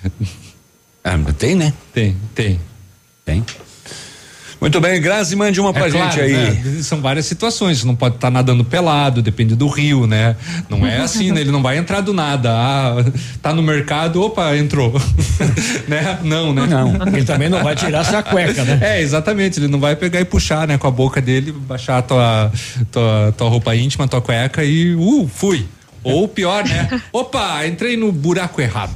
Tem, né? Tem. Muito bem, Grazi, mande uma pra gente aí. Né? São várias situações, não pode estar nadando pelado, depende do rio, né? Não é assim, né? Ele não vai entrar do nada, tá no mercado, opa, entrou, né? Não, né? Não, ele também não vai tirar essa cueca, né? Exatamente, ele não vai pegar e puxar, né? Com a boca dele, baixar a tua roupa íntima, tua cueca e, fui. Ou pior, né? Opa, entrei no buraco errado.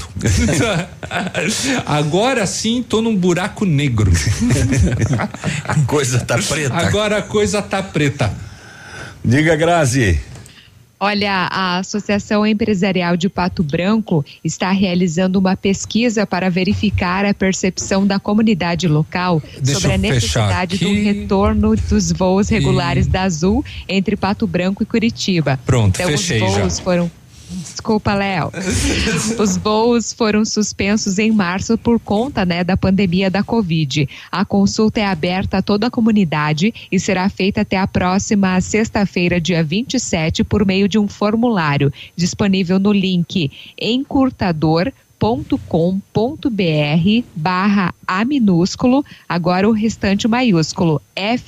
Agora sim tô num buraco negro. A coisa tá preta. Agora a coisa tá preta. Diga, Grazi. Olha, a Associação Empresarial de Pato Branco está realizando uma pesquisa para verificar a percepção da comunidade local sobre a necessidade do retorno dos voos regulares da Azul entre Pato Branco e Curitiba. Pronto, então, fechei os voos já. foram... Desculpa, Léo. Os voos foram suspensos em março por conta, da pandemia da Covid. A consulta é aberta a toda a comunidade e será feita até a próxima sexta-feira, dia 27, por meio de um formulário disponível no link encurtador.com.br/A minúsculo, agora o restante maiúsculo,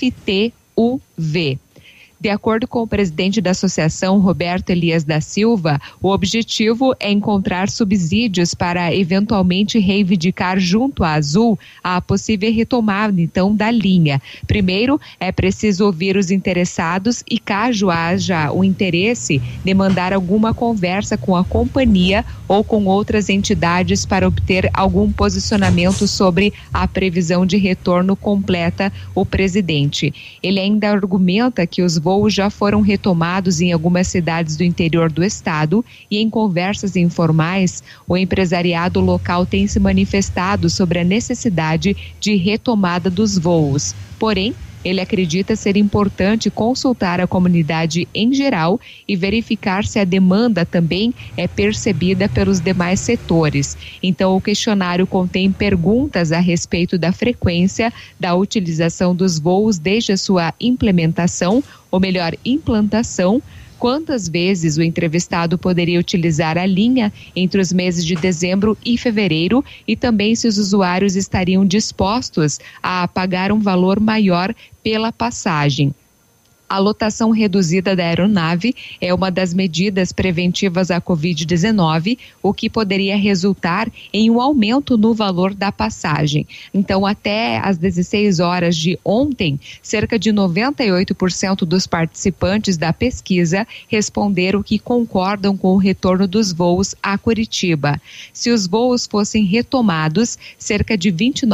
FTUV. De acordo com o presidente da associação, Roberto Elias da Silva, o objetivo é encontrar subsídios para eventualmente reivindicar junto à Azul a possível retomada, então, da linha. Primeiro, é preciso ouvir os interessados e, caso haja o interesse, demandar alguma conversa com a companhia ou com outras entidades para obter algum posicionamento sobre a previsão de retorno, completa o presidente. Ele ainda argumenta que os voos já foram retomados em algumas cidades do interior do estado e, em conversas informais, o empresariado local tem se manifestado sobre a necessidade de retomada dos voos. Porém, ele acredita ser importante consultar a comunidade em geral e verificar se a demanda também é percebida pelos demais setores. Então, o questionário contém perguntas a respeito da frequência da utilização dos voos desde a sua implementação, ou melhor, implantação, quantas vezes o entrevistado poderia utilizar a linha entre os meses de dezembro e fevereiro e também se os usuários estariam dispostos a pagar um valor maior pela passagem. A lotação reduzida da aeronave é uma das medidas preventivas à Covid-19, o que poderia resultar em um aumento no valor da passagem. Então, até às 16 horas de ontem, cerca de 98% dos participantes da pesquisa responderam que concordam com o retorno dos voos a Curitiba. Se os voos fossem retomados, cerca de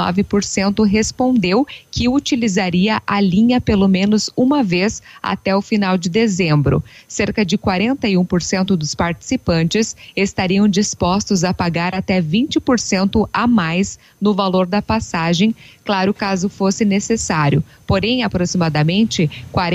29% respondeu que utilizaria a linha pelo menos uma vez até o final de dezembro. Cerca de 41% dos participantes estariam dispostos a pagar até 20% a mais no valor da passagem, claro, caso fosse necessário. Porém, aproximadamente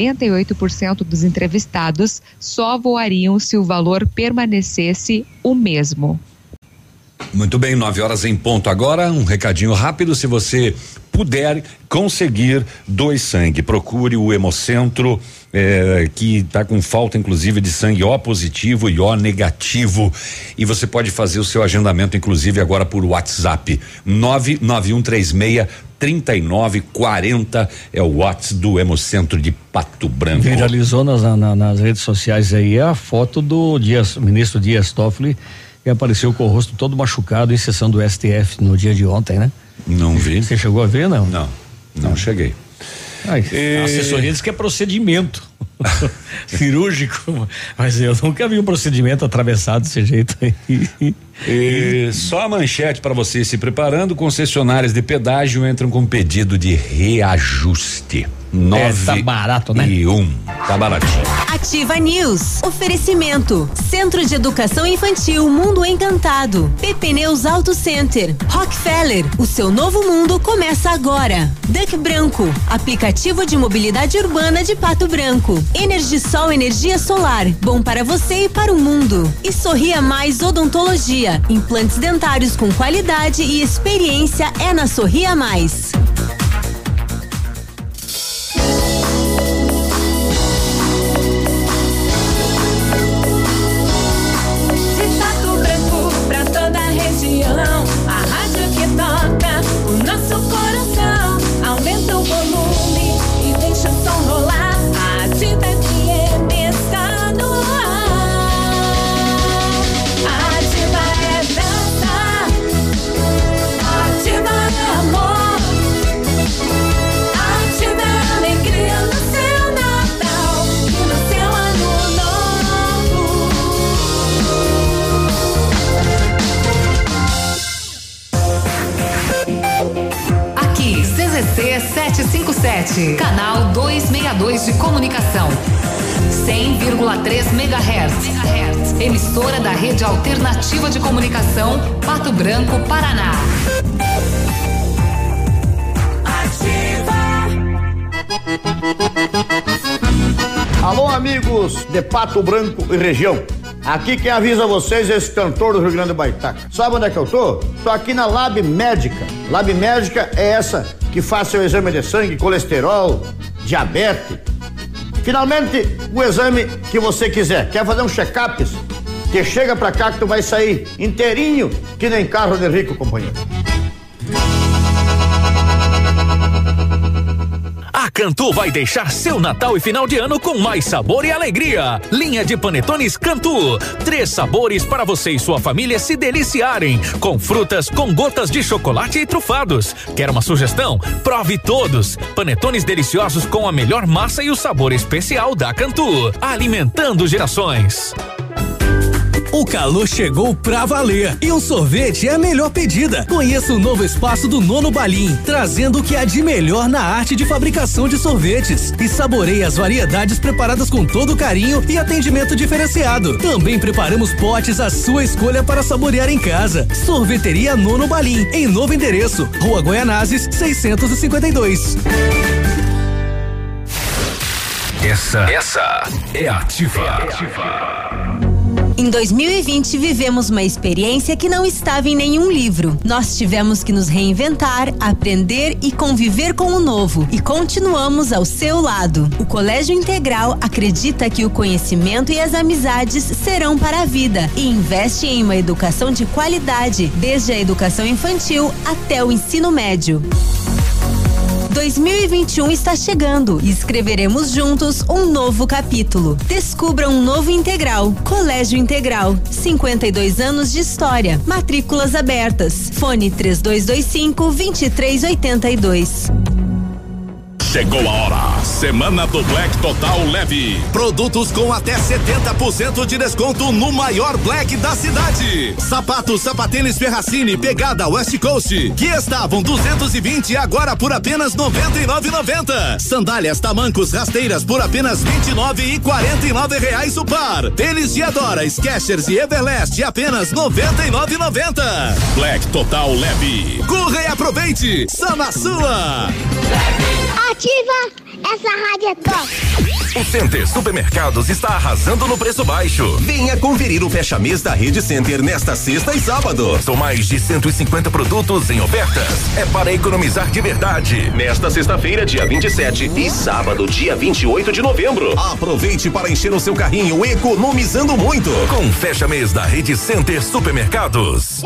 48% dos entrevistados só voariam se o valor permanecesse o mesmo. Muito bem, 9 horas em ponto agora, um recadinho rápido, se você puder conseguir doe sangue, procure o Hemocentro, que está com falta inclusive de sangue O positivo e O negativo, e você pode fazer o seu agendamento inclusive agora por WhatsApp, 99136-3940 é o WhatsApp do Hemocentro de Pato Branco. Viralizou nas redes sociais aí a foto do ministro Dias Toffoli, que apareceu com o rosto todo machucado em sessão do STF no dia de ontem, né? Não vi. Você chegou a ver, não? Não cheguei. A assessoria diz que é procedimento cirúrgico, mas eu nunca vi um procedimento atravessado desse jeito aí. Só a manchete para você se preparando, concessionárias de pedágio entram com pedido de reajuste. 9 tá barato, né? E 1. Tá baratinho. Ativa News. Oferecimento. Centro de Educação Infantil Mundo Encantado. PP Neus Auto Center. Rockefeller. O seu novo mundo começa agora. Duck Branco. Aplicativo de mobilidade urbana de Pato Branco. Energisol energia solar. Bom para você e para o mundo. E Sorria Mais Odontologia. Implantes dentários com qualidade e experiência é na Sorria Mais. A rádio que toca o nosso coração. Aumenta o volume e deixa o som rolar. A Ativa FM está no ar. A Ativa é festa. A Ativa é amor. A Ativa é alegria no seu Natal e no seu Ano Novo. CZC 757, canal 262 de comunicação. 100,3 MHz. Emissora da Rede Alternativa de Comunicação, Pato Branco, Paraná. Alô, amigos de Pato Branco e região. Aqui quem avisa vocês é esse cantor do Rio Grande do Baitaca. Sabe onde é que eu tô? Tô aqui na Lab Médica. Lab Médica é essa que faz seu exame de sangue, colesterol, diabetes. Finalmente, o exame que você quiser. Quer fazer um check-up? Que chega pra cá que tu vai sair inteirinho, que nem carro de rico, companheiro. A Cantu vai deixar seu Natal e final de ano com mais sabor e alegria. Linha de panetones Cantu. 3 sabores para você e sua família se deliciarem. Com frutas, com gotas de chocolate e trufados. Quer uma sugestão? Prove todos. Panetones deliciosos com a melhor massa e o sabor especial da Cantu. Alimentando gerações. O calor chegou pra valer e o sorvete é a melhor pedida. Conheça o novo espaço do Nono Balim, trazendo o que há de melhor na arte de fabricação de sorvetes. E saboreie as variedades preparadas com todo carinho e atendimento diferenciado. Também preparamos potes à sua escolha para saborear em casa. Sorveteria Nono Balim, em novo endereço, Rua Goianazes, 652. Essa é Ativa. Em 2020, vivemos uma experiência que não estava em nenhum livro. Nós tivemos que nos reinventar, aprender e conviver com o novo. E continuamos ao seu lado. O Colégio Integral acredita que o conhecimento e as amizades serão para a vida e investe em uma educação de qualidade, desde a educação infantil até o ensino médio. 2021 está chegando e escreveremos juntos um novo capítulo. Descubra um novo Integral. Colégio Integral, 52 anos de história. Matrículas abertas. Fone 3225-2382. Chegou a hora. Semana do Black Total Leve. Produtos com até 70% de desconto no maior Black da cidade. Sapatos Sapatênis Ferracini pegada West Coast, que estavam 220 agora por apenas 99,90. Sandálias Tamancos rasteiras por apenas 29,49 reais o par. Tênis Diadora, Skechers e Everlast apenas 99,90. Black Total Leve. Corra e aproveite. Só na sua. Ativa, essa rádio é top. O Center Supermercados está arrasando no preço baixo. Venha conferir o fecha-mês da Rede Center nesta sexta e sábado. São mais de 150 produtos em ofertas. É para economizar de verdade. Nesta sexta-feira, dia 27 e sábado, dia 28 de novembro. Aproveite para encher o seu carrinho economizando muito. Com o fecha-mês da Rede Center Supermercados.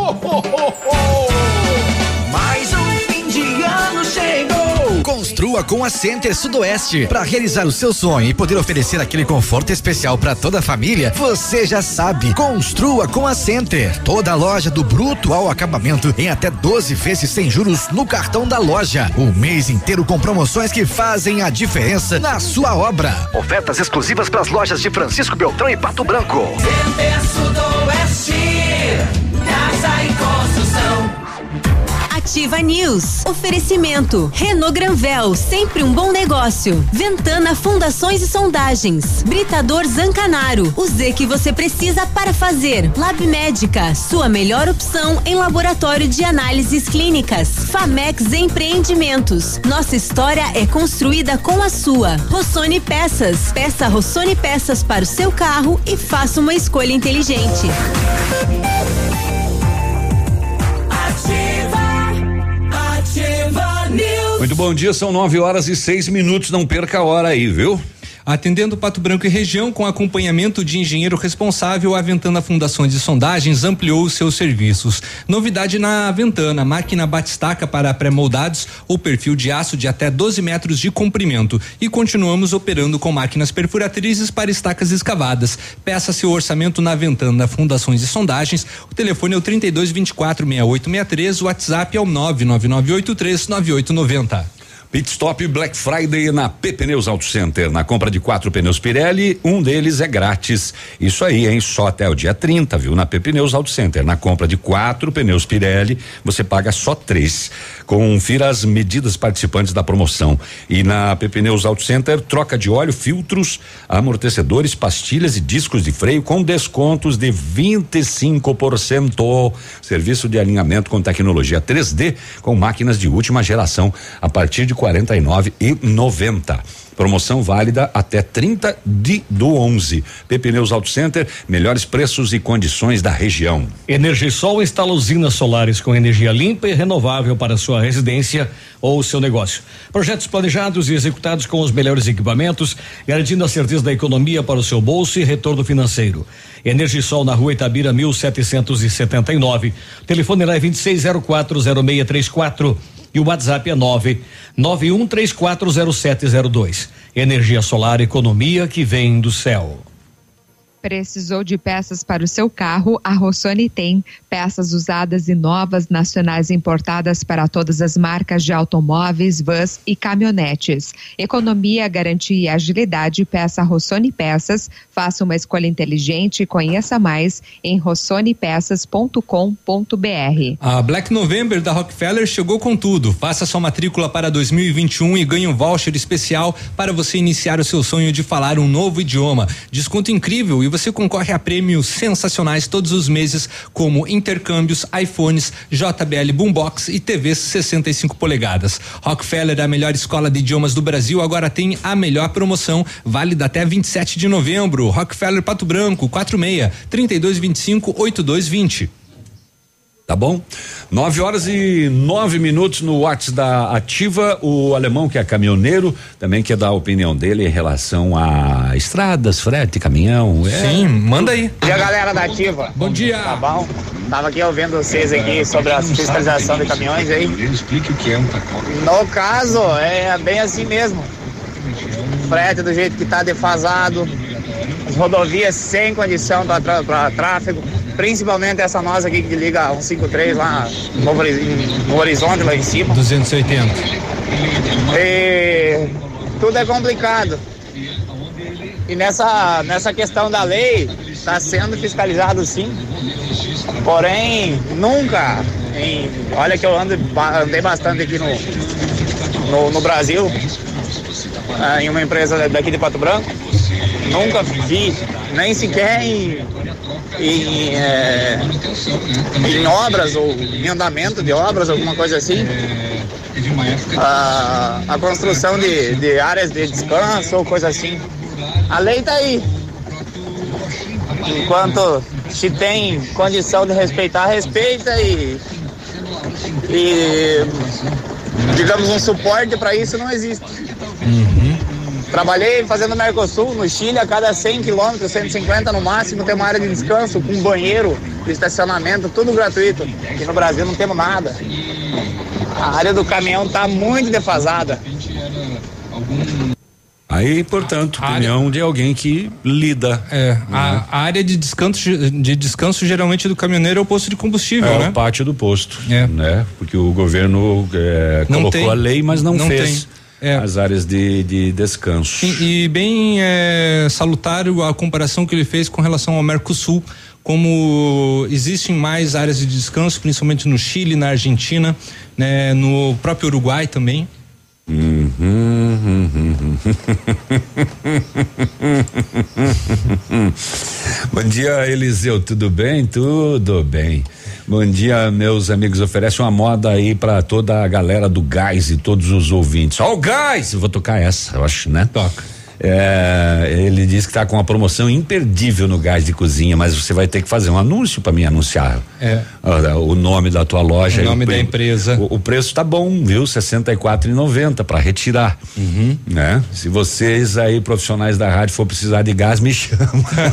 Mais um fim de ano chegou. Construa com a Center Sudoeste. Para realizar o seu sonho e poder oferecer aquele conforto especial para toda a família, você já sabe. Construa com a Center. Toda a loja do bruto ao acabamento em até 12 vezes sem juros no cartão da loja. O mês inteiro com promoções que fazem a diferença na sua obra. Ofertas exclusivas para as lojas de Francisco Beltrão e Pato Branco. Center Sudoeste, casa e construção. Ativa News. Oferecimento. Renault Granvel, sempre um bom negócio. Ventana Fundações e Sondagens. Britador Zancanaro. O Z que você precisa para fazer. Lab Médica, sua melhor opção em laboratório de análises clínicas. Famex Empreendimentos. Nossa história é construída com a sua. Rossoni Peças. Peça Rossoni Peças para o seu carro e faça uma escolha inteligente. Muito bom dia, são 9h06. Não perca a hora aí, viu? Atendendo Pato Branco e região com acompanhamento de engenheiro responsável, a Ventana Fundações e Sondagens ampliou os seus serviços. Novidade na Ventana, máquina batistaca para pré-moldados ou perfil de aço de até 12 metros de comprimento. E continuamos operando com máquinas perfuratrizes para estacas escavadas. Peça seu orçamento na Ventana Fundações e Sondagens. O telefone é o 32246863, o WhatsApp é o 999839890. Pit Stop Black Friday na Pneus Auto Center. Na compra de 4 pneus Pirelli, um deles é grátis. Isso aí, hein? Só até o dia 30, viu? Na Pneus Auto Center. Na compra de 4 pneus Pirelli, você paga só 3. Confira as medidas participantes da promoção. E na Pneus Auto Center, troca de óleo, filtros, amortecedores, pastilhas e discos de freio com descontos de 25%. Serviço de alinhamento com tecnologia 3D com máquinas de última geração a partir de R$49,90. Promoção válida até 30/11. Pneus Auto Center, melhores preços e condições da região. Energisol instala usinas solares com energia limpa e renovável para sua residência ou seu negócio. Projetos planejados e executados com os melhores equipamentos, garantindo a certeza da economia para o seu bolso e retorno financeiro. Energisol na Rua Itabira 1779. Telefone lá é 26040634. E o WhatsApp é 991340702. Energia solar, economia que vem do céu. Precisou de peças para o seu carro? A Rossoni tem peças usadas e novas, nacionais importadas para todas as marcas de automóveis, vans e caminhonetes. Economia, garantia e agilidade. Peça Rossoni Peças. Faça uma escolha inteligente e conheça mais em rossonipeças.com.br. A Black November da Rockefeller chegou com tudo. Faça sua matrícula para 2021 e ganhe um voucher especial para você iniciar o seu sonho de falar um novo idioma. Desconto incrível e você concorre a prêmios sensacionais todos os meses, como intercâmbios, iPhones, JBL Boombox e TVs 65 polegadas. Rockefeller, a melhor escola de idiomas do Brasil, agora tem a melhor promoção, válida até 27 de novembro. Rockefeller Pato Branco, 46-3225-8220. Tá bom? 9h09 no WhatsApp da Ativa. O alemão, que é caminhoneiro, também quer dar a opinião dele em relação a estradas, frete, caminhão. Sim, manda aí. Bom dia, galera da Ativa. Bom dia. Tá bom? Tava aqui ouvindo vocês aqui sobre a fiscalização de caminhões aí. Explique o que é um pacote. No caso, é bem assim mesmo. Frete do jeito que tá defasado, as rodovias sem condição para tráfego. Principalmente essa nossa aqui que liga 153 lá no Horizonte, lá em cima. 280. E tudo é complicado. E nessa questão da lei, está sendo fiscalizado sim. Porém, nunca, olha que eu andei bastante aqui no Brasil, em uma empresa daqui de Pato Branco, nunca vi, nem sequer em obras ou em andamento de obras, alguma coisa assim, a construção de áreas de descanso ou coisa assim. A lei está aí. Enquanto se tem condição de respeitar, respeita e digamos, um suporte para isso não existe. Trabalhei fazendo Mercosul, no Chile, a cada 100 quilômetros, 150 no máximo, tem uma área de descanso, com banheiro, estacionamento, tudo gratuito. Aqui no Brasil não temos nada. A área do caminhão está muito defasada. Aí, portanto, opinião de alguém que lida. A área de descanso geralmente do caminhoneiro é o posto de combustível, né? É o pátio do posto, né? Porque o governo colocou a lei, mas não fez. As áreas de descanso. Sim, e bem salutar a comparação que ele fez com relação ao Mercosul, como existem mais áreas de descanso, principalmente no Chile, na Argentina, né, no próprio Uruguai também. Bom dia, Eliseu, tudo bem? Tudo bem. Bom dia, meus amigos. Oferece uma moda aí pra toda a galera do gás e todos os ouvintes. Ó, o gás! Eu vou tocar essa, eu acho, né? Toca. Ele diz que tá com uma promoção imperdível no gás de cozinha, mas você vai ter que fazer um anúncio para me anunciar. O nome da tua loja. O nome da empresa. O preço tá bom, viu? R$64,90 para retirar. Né? Se vocês aí, profissionais da rádio, for precisar de gás, me chama.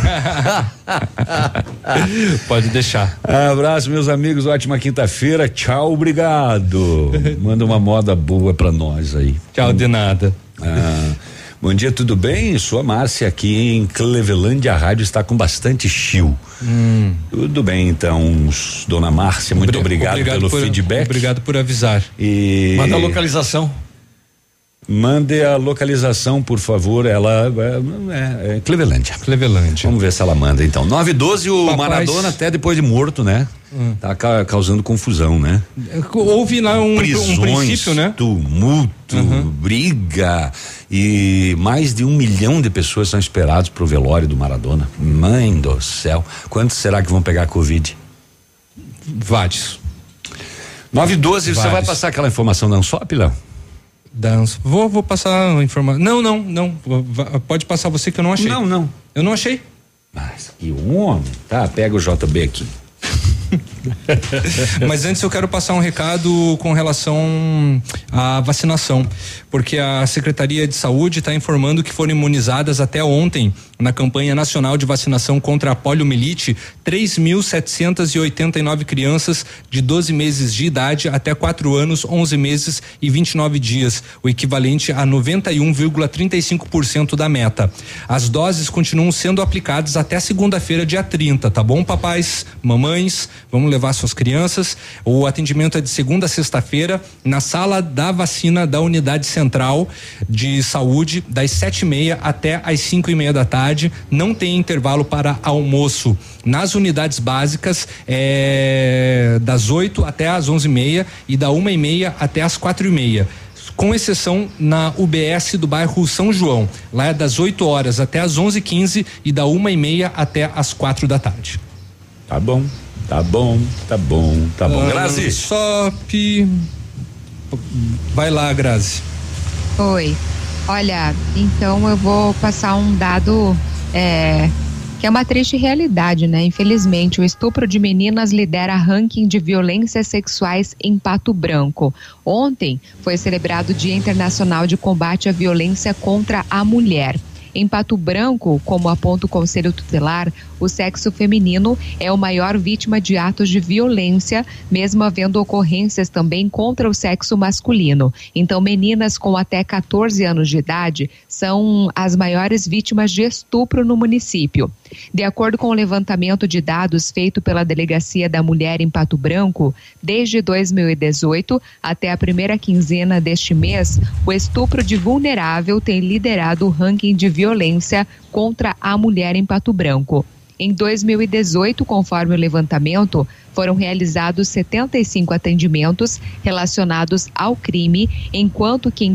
Pode deixar. Abraço, meus amigos. Ótima quinta-feira. Tchau, obrigado. Manda uma moda boa para nós aí. Tchau, de nada. Bom dia, tudo bem? Sou a Márcia, aqui em Clevelândia, a rádio está com bastante chill. Tudo bem, então, dona Márcia, muito obrigado pelo feedback. Obrigado por avisar. E manda a localização. Mande a localização, por favor. Ela é Clevelândia. Vamos ver se ela manda, então. 9:12, o Maradona até depois de morto, né? Tá causando confusão, né? Houve lá um princípio, né? Tumulto, briga, e mais de 1 milhão de pessoas são esperados pro velório do Maradona. Mãe do céu, quantos será que vão pegar Covid? Vários. 9:12, você vai passar aquela informação da Ansop, Léo? Vou passar a informação. Não. Pode passar você que eu não achei. Não. Eu não achei. Mas que homem. Tá, pega o JB aqui. Mas antes eu quero passar um recado com relação à vacinação, porque a Secretaria de Saúde está informando que foram imunizadas até ontem, na campanha nacional de vacinação contra a poliomielite, 3.789 crianças de 12 meses de idade até 4 anos, 11 meses e 29 dias, o equivalente a 91,35% da meta. As doses continuam sendo aplicadas até segunda-feira, dia 30, tá bom, papais, mamães? Vamos levar suas crianças. O atendimento é de segunda a sexta-feira na sala da vacina da Unidade Central de Saúde, das 7:30 até as 5:30 da tarde. Não tem intervalo para almoço. Nas unidades básicas das 8 até as 11:30 e da 1:30 até as 4:30. Com exceção na UBS do bairro São João. Lá é das 8 horas até as 11:15 e da 1:30 até as 4 da tarde. Tá bom. Grazi. Ansop. Vai lá, Grazi. Oi. Olha, então eu vou passar um dado que é uma triste realidade, né? Infelizmente, o estupro de meninas lidera ranking de violências sexuais em Pato Branco. Ontem foi celebrado o Dia Internacional de Combate à Violência contra a Mulher. Em Pato Branco, como aponta o Conselho Tutelar, o sexo feminino é o maior vítima de atos de violência, mesmo havendo ocorrências também contra o sexo masculino. Então, meninas com até 14 anos de idade são as maiores vítimas de estupro no município. De acordo com o levantamento de dados feito pela Delegacia da Mulher em Pato Branco, desde 2018 até a primeira quinzena deste mês, o estupro de vulnerável tem liderado o ranking de violência contra a mulher em Pato Branco. Em 2018, conforme o levantamento, foram realizados 75 atendimentos relacionados ao crime, enquanto que em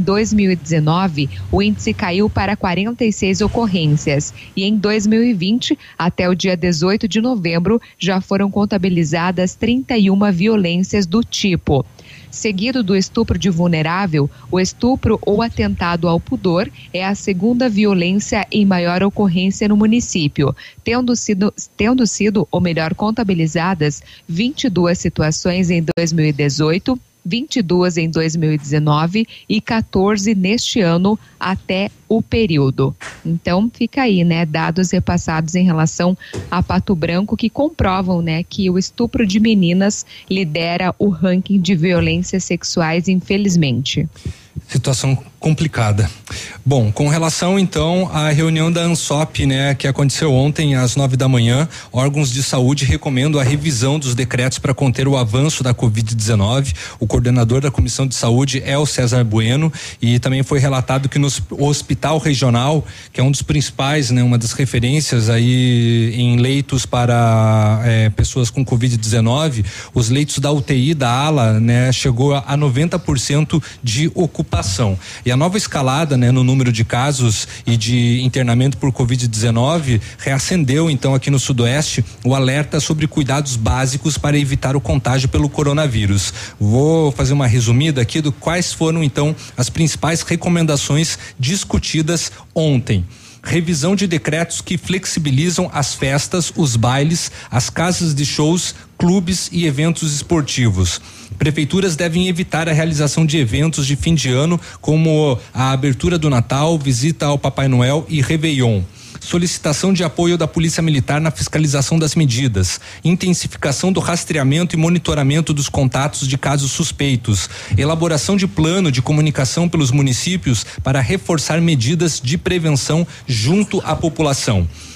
2019 o índice caiu para 46 ocorrências. E em 2020, até o dia 18 de novembro, já foram contabilizadas 31 violências do tipo. Seguido do estupro de vulnerável, o estupro ou atentado ao pudor é a segunda violência em maior ocorrência no município, tendo sido ou melhor, contabilizadas 22 situações em 2018, 22 em 2019 e 14 neste ano até o período. Então fica aí, né, dados repassados em relação a Pato Branco que comprovam, né, que o estupro de meninas lidera o ranking de violências sexuais, infelizmente. Situação complicada. Bom, com relação então à reunião da Ansop, né, que aconteceu ontem às 9 da manhã, órgãos de saúde recomendam a revisão dos decretos para conter o avanço da Covid-19. O coordenador da Comissão de Saúde é o César Bueno, e também foi relatado que no Hospital Regional, que é um dos principais, né, uma das referências aí em leitos para pessoas com Covid-19, os leitos da UTI da ala, né, chegou a 90% de ocupação. E a nova escalada, né, no número de casos e de internamento por Covid-19 reacendeu então aqui no Sudoeste o alerta sobre cuidados básicos para evitar o contágio pelo coronavírus. Vou fazer uma resumida aqui do quais foram então as principais recomendações discutidas ontem. Revisão de decretos que flexibilizam as festas, os bailes, as casas de shows, clubes e eventos esportivos. Prefeituras devem evitar a realização de eventos de fim de ano, como a abertura do Natal, visita ao Papai Noel e Réveillon. Solicitação de apoio da Polícia Militar na fiscalização das medidas, intensificação do rastreamento e monitoramento dos contatos de casos suspeitos, elaboração de plano de comunicação pelos municípios para reforçar medidas de prevenção junto à população.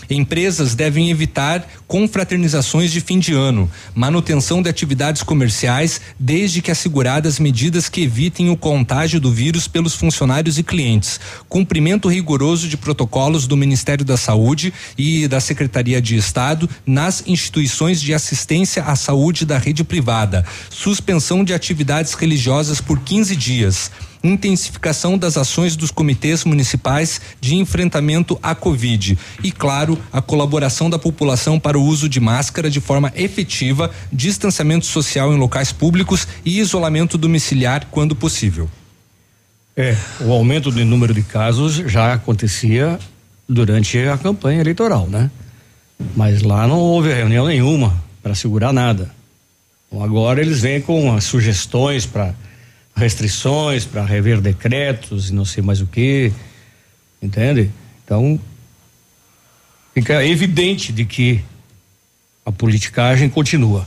Empresas devem evitar confraternizações de fim de ano, manutenção de atividades comerciais, desde que asseguradas medidas que evitem o contágio do vírus pelos funcionários e clientes, cumprimento rigoroso de protocolos do Ministério da Saúde e da Secretaria de Estado nas instituições de assistência à saúde da rede privada, suspensão de atividades religiosas por 15 dias, intensificação das ações dos comitês municipais de enfrentamento à Covid e, claro, a colaboração da população para o uso de máscara de forma efetiva, distanciamento social em locais públicos e isolamento domiciliar quando possível. O aumento do número de casos já acontecia durante a campanha eleitoral, né? Mas lá não houve reunião nenhuma para segurar nada. Então agora eles vêm com as sugestões para restrições, para rever decretos e não sei mais o que, entende? Então fica evidente de que a politicagem continua.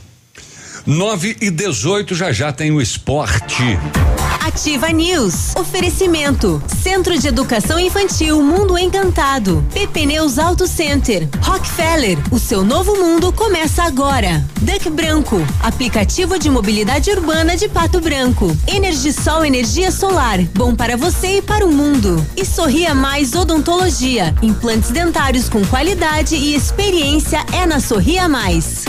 9:18, já tem o esporte. Ativa News. Oferecimento. Centro de Educação Infantil Mundo Encantado. PP Neus Auto Center. Rockefeller. O seu novo mundo começa agora. Duck Branco. Aplicativo de mobilidade urbana de Pato Branco. Energisol energia solar. Bom para você e para o mundo. E Sorria Mais Odontologia. Implantes dentários com qualidade e experiência é na Sorria Mais.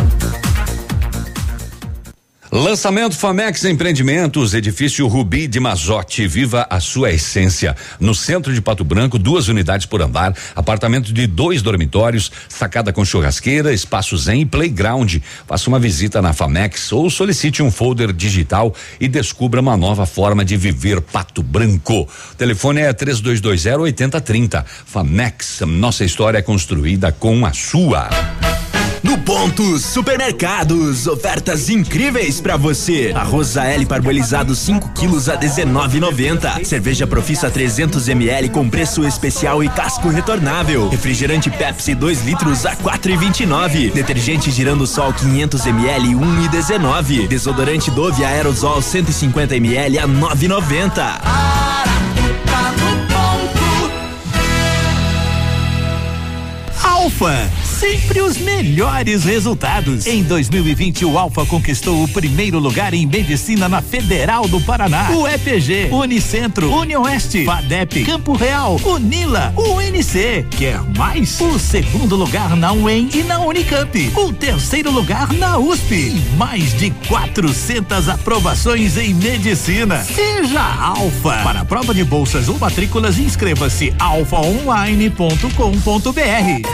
Lançamento Famex Empreendimentos, edifício Rubi de Mazotti, viva a sua essência. No centro de Pato Branco, 2 unidades por andar, apartamento de 2 dormitórios, sacada com churrasqueira, espaço zen e playground. Faça uma visita na Famex ou solicite um folder digital e descubra uma nova forma de viver Pato Branco. O telefone é 3220-8030. Famex, nossa história é construída com a sua. No Ponto Supermercados, ofertas incríveis pra você. Arroz AL parbolizado 5 quilos a R$19,90. Cerveja Profissa 300 ml com preço especial e casco retornável. Refrigerante Pepsi 2 litros a R$4,29. Detergente Girando Sol 500 ml R$1,19. Desodorante Dove Aerosol 150 ml a R$9,90. Alfa, sempre os melhores resultados. Em 2020, o Alfa conquistou o primeiro lugar em medicina na Federal do Paraná. O EPG, Unicentro, Unioeste, FADEP, Campo Real, Unila, UNC. Quer mais? O segundo lugar na UEM e na Unicamp. O terceiro lugar na USP. E mais de 400 aprovações em medicina. Seja Alfa. Para a prova de bolsas ou matrículas, inscreva-se alfaonline.com.br.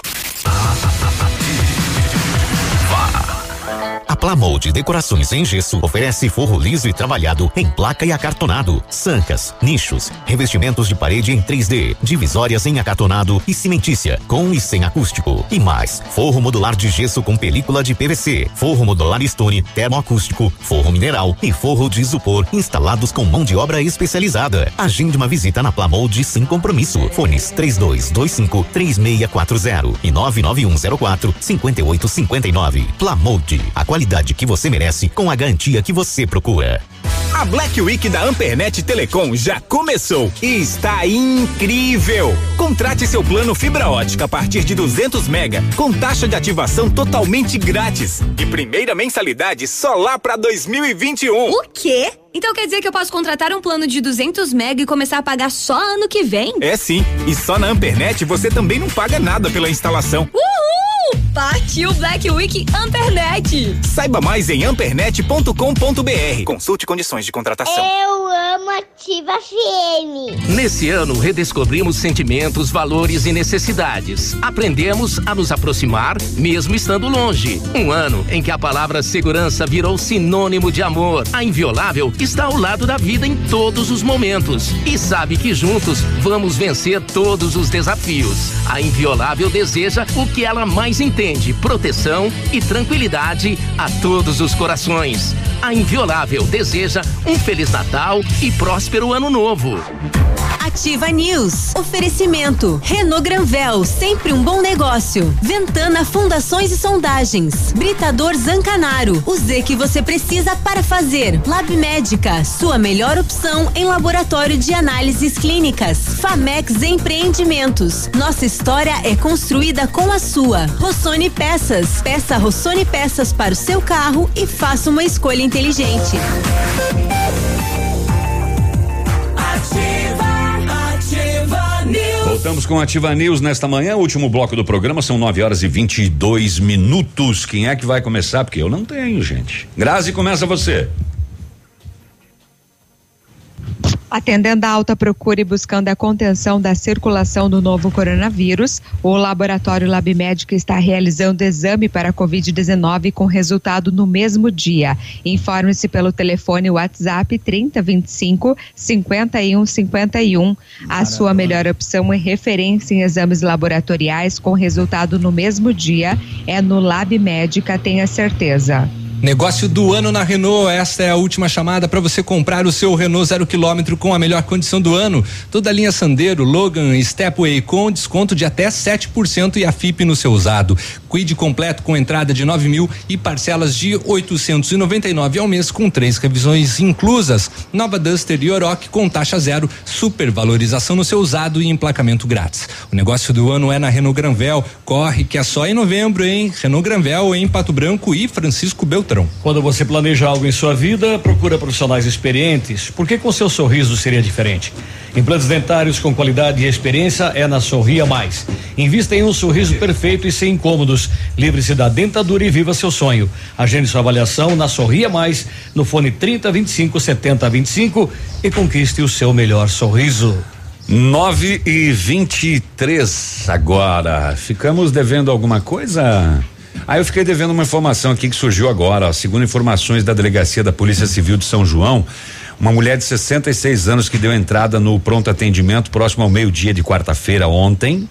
A Plamold Decorações em Gesso oferece forro liso e trabalhado em placa e acartonado, sancas, nichos, revestimentos de parede em 3D, divisórias em acartonado e cimentícia, com e sem acústico. E mais, forro modular de gesso com película de PVC, forro modular Stone, termoacústico, forro mineral e forro de isopor instalados com mão de obra especializada. Agende uma visita na Plamold sem compromisso. Fones 3225-3640 e 99104-5859. Plamold, a qualidade que você merece com a garantia que você procura. A Black Week da Ampernet Telecom já começou e está incrível. Contrate seu plano fibra ótica a partir de 200 mega com taxa de ativação totalmente grátis e primeira mensalidade só lá para 2021. O quê? Então quer dizer que eu posso contratar um plano de 200 mega e começar a pagar só ano que vem? É sim, e só na Ampernet você também não paga nada pela instalação. Uhul! Partiu Black Week Ampernet! Saiba mais em ampernet.com.br. Consulte condições de contratação. Eu amo Ativa FM. Nesse ano, redescobrimos sentimentos, valores e necessidades. Aprendemos a nos aproximar, mesmo estando longe. Um ano em que a palavra segurança virou sinônimo de amor. A Inviolável está ao lado da vida em todos os momentos e sabe que juntos vamos vencer todos os desafios. A Inviolável deseja o que ela mais entende: proteção e tranquilidade a todos os corações. A Inviolável deseja um Feliz Natal e próspero Ano Novo. Ativa News. Oferecimento. Renault Granvel, sempre um bom negócio. Ventana Fundações e Sondagens. Britador Zancanaro. O Z que você precisa para fazer. Lab Médica, sua melhor opção em laboratório de análises clínicas. Famex Empreendimentos. Nossa história é construída com a sua. Rossoni Peças. Peça Rossoni Peças para o seu carro e faça uma escolha inteligente. Ativa News. Voltamos com Ativa News nesta manhã, último bloco do programa, são 9h22. Quem é que vai começar? Porque eu não tenho, gente. Grazi, começa você. Atendendo a alta procura e buscando a contenção da circulação do novo coronavírus, o laboratório Lab Médica está realizando exame para a Covid-19 com resultado no mesmo dia. Informe-se pelo telefone WhatsApp 3025-5151. A sua melhor opção é referência em exames laboratoriais com resultado no mesmo dia. É no Lab Médica, tenha certeza. Negócio do ano na Renault, esta é a última chamada para você comprar o seu Renault 0 km com a melhor condição do ano. Toda a linha Sandero, Logan, Stepway com desconto de até 7% e a FIP no seu usado. Quid completo com entrada de 9.000 e parcelas de 899 ao mês com 3 revisões inclusas. Nova Duster e Oroch com taxa zero, supervalorização no seu usado e emplacamento grátis. O negócio do ano é na Renault Granvel. Corre que é só em novembro, hein? Renault Granvel em Pato Branco e Francisco Beltrão. Quando você planeja algo em sua vida, procura profissionais experientes, porque com seu sorriso seria diferente. Implantes dentários com qualidade e experiência é na Sorria Mais. Invista em um sorriso perfeito e sem incômodos. Livre-se da dentadura e viva seu sonho. Agende sua avaliação na Sorria Mais, no fone 3025-7025 e conquiste o seu melhor sorriso. 9h23 agora. Ficamos devendo alguma coisa? Eu fiquei devendo uma informação aqui que surgiu agora, ó. Segundo informações da Delegacia da Polícia Civil de São João, uma mulher de 66 anos que deu entrada no pronto atendimento próximo ao meio-dia de quarta-feira ontem.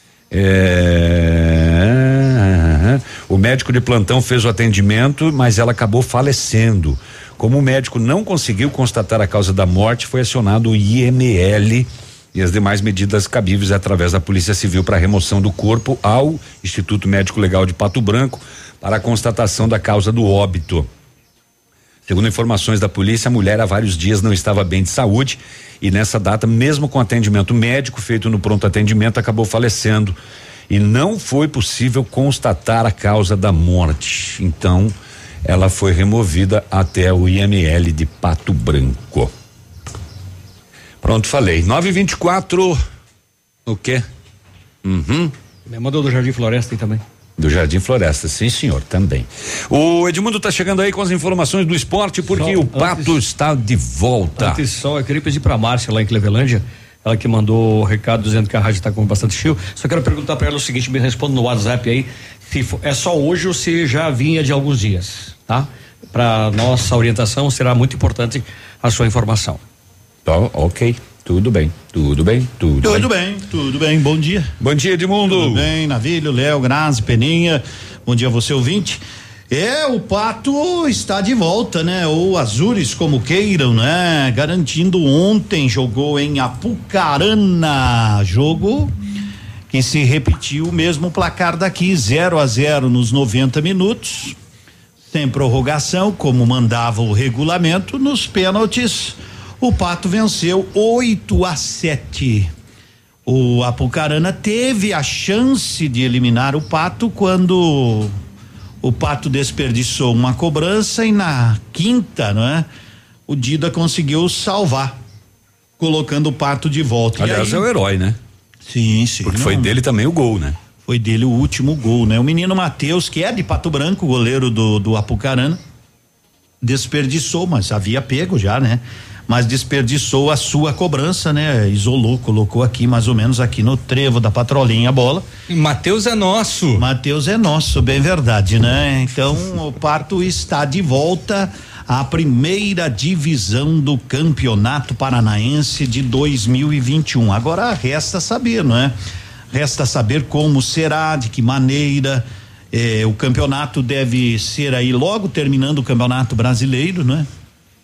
O médico de plantão fez o atendimento, mas ela acabou falecendo. Como o médico não conseguiu constatar a causa da morte, foi acionado o IML e as demais medidas cabíveis através da Polícia Civil para a remoção do corpo ao Instituto Médico Legal de Pato Branco para a constatação da causa do óbito. Segundo informações da polícia, a mulher há vários dias não estava bem de saúde e nessa data, mesmo com atendimento médico feito no pronto atendimento, acabou falecendo e não foi possível constatar a causa da morte. Então, ela foi removida até o IML de Pato Branco. Pronto, falei. 9h24. O quê? Me mandou do Jardim Floresta aí também. Do Jardim Floresta, sim, senhor, também. O Edmundo tá chegando aí com as informações do esporte, porque o Pato está de volta. Antes só, eu queria pedir pra Márcia lá em Clevelândia, ela que mandou o recado dizendo que a rádio tá com bastante chill. Só quero perguntar pra ela o seguinte, me responda no WhatsApp aí, se é só hoje ou se já vinha de alguns dias, tá? Pra nossa orientação será muito importante a sua informação. Ok, tudo bem. Tudo bem, bom dia. Bom dia, Edmundo. Tudo bem, Navílio, Léo, Grazi, Peninha, bom dia a você, ouvinte. O Pato está de volta, né? Ou Azures, como queiram, né? Garantindo ontem, jogou em Apucarana, jogo que se repetiu o mesmo placar daqui, 0-0 nos 90 minutos, sem prorrogação, como mandava o regulamento. Nos pênaltis, o Pato venceu 8-7. O Apucarana teve a chance de eliminar o Pato quando o Pato desperdiçou uma cobrança e na quinta, não é? O Dida conseguiu salvar, colocando o Pato de volta. Aliás, é o herói, né? Sim. Porque foi dele também o gol, né? Foi dele o último gol, né? O menino Matheus, que é de Pato Branco, goleiro do Apucarana, desperdiçou, mas havia pego já, né? Mas desperdiçou a sua cobrança, né? Isolou, colocou aqui mais ou menos aqui no trevo da patrolinha a bola. Matheus é nosso. Matheus é nosso, bem verdade, né? Então o Pato está de volta à primeira divisão do Campeonato Paranaense de 2021. Agora resta saber, não é? Resta saber como será, de que maneira. O campeonato deve ser aí logo terminando o Campeonato Brasileiro, né?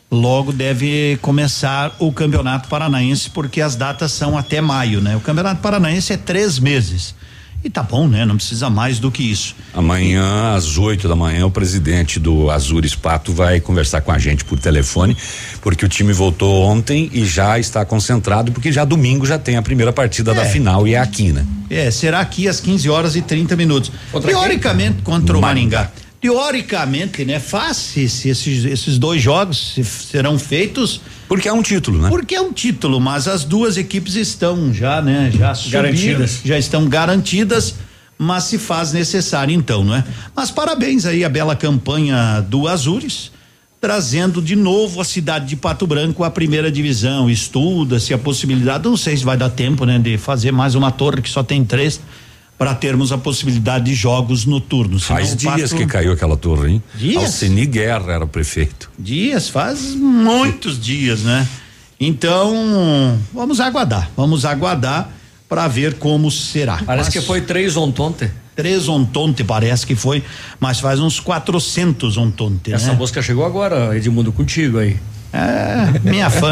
logo deve começar o Campeonato Paranaense, porque as datas são até maio, né? O Campeonato Paranaense é 3 meses. E tá bom, né? Não precisa mais do que isso. Amanhã, às 8 da manhã, o presidente do Azures Pato vai conversar com a gente por telefone, porque o time voltou ontem e já está concentrado, porque já domingo já tem a primeira partida da final e é aqui, né? Será aqui às 15h30. Teoricamente, contra o Maringá. Teoricamente, né? Fácil esses 2 jogos serão feitos. Porque é um título, né? Porque é um título, mas as duas equipes estão já, né? Já garantidas. Já estão garantidas, mas se faz necessário então, não é? Mas parabéns aí a bela campanha do Azures, trazendo de novo a cidade de Pato Branco à primeira divisão. Estuda-se a possibilidade, não sei se vai dar tempo, né? De fazer mais uma torre que só tem 3, para termos a possibilidade de jogos noturnos. Faz dias que caiu aquela torre, hein? Dias? Alcini Guerra era o prefeito. Faz muitos dias, né? Então, vamos aguardar para ver como será. Parece que foi 3 ontem. 3 ontem parece que foi, mas faz uns 400 ontem. Essa música chegou agora, Edmundo, contigo aí. Minha fã.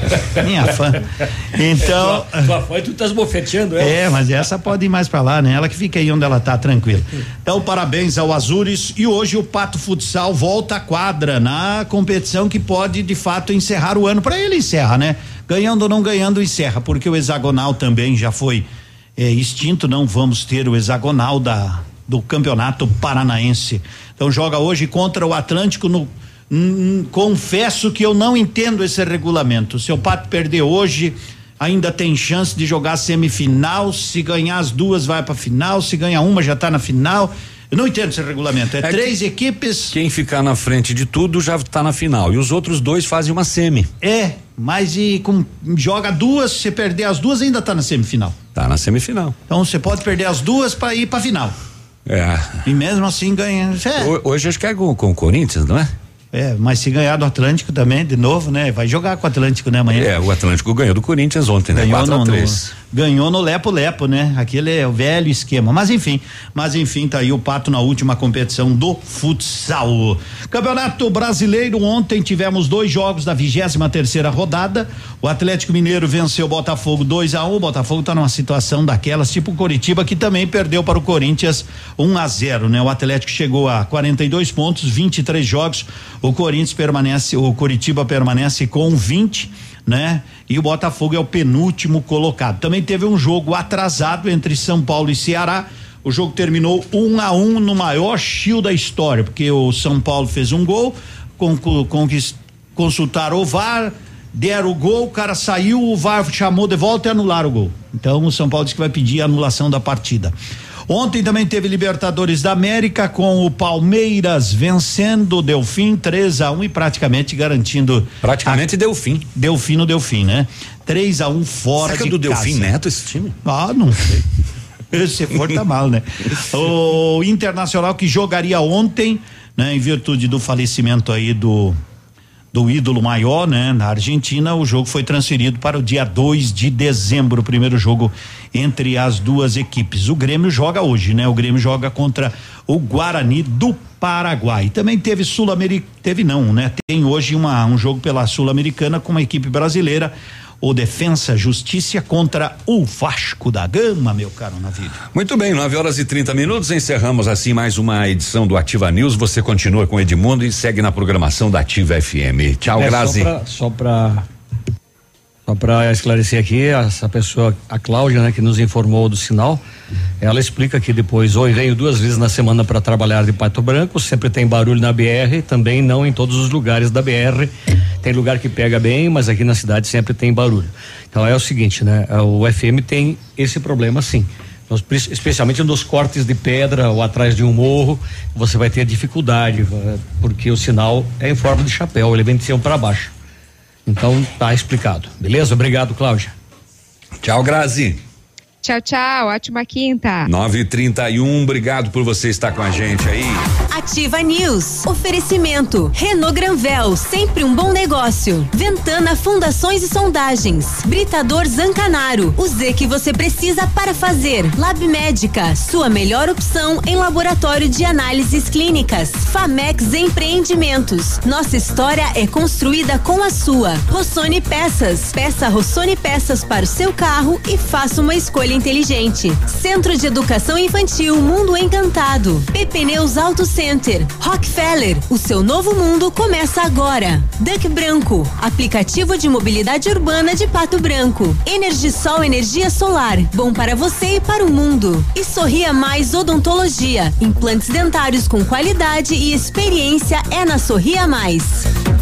Então. Tua fã, tu estás bofeteando ela. Mas essa pode ir mais pra lá, né? Ela que fica aí onde ela tá, tranquila. Então, parabéns ao Azures, e hoje o Pato Futsal volta à quadra na competição que pode de fato encerrar o ano. Pra ele encerra, né? Ganhando ou não ganhando, encerra, porque o hexagonal também já foi extinto, não vamos ter o hexagonal do Campeonato Paranaense. Então joga hoje contra o Atlântico no confesso que eu não entendo esse regulamento. Se o Pato perder hoje, ainda tem chance de jogar semifinal. Se ganhar as 2, vai pra final. Se ganhar uma, já tá na final. Eu não entendo esse regulamento. 3 equipes. Quem ficar na frente de tudo já tá na final. E os outros 2 fazem uma semi. Mas joga 2, se perder as 2, ainda tá na semifinal. Tá na semifinal. Então você pode perder as 2 para ir pra final. E mesmo assim ganha. Hoje acho que é com o Corinthians, não é? Mas se ganhar do Atlântico também, de novo, né? Vai jogar com o Atlântico, né, amanhã? O Atlântico ganhou do Corinthians ontem, né? 4-3. Ganhou no Lepo-Lepo, né? Aquele é o velho esquema. Mas enfim, tá aí o Pato na última competição do futsal. Campeonato Brasileiro, ontem tivemos 2 jogos da 23ª rodada. O Atlético Mineiro venceu o Botafogo 2-1. O Botafogo tá numa situação daquelas, tipo o Coritiba, que também perdeu para o Corinthians 1-0, né? O Atlético chegou a 42 pontos, 23 jogos. O Coritiba permanece com 20, né? E o Botafogo é o penúltimo colocado. Também teve um jogo atrasado entre São Paulo e Ceará. O jogo terminou 1-1 no maior chill da história, porque o São Paulo fez um gol, consultaram o VAR, deram o gol, o cara saiu, o VAR chamou de volta e anularam o gol. Então o São Paulo disse que vai pedir a anulação da partida. Ontem também teve Libertadores da América, com o Palmeiras vencendo o Delfim 3-1 e praticamente garantindo. Deu fim. Deu fim no Delfim, né? 3-1 fora de casa. Será que é do Delfim Neto esse time? Não sei. Se for, tá mal, né? O Internacional, que jogaria ontem, né? Em virtude do falecimento aí do ídolo maior, né? Na Argentina, o jogo foi transferido para o dia 2 de dezembro, o primeiro jogo entre as 2 equipes. O Grêmio joga hoje, né? O Grêmio joga contra o Guarani do Paraguai. Também teve tem hoje um jogo pela Sul-Americana com uma equipe brasileira, o Defensa Justiça contra o Vasco da Gama, meu caro Navírio. Muito bem, 9h30. Encerramos assim mais uma edição do Ativa News. Você continua com Edmundo e segue na programação da Ativa FM. Tchau, Grazi. Só para esclarecer aqui, essa pessoa, a Cláudia, né, que nos informou do sinal, ela explica que depois, venho 2 vezes na semana para trabalhar de Pato Branco, sempre tem barulho na BR, também não em todos os lugares da BR, tem lugar que pega bem, mas aqui na cidade sempre tem barulho. Então é o seguinte, né, o FM tem esse problema sim, especialmente nos cortes de pedra ou atrás de um morro, você vai ter dificuldade, porque o sinal é em forma de chapéu, ele vem de cima para baixo. Então tá explicado, beleza? Obrigado, Cláudia. Tchau, Grazi. Tchau, ótima quinta. 9h31, obrigado por você estar com a gente aí. Ativa News. Oferecimento. Renault Granvel, sempre um bom negócio. Ventana Fundações e Sondagens. Britador Zancanaro. O Z que você precisa para fazer. Lab Médica, sua melhor opção em laboratório de análises clínicas. Famex Empreendimentos. Nossa história é construída com a sua. Rossoni Peças. Peça Rossoni Peças para o seu carro e faça uma escolha inteligente. Centro de Educação Infantil Mundo Encantado. Pneus Auto Center. Rockefeller, o seu novo mundo começa agora. Duck Branco, aplicativo de mobilidade urbana de Pato Branco. Energisol energia solar, bom para você e para o mundo. E Sorria Mais Odontologia, implantes dentários com qualidade e experiência é na Sorria Mais.